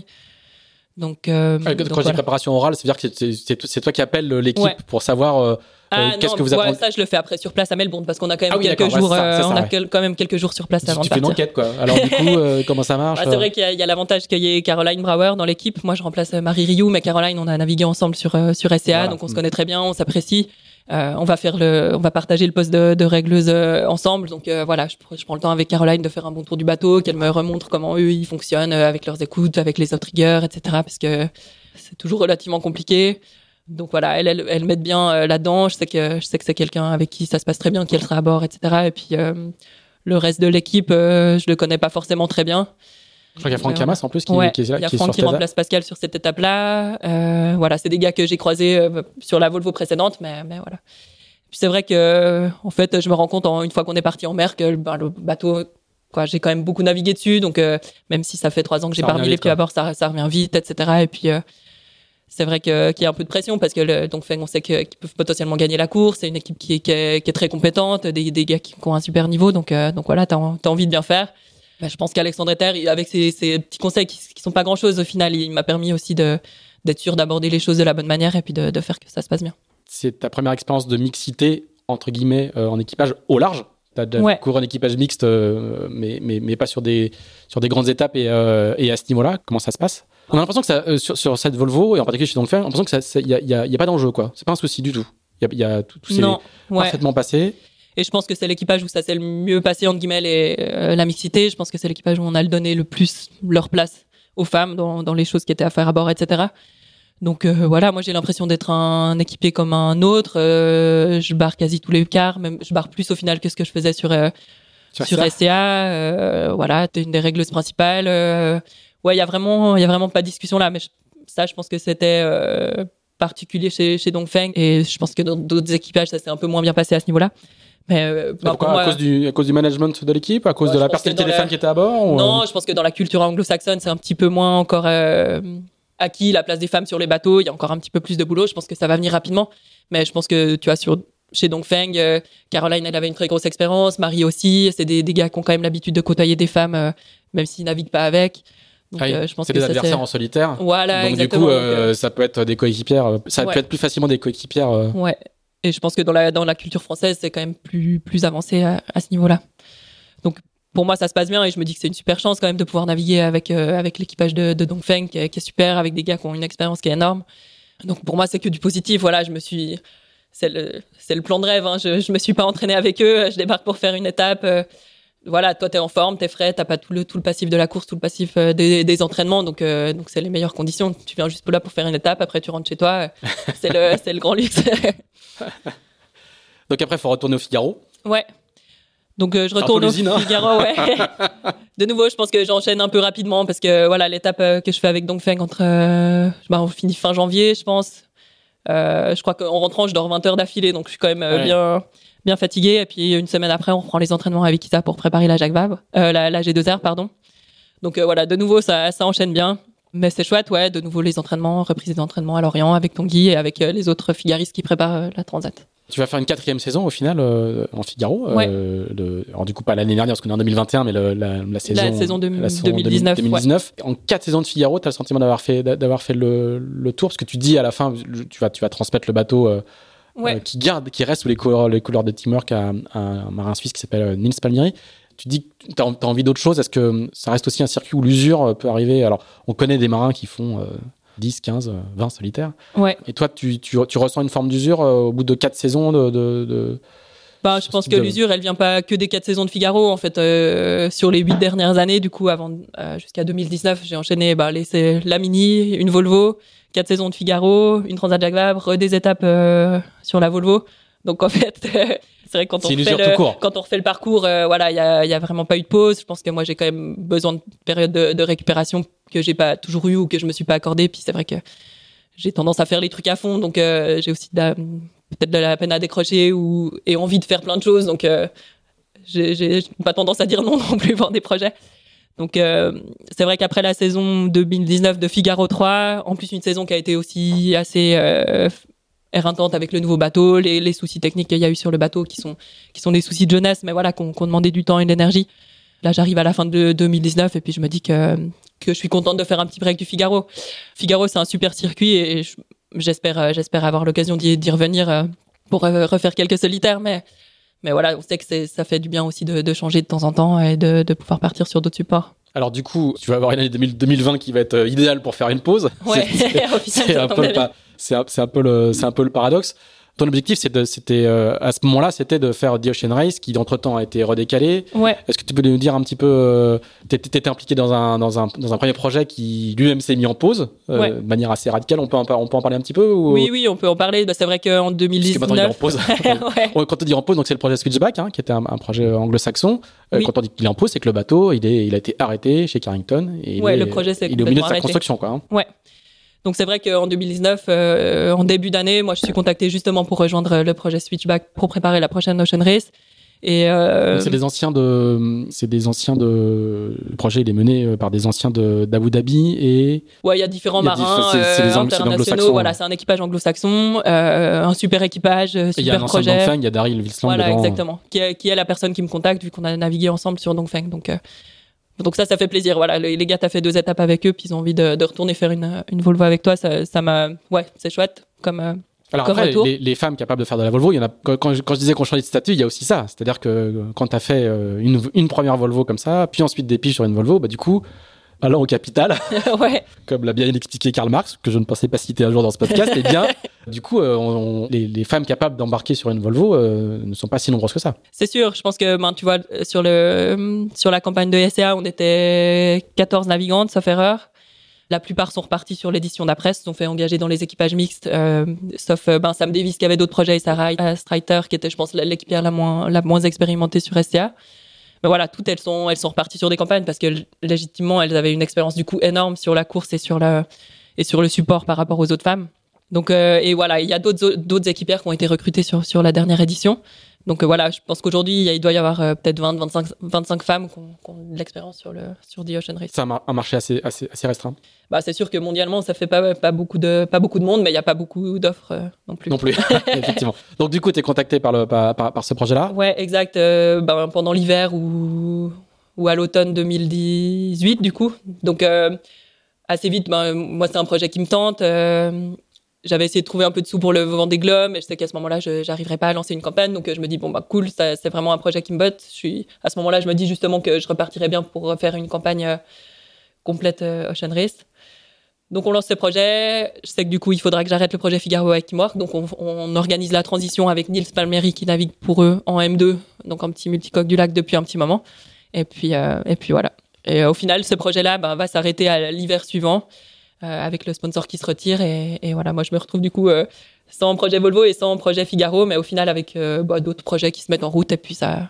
Donc, euh, quand donc je dis voilà. préparation orale, ça veut dire que c'est, c'est, c'est toi qui appelles l'équipe Ouais. pour savoir euh, Ah, euh, qu'est-ce non, que vous ouais, attendez. ça, je le fais après sur place à Melbourne parce qu'on a quand même Ah oui, quelques d'accord, jours, ouais, c'est ça, euh, c'est ça, on a ouais. quel- quand même quelques jours sur place Tu, avant tu de fais une partir. enquête, quoi. Alors du coup, euh, comment ça marche? Bah, c'est vrai qu'il y a, il y a l'avantage qu'il y ait Caroline Brouwer dans l'équipe. Moi, je remplace Marie Rioux, mais Caroline, on a navigué ensemble sur euh, sur S C A, Voilà. donc on se Mm. connaît très bien, on s'apprécie. Euh, on va faire le, on va partager le poste de, de régleuse euh, ensemble. Donc euh, voilà, je, je prends le temps avec Caroline de faire un bon tour du bateau, qu'elle me remontre comment eux ils fonctionnent euh, avec leurs écoutes, avec les outriggers, et cetera. Parce que c'est toujours relativement compliqué. Donc voilà, elle, elle, elle m'aide bien euh, là-dedans. Je sais que je sais que c'est quelqu'un avec qui ça se passe très bien, qu'elle sera à bord, et cetera. Et puis euh, le reste de l'équipe, euh, je le connais pas forcément très bien. Je crois qu'il y a Franck Euh, Camas en plus qui, ouais, qui est là, il y a qui est Franck sur qui tes- remplace Pascal sur cette étape-là. Euh, voilà, c'est des gars que j'ai croisés euh, sur la Volvo précédente, mais, mais voilà. Puis c'est vrai que, en fait, je me rends compte en, une fois qu'on est parti en mer que ben, le bateau, quoi, j'ai quand même beaucoup navigué dessus, donc euh, même si ça fait trois ans que j'ai Ça pas revient remis les vite, pieds à quoi. bord, ça, ça revient vite, et cetera. Et puis euh, c'est vrai que qu'il y a un peu de pression parce que le, donc on sait que, qu'ils peuvent potentiellement gagner la course. C'est une équipe qui est, qui est, qui est très compétente, des, des gars qui, qui ont un super niveau, donc euh, donc voilà, t'as, t'as envie de bien faire. Ben, je pense qu'Alexandre Etter, avec ses, ses petits conseils qui, qui sont pas grand chose au final, il m'a permis aussi de d'être sûr d'aborder les choses de la bonne manière et puis de, de faire que ça se passe bien. C'est ta première expérience de mixité entre guillemets euh, en équipage au large. T'as déjà Ouais. couru en équipage mixte, euh, mais, mais mais pas sur des sur des grandes étapes et euh, et à ce niveau-là, comment ça se passe? On a l'impression que ça euh, sur sur cette Volvo et en particulier chez Dongfeng, on a l'impression que ça il y a il y a, y a pas d'enjeu, quoi. C'est pas un souci du tout. Il y a, y a tout, tout s'est Non, ouais. parfaitement passé. Et je pense que c'est l'équipage où ça s'est le mieux passé, entre guillemets, les, euh, la mixité. Je pense que c'est l'équipage où on a donné le plus leur place aux femmes dans, dans les choses qui étaient à faire à bord, et cetera. Donc euh, voilà, moi j'ai l'impression d'être un équipier comme un autre. Euh, je barre quasi tous les quarts, même je barre plus au final que ce que je faisais sur euh, Sur sur ça. S C A. Euh, voilà, t'es une des régleuses principales. Euh, ouais, il y a vraiment, il y a vraiment pas de discussion là. Mais je, ça, je pense que c'était euh, particulier chez chez Dongfeng. Et je pense que dans d'autres équipages, ça s'est un peu moins bien passé à ce niveau-là. Mais euh, bah, Pourquoi? pour moi, À cause du à cause du management de l'équipe, à cause Ouais, de je la pense que personnalité dans des la- femmes qui étaient à bord ou, non, euh, je pense que dans la culture anglo-saxonne, c'est un petit peu moins encore euh, acquis la place des femmes sur les bateaux. Il y a encore un petit peu plus de boulot. Je pense que ça va venir rapidement. Mais je pense que tu vois sur chez Dongfeng, euh, Caroline, elle avait une très grosse expérience. Marie aussi. C'est des, des gars qui ont quand même l'habitude de côtoyer des femmes, euh, même s'ils naviguent pas avec. Donc, ah oui, euh, je pense c'est que des ça, adversaires c'est... en solitaire. Voilà, Donc exactement. du coup, Donc, euh, euh, ça peut être des coéquipières. euh, Ça Ouais. peut être plus facilement des coéquipières. euh. Ouais. Et je pense que dans la dans la culture française, c'est quand même plus plus avancé à, à ce niveau-là. Donc pour moi, ça se passe bien et je me dis que c'est une super chance quand même de pouvoir naviguer avec euh, avec l'équipage de, de Dongfeng qui est, qui est super, avec des gars qui ont une expérience qui est énorme. Donc pour moi, c'est que du positif. Voilà, je me suis c'est le c'est le plan de rêve. Hein. Je je me suis pas entraînée avec eux. Je débarque pour faire une étape. Euh, voilà, toi t'es en forme, t'es frais, t'as pas tout le tout le passif de la course, tout le passif euh, des, des entraînements. Donc euh, donc c'est les meilleures conditions. Tu viens juste là pour faire une étape. Après tu rentres chez toi. Euh, c'est le c'est le grand luxe. Donc après, il faut retourner au Figaro. Ouais. Donc euh, je retourne au hein. Figaro, ouais. De nouveau, je pense que j'enchaîne un peu rapidement parce que voilà, l'étape euh, que je fais avec Dongfeng entre, euh, bah, on finit fin janvier, je pense. Euh, je crois qu'en rentrant, je dors vingt heures d'affilée, donc je suis quand même euh, ouais. bien, bien fatiguée. Et puis une semaine après, on reprend les entraînements avec Ita pour préparer la Jacques Vabre, euh, la, la G deux R, pardon. Donc euh, voilà, de nouveau, ça, ça enchaîne bien. Mais c'est chouette, ouais. De nouveau, les entraînements, reprise des entraînements à Lorient avec Tanguy et avec euh, les autres figaristes qui préparent euh, la Transat. Tu vas faire une quatrième saison au final euh, en Figaro. Ouais. Euh, de, alors du coup pas l'année dernière parce qu'on est en deux mille vingt et un, mais le, la, la saison. La saison, de, la saison deux mille dix-neuf. deux mille dix-neuf. Ouais. En quatre saisons de Figaro, tu as le sentiment d'avoir fait d'avoir fait le, le tour parce que tu dis à la fin, tu vas tu vas transmettre le bateau euh, ouais. euh, qui garde, qui reste sous les couleurs les couleurs de Teamwork à, à un marin suisse qui s'appelle Nils Palmieri. Tu dis que tu as envie d'autre chose. Est-ce que ça reste aussi un circuit où l'usure peut arriver? Alors on connaît des marins qui font euh, dix, quinze, vingt solitaires. Ouais. Et toi, tu, tu, tu ressens une forme d'usure euh, au bout de quatre saisons de... de, de... Bah, je pense que de... l'usure, elle vient pas que des quatre saisons de Figaro. En fait, euh, sur les huit dernières années, du coup, avant euh, jusqu'à deux mille dix-neuf, j'ai enchaîné bah, les, la Mini, une Volvo, quatre saisons de Figaro, une Transat Jacques Vabre, des étapes euh, sur la Volvo. Donc en fait, c'est vrai que quand on, refait le, quand on refait le parcours, euh, voilà, il y a, y a vraiment pas eu de pause. Je pense que moi, j'ai quand même besoin de période de, de récupération que j'ai pas toujours eu ou que je me suis pas accordé. Puis c'est vrai que j'ai tendance à faire les trucs à fond, donc euh, j'ai aussi de la, peut-être de la peine à décrocher ou et envie de faire plein de choses. Donc euh, j'ai, j'ai pas tendance à dire non non plus pour des projets. Donc euh, c'est vrai qu'après la saison deux mille dix-neuf de Figaro trois, en plus une saison qui a été aussi assez euh, éreintante avec le nouveau bateau, les, les soucis techniques qu'il y a eu sur le bateau qui sont qui sont des soucis de jeunesse, mais voilà qu'on, qu'on demandait du temps et de l'énergie. Là, j'arrive à la fin de deux mille dix-neuf et puis je me dis que que je suis contente de faire un petit break du Figaro. Figaro, c'est un super circuit et je, j'espère j'espère avoir l'occasion d'y, d'y revenir pour refaire quelques solitaires, mais mais voilà, on sait que c'est, ça fait du bien aussi de, de changer de temps en temps et de, de pouvoir partir sur d'autres supports. Alors du coup, tu vas avoir une année deux mille vingt qui va être idéale pour faire une pause. Ouais, c'est, c'est, c'est, un peu le, c'est, un, c'est un peu le c'est un peu le paradoxe. Ton objectif, c'est de, c'était euh, à ce moment-là, c'était de faire The Ocean Race, qui entre-temps a été redécalé. Ouais. Est-ce que tu peux nous dire un petit peu, euh, t'étais impliqué dans un dans un dans un premier projet qui lui-même s'est mis en pause euh, ouais. de manière assez radicale. On peut en, on peut en parler un petit peu ou... Oui, oui, on peut en parler. Bah, c'est vrai qu'en deux mille dix-neuf. Parce que maintenant il est en pause. ouais. Quand on dit en pause, donc c'est le projet Switchback, hein, qui était un, un projet anglo-saxon. Euh, oui. Quand on dit qu'il est en pause, c'est que le bateau, il est il a été arrêté chez Carrington et il ouais, est, le projet c'est il est au milieu de sa arrêté. construction, quoi. Hein. Ouais. Donc c'est vrai qu'en deux mille dix-neuf, euh, en début d'année, moi je suis contactée justement pour rejoindre le projet Switchback pour préparer la prochaine Ocean Race. Et euh... c'est des anciens de, c'est des anciens de. Le projet il est mené par des anciens de d'Abu Dhabi et. Ouais, il y a différents il y a marins diff... c'est, c'est euh, internationaux. Voilà, c'est un équipage anglo-saxon, euh, un super équipage, super il y a un projet. ancien Dongfeng, il y a Daryl Wilsland Voilà, dedans. exactement. Qui est, qui est la personne qui me contacte vu qu'on a navigué ensemble sur Dongfeng. Donc. Euh... Donc ça, ça fait plaisir. Voilà, les gars, t'as fait deux étapes avec eux, puis ils ont envie de, de retourner faire une, une Volvo avec toi. Ça, ça m'a, ouais, c'est chouette comme. Euh, Alors comme après, retour. Les, les femmes capables de faire de la Volvo, il y en a. Quand, quand, je, quand je disais qu'on changeait de statut, il y a aussi ça. C'est-à-dire que quand t'as fait une, une première Volvo comme ça, puis ensuite des piges sur une Volvo, bah du coup, allant au capital, ouais. comme l'a bien expliqué Karl Marx, que je ne pensais pas citer un jour dans ce podcast, et bien, du coup, euh, on, les, les femmes capables d'embarquer sur une Volvo euh, ne sont pas si nombreuses que ça. C'est sûr, je pense que, ben, tu vois, sur, le, sur la campagne de S C A, on était quatorze navigantes, sauf erreur. La plupart sont repartis sur l'édition d'après, se sont fait engager dans les équipages mixtes, euh, sauf ben, Sam Davis qui avait d'autres projets, et Sarah Streiter qui était, je pense, l'équipière la moins, la moins expérimentée sur S C A. Mais voilà, toutes elles sont, elles sont reparties sur des campagnes parce que légitimement, elles avaient une expérience du coup énorme sur la course et sur le, et sur le support par rapport aux autres femmes. Donc, euh, et voilà, il y a d'autres, d'autres équipières qui ont été recrutées sur, sur la dernière édition. Donc euh, voilà, je pense qu'aujourd'hui, il doit y avoir euh, peut-être vingt, vingt-cinq, vingt-cinq femmes qui ont, qui ont de l'expérience sur, le, sur The Ocean Race. C'est un, mar- un marché assez, assez, assez restreint. Bah, c'est sûr que mondialement, ça fait pas, pas, beaucoup, de, pas beaucoup de monde, mais il n'y a pas beaucoup d'offres euh, non plus. Non plus, effectivement. Donc du coup, tu es contacté par, le, par, par, par ce projet-là ? Ouais, exact. Euh, ben, pendant l'hiver ou, ou à l'automne deux mille dix-huit, du coup. Donc euh, assez vite, ben, moi, c'est un projet qui me tente. Euh, J'avais essayé de trouver un peu de sous pour le Vendée Globe, mais je sais qu'à ce moment-là, je n'arriverais pas à lancer une campagne. Donc, je me dis, bon, bah, cool, ça, c'est vraiment un projet qui me botte. Je suis, à ce moment-là, je me dis justement que je repartirais bien pour faire une campagne euh, complète euh, Ocean Race. Donc, on lance ce projet. Je sais que du coup, il faudra que j'arrête le projet Figaro avec Teamwork. Donc, on, on organise la transition avec Nils Palmieri qui navigue pour eux en M deux, donc un petit multicoque du lac depuis un petit moment. Et puis, euh, et puis voilà. Et euh, au final, ce projet-là ben, va s'arrêter à l'hiver suivant. Euh, avec le sponsor qui se retire et, et voilà, moi je me retrouve du coup euh, sans projet Volvo et sans projet Figaro, mais au final avec euh, bah, d'autres projets qui se mettent en route et puis ça,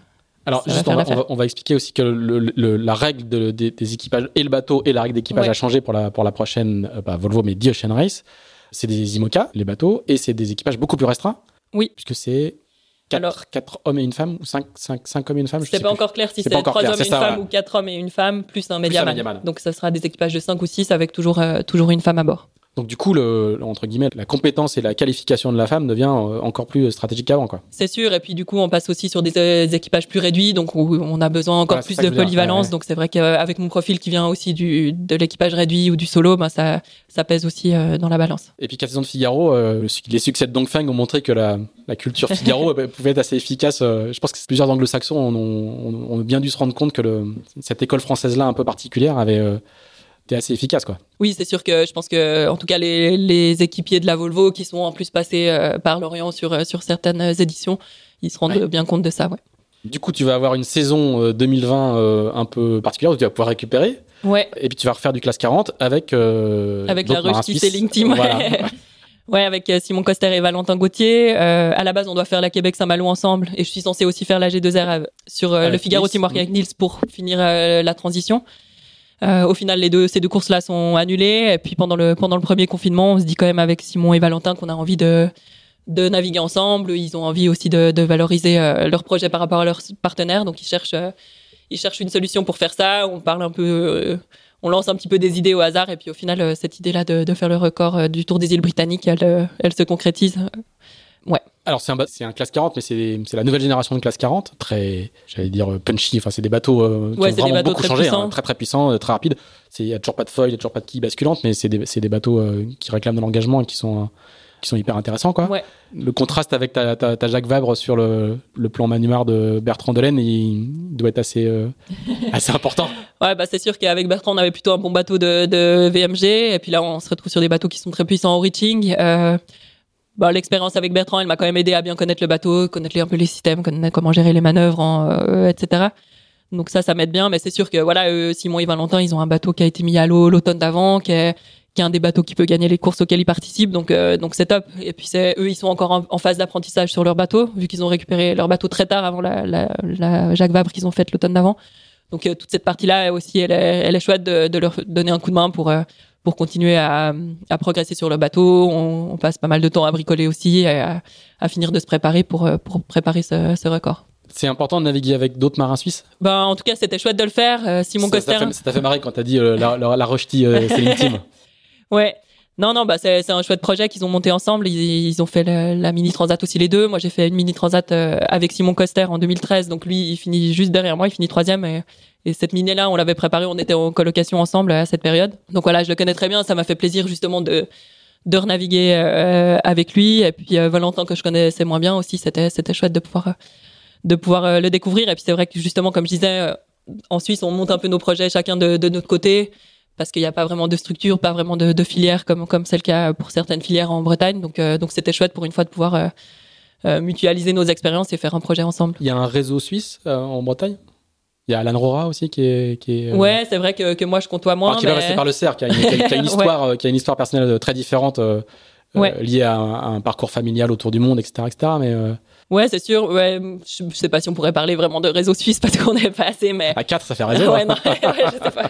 Alors, ça juste, va on faire va, on, l'affaire. va, on va expliquer aussi que le, le, la règle de, des, des équipages et le bateau et la règle d'équipage Ouais. a changé pour la, pour la prochaine, euh, pas Volvo, mais The Ocean Race. C'est des IMOCA, les bateaux, et c'est des équipages beaucoup plus restreints. Oui. Puisque c'est quatre hommes et une femme, ou cinq hommes et une femme. C'est pas plus. encore clair si c'est, c'est trois hommes clair, et une ça, femme voilà. ou quatre hommes et une femme, plus un médiaman. médiaman. Donc ça sera des équipages de cinq ou six avec toujours, euh, toujours une femme à bord. Donc du coup, le, entre guillemets, la compétence et la qualification de la femme devient euh, encore plus stratégique qu'avant, quoi. C'est sûr, et puis du coup, on passe aussi sur des, euh, des équipages plus réduits, donc où on a besoin encore voilà, plus de polyvalence. Ouais, ouais. Donc c'est vrai qu'avec mon profil qui vient aussi du, de l'équipage réduit ou du solo, ben ça, ça pèse aussi euh, dans la balance. Et puis quatre saisons de Figaro, euh, les succès de Dongfeng ont montré que la, la culture Figaro pouvait être assez efficace. Euh, je pense que plusieurs anglo-saxons ont, ont, ont bien dû se rendre compte que le, cette école française-là, un peu particulière, avait... Euh, T'es assez efficace, quoi. Oui, c'est sûr que je pense que, en tout cas, les, les équipiers de la Volvo qui sont en plus passés euh, par l'Orient sur, sur certaines éditions, ils se rendent ouais. bien compte de ça, ouais. Du coup, tu vas avoir une saison euh, deux mille vingt euh, un peu particulière où tu vas pouvoir récupérer. Ouais. Et puis tu vas refaire du classe quarante avec euh, avec la Rush Sailing Team. Ouais. Voilà. Ouais, avec Simon Coster et Valentin Gauthier. Euh, à la base, on doit faire la Québec-Saint-Malo ensemble, et je suis censée aussi faire la G deux R sur euh, le Figaro Teamwork avec Nils pour finir euh, la transition. Euh, au final, les deux, ces deux courses-là sont annulées. Et puis pendant le pendant le premier confinement, on se dit quand même avec Simon et Valentin qu'on a envie de de naviguer ensemble. Ils ont envie aussi de, de valoriser euh, leur projet par rapport à leurs partenaires. Donc ils cherchent euh, ils cherchent une solution pour faire ça. On parle un peu, euh, on lance un petit peu des idées au hasard. Et puis au final, euh, cette idée-là de, de faire le record euh, du Tour des îles Britanniques, elle euh, elle se concrétise. Ouais. Alors c'est un, c'est un classe quarante, mais c'est, c'est la nouvelle génération de classe quarante, très, j'allais dire punchy. Enfin, c'est des bateaux euh, qui ouais, ont vraiment bateaux beaucoup changé, hein, très très puissants, très rapides. Il y a toujours pas de foil, il y a toujours pas de quille basculante, mais c'est des, c'est des bateaux euh, qui réclament de l'engagement et qui sont, euh, qui sont hyper intéressants, quoi. Ouais. Le contraste avec ta, ta, ta Jacques Vabre sur le, le plan Manumar de Bertrand Delaine, il doit être assez, euh, assez important. Ouais, bah c'est sûr qu'avec Bertrand, on avait plutôt un bon bateau de, de V M G, et puis là, on se retrouve sur des bateaux qui sont très puissants en reaching. Euh, Bah, l'expérience avec Bertrand, elle m'a quand même aidé à bien connaître le bateau, connaître un peu les systèmes, connaître comment gérer les manœuvres, en, euh, et cetera. Donc ça, ça m'aide bien. Mais c'est sûr que voilà, euh, Simon et Valentin, ils ont un bateau qui a été mis à l'eau l'automne d'avant, qui est, qui est un des bateaux qui peut gagner les courses auxquelles ils participent. Donc, euh, donc c'est top. Et puis c'est eux, ils sont encore en, en phase d'apprentissage sur leur bateau, vu qu'ils ont récupéré leur bateau très tard avant la, la, la Jacques Vabre qu'ils ont faite l'automne d'avant. Donc euh, toute cette partie-là aussi, elle est, elle est chouette de, de leur donner un coup de main pour euh, pour continuer à, à progresser sur le bateau. On, on passe pas mal de temps à bricoler aussi, et à, à finir de se préparer pour, pour préparer ce, ce record. C'est important de naviguer avec d'autres marins suisses ? Ben, en tout cas, c'était chouette de le faire. Euh, Simon ça, Coster. Ça, ça t'a fait marrer quand t'as dit euh, la, la, la Rochety euh, Sailing Team. Ouais. Non, non, bah, c'est, c'est un chouette projet qu'ils ont monté ensemble. Ils, ils ont fait la, la mini transat aussi les deux. Moi, j'ai fait une mini transat euh, avec Simon Coster en deux mille treize. Donc lui, il finit juste derrière moi. Il finit troisième. Et, et cette mini-là, on l'avait préparée. On était en colocation ensemble à cette période. Donc voilà, je le connais très bien. Ça m'a fait plaisir justement de, de renaviguer euh, avec lui. Et puis euh, Valentin, que je connaissais moins bien aussi, c'était, c'était chouette de pouvoir, euh, de pouvoir euh, le découvrir. Et puis c'est vrai que justement, comme je disais, euh, en Suisse, on monte un peu nos projets chacun de, de notre côté, parce qu'il n'y a pas vraiment de structure, pas vraiment de, de filière comme comme c'est le cas pour certaines filières en Bretagne. Donc euh, donc c'était chouette pour une fois de pouvoir euh, euh, mutualiser nos expériences et faire un projet ensemble. Il y a un réseau suisse euh, en Bretagne. Il y a Alan Rora aussi qui est qui est. Euh... Ouais, c'est vrai que que moi je côtoie moins. Alors, qui mais... va passer par le C E R, qui a une, qui a, qui a une histoire, ouais. qui a une histoire personnelle très différente, euh, ouais. euh, liée à un, à un parcours familial autour du monde, et cetera, et cetera. Mais euh... ouais, c'est sûr. Ouais, je, je sais pas si on pourrait parler vraiment de réseau suisse parce qu'on n'est pas assez, mais. À quatre, ça fait réseau. ouais, hein. non, ouais, je sais pas.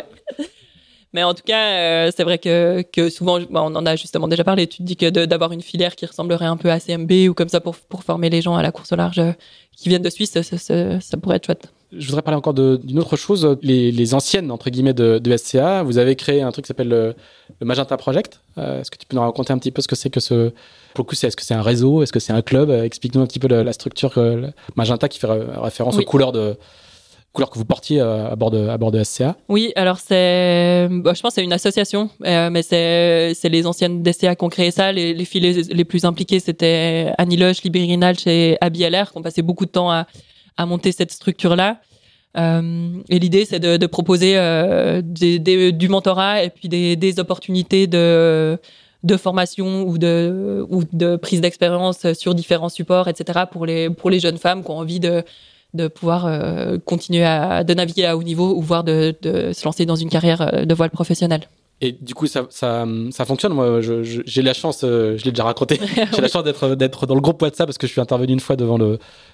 Mais en tout cas, euh, c'est vrai que, que souvent, bah, on en a justement déjà parlé. Tu te dis que de, d'avoir une filière qui ressemblerait un peu à C M B ou comme ça pour, pour former les gens à la course au large euh, qui viennent de Suisse, ça, ça, ça, ça pourrait être chouette. Je voudrais parler encore de, d'une autre chose. Les, les anciennes, entre guillemets, de, de S C A, vous avez créé un truc qui s'appelle le, le Magenta Project. Euh, est-ce que tu peux nous raconter un petit peu ce que c'est que ce... Pour le coup, c'est, est-ce que c'est un réseau ? Est-ce que c'est un club ? euh, Explique-nous un petit peu la, la structure euh, Magenta qui fait référence oui. aux couleurs de... couleurs que vous portiez à bord de, à bord de S C A. Oui, alors c'est, bah, je pense que c'est une association, euh, mais c'est, c'est les anciennes d'S C A qui ont créé ça. Les, les filles les, les plus impliquées, c'était Annie Loche, Libby Rinaldi et Abby Heller, qui ont passé beaucoup de temps à, à monter cette structure-là. Euh, et l'idée, c'est de, de proposer euh, des, des, du mentorat et puis des, des opportunités de, de formation ou de, ou de prise d'expérience sur différents supports, et cetera, pour les, pour les jeunes femmes qui ont envie de de pouvoir euh, continuer à de naviguer à haut niveau ou voire de, de se lancer dans une carrière de voile professionnelle. Et du coup, ça, ça, ça fonctionne. Moi, je, je, j'ai la chance, euh, je l'ai déjà raconté, j'ai oui. la chance d'être, d'être dans le groupe WhatsApp parce que je suis intervenu une fois devant le,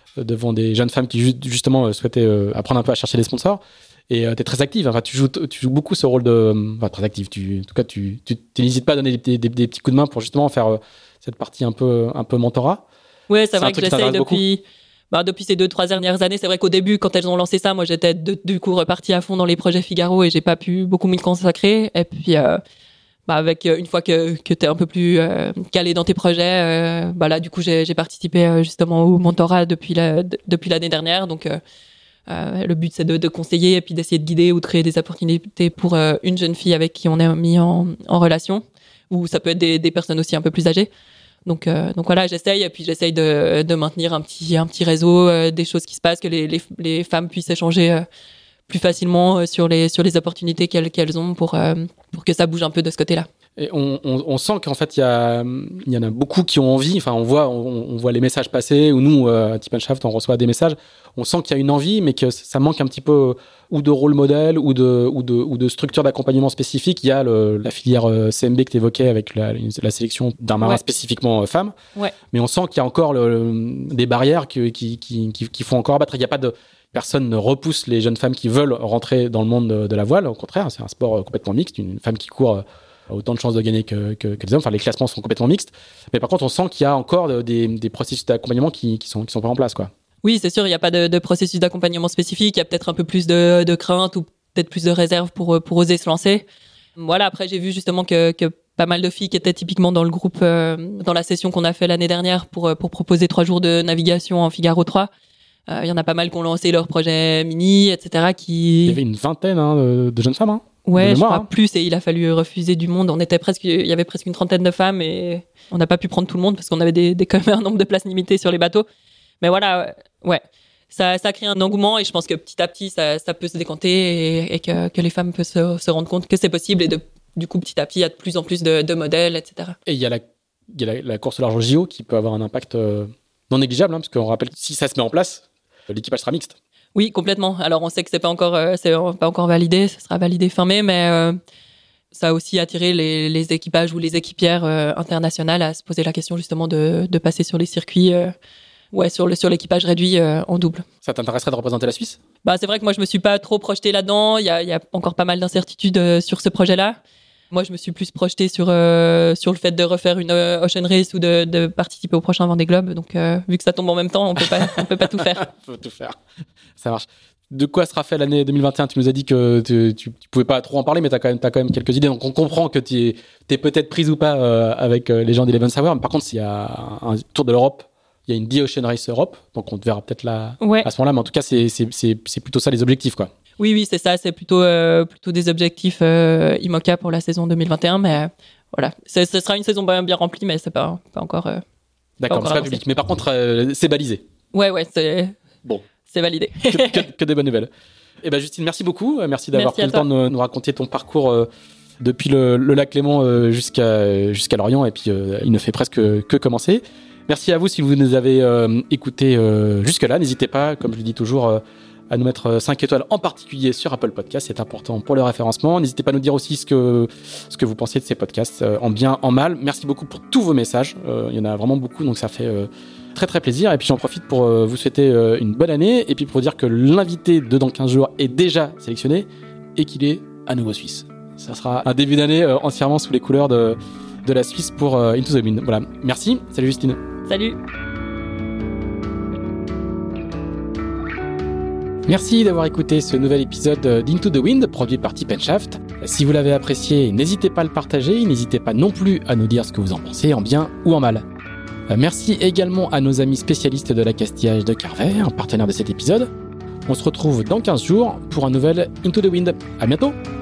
devant des jeunes femmes qui justement souhaitaient apprendre un peu à chercher des sponsors. Et euh, tu es très active, enfin, tu, joues, tu joues beaucoup ce rôle de... Enfin, très active, tu, en tout cas, tu, tu, tu n'hésites pas à donner des, des, des petits coups de main pour justement faire euh, cette partie un peu, un peu mentorat. Oui, c'est, c'est vrai que j'essaye depuis, bah, depuis ces deux, trois dernières années. C'est vrai qu'au début, quand elles ont lancé ça, moi, j'étais de, du coup repartie à fond dans les projets Figaro et j'ai pas pu beaucoup m'y consacrer. Et puis, euh, bah, avec, une fois que, que tu es un peu plus euh, calé dans tes projets, euh, bah, là, du coup, j'ai, j'ai participé euh, justement au mentorat depuis, la, d- depuis l'année dernière. Donc, euh, Euh, le but, c'est de, de conseiller et puis d'essayer de guider ou de créer des opportunités pour euh, une jeune fille avec qui on est mis en, en relation, ou ça peut être des, des personnes aussi un peu plus âgées. Donc, euh, donc voilà, j'essaye et puis j'essaye de, de maintenir un petit, un petit réseau, euh, des choses qui se passent, que les, les, les femmes puissent échanger euh, plus facilement euh, sur les, sur les opportunités qu'elles, qu'elles ont pour, euh, pour que ça bouge un peu de ce côté-là. Et on, on, on sent qu'en fait, il y, a, il y en a beaucoup qui ont envie. Enfin, on voit, on, on voit les messages passer, ou nous, euh, à Tip and Shaft, on reçoit des messages. On sent qu'il y a une envie, mais que ça manque un petit peu ou de rôle modèle ou de, ou de, ou de structure d'accompagnement spécifique. Il y a le, la filière euh, C M B que tu évoquais avec la, la sélection d'un marin ouais. spécifiquement euh, femme. Ouais. Mais on sent qu'il y a encore le, le, des barrières qui, qui, qui, qui, qui font encore abattre. Il n'y a pas de... Personne ne repousse les jeunes femmes qui veulent rentrer dans le monde de, de la voile. Au contraire, c'est un sport complètement mixte. Une femme qui court a autant de chances de gagner que, que, que les hommes. Enfin, les classements sont complètement mixtes. Mais par contre, on sent qu'il y a encore des, des processus d'accompagnement qui, qui sont, qui sont pas en place, quoi. Oui, c'est sûr, il n'y a pas de, de processus d'accompagnement spécifique. Il y a peut-être un peu plus de, de crainte ou peut-être plus de réserve pour, pour oser se lancer. Voilà, après, j'ai vu justement que, que pas mal de filles qui étaient typiquement dans le groupe, euh, dans la session qu'on a fait l'année dernière pour, pour proposer trois jours de navigation en Figaro trois. Il euh, y en a pas mal qui ont lancé leur projet mini, et cetera. Qui... Il y avait une vingtaine hein, de, de jeunes femmes. Hein, ouais, mémoire, je crois hein. plus, et il a fallu refuser du monde. On était presque, il y avait presque une trentaine de femmes et on n'a pas pu prendre tout le monde parce qu'on avait des, des, quand même un nombre de places limitées sur les bateaux. Mais voilà, ouais, ça, ça crée un engouement et je pense que petit à petit, ça, ça peut se décanter et, et que, que les femmes peuvent se, se rendre compte que c'est possible et de, du coup, petit à petit, il y a de plus en plus de, de modèles, et cetera. Et il y a la, il y a la, la course au large J O qui peut avoir un impact euh, non négligeable, hein, parce qu'on rappelle que si ça se met en place, l'équipage sera mixte. Oui, complètement. Alors, on sait que c'est pas encore, euh, c'est pas encore validé, ça sera validé fin mai, mais euh, ça a aussi attiré les, les équipages ou les équipières euh, internationales à se poser la question justement de, de passer sur les circuits, euh, ouais, sur le sur l'équipage réduit euh, en double. Ça t'intéresserait de représenter la Suisse ? Bah, c'est vrai que moi, je me suis pas trop projetée là-dedans. Il y a, il y a encore pas mal d'incertitudes euh, sur ce projet-là. Moi, je me suis plus projetée sur euh, sur le fait de refaire une euh, Ocean Race ou de, de participer au prochain Vendée Globe. Donc, euh, vu que ça tombe en même temps, on peut pas on peut pas tout faire. On peut tout faire. Ça marche. De quoi sera fait l'année deux mille vingt et un ? Tu nous as dit que tu, tu, tu pouvais pas trop en parler, mais tu as quand même, t'as quand même quelques idées. Donc, on comprend que tu es peut-être prise ou pas euh, avec euh, les gens d'Eleven Hour. Mais par contre, s'il y a un, un tour de l'Europe, il y a une The Ocean Race Europe. Donc, on te verra peut-être là ouais. à ce moment-là. Mais en tout cas, c'est, c'est, c'est, c'est plutôt ça les objectifs, quoi. Oui, oui, c'est ça. C'est plutôt, euh, plutôt des objectifs euh, IMOCA pour la saison deux mille vingt et un. Mais euh, voilà, c'est, ce sera une saison bien, bien remplie, mais c'est pas, pas encore. Euh, D'accord, pas c'est pas public. Mais par contre, euh, c'est balisé. Ouais, ouais, c'est. Bon. C'est validé. que, que, que des bonnes nouvelles. Eh ben Justine, merci beaucoup. Merci d'avoir merci pris le temps de nous, nous raconter ton parcours euh, depuis le, le lac Léman euh, jusqu'à, jusqu'à Lorient. Et puis, euh, il ne fait presque que commencer. Merci à vous si vous nous avez euh, écoutés euh, jusque-là. N'hésitez pas, comme je le dis toujours, euh, à nous mettre cinq étoiles, en particulier sur Apple Podcasts. C'est important pour le référencement. N'hésitez pas à nous dire aussi ce que, ce que vous pensez de ces podcasts, euh, en bien, en mal. Merci beaucoup pour tous vos messages. Euh, il y en a vraiment beaucoup, donc ça fait euh, très très plaisir. Et puis j'en profite pour euh, vous souhaiter euh, une bonne année et puis pour dire que l'invité de dans quinze jours est déjà sélectionné et qu'il est à nouveau suisse. Ça sera un début d'année euh, entièrement sous les couleurs de, de la Suisse pour euh, Into the Wind. Voilà. Merci. Salut Justine. Salut. Merci d'avoir écouté ce nouvel épisode d'Into the Wind, produit par Tip and Shaft. Si vous l'avez apprécié, n'hésitez pas à le partager, n'hésitez pas non plus à nous dire ce que vous en pensez, en bien ou en mal. Merci également à nos amis spécialistes de l'accastillage de Carver, partenaire de cet épisode. On se retrouve dans quinze jours pour un nouvel Into the Wind. À bientôt!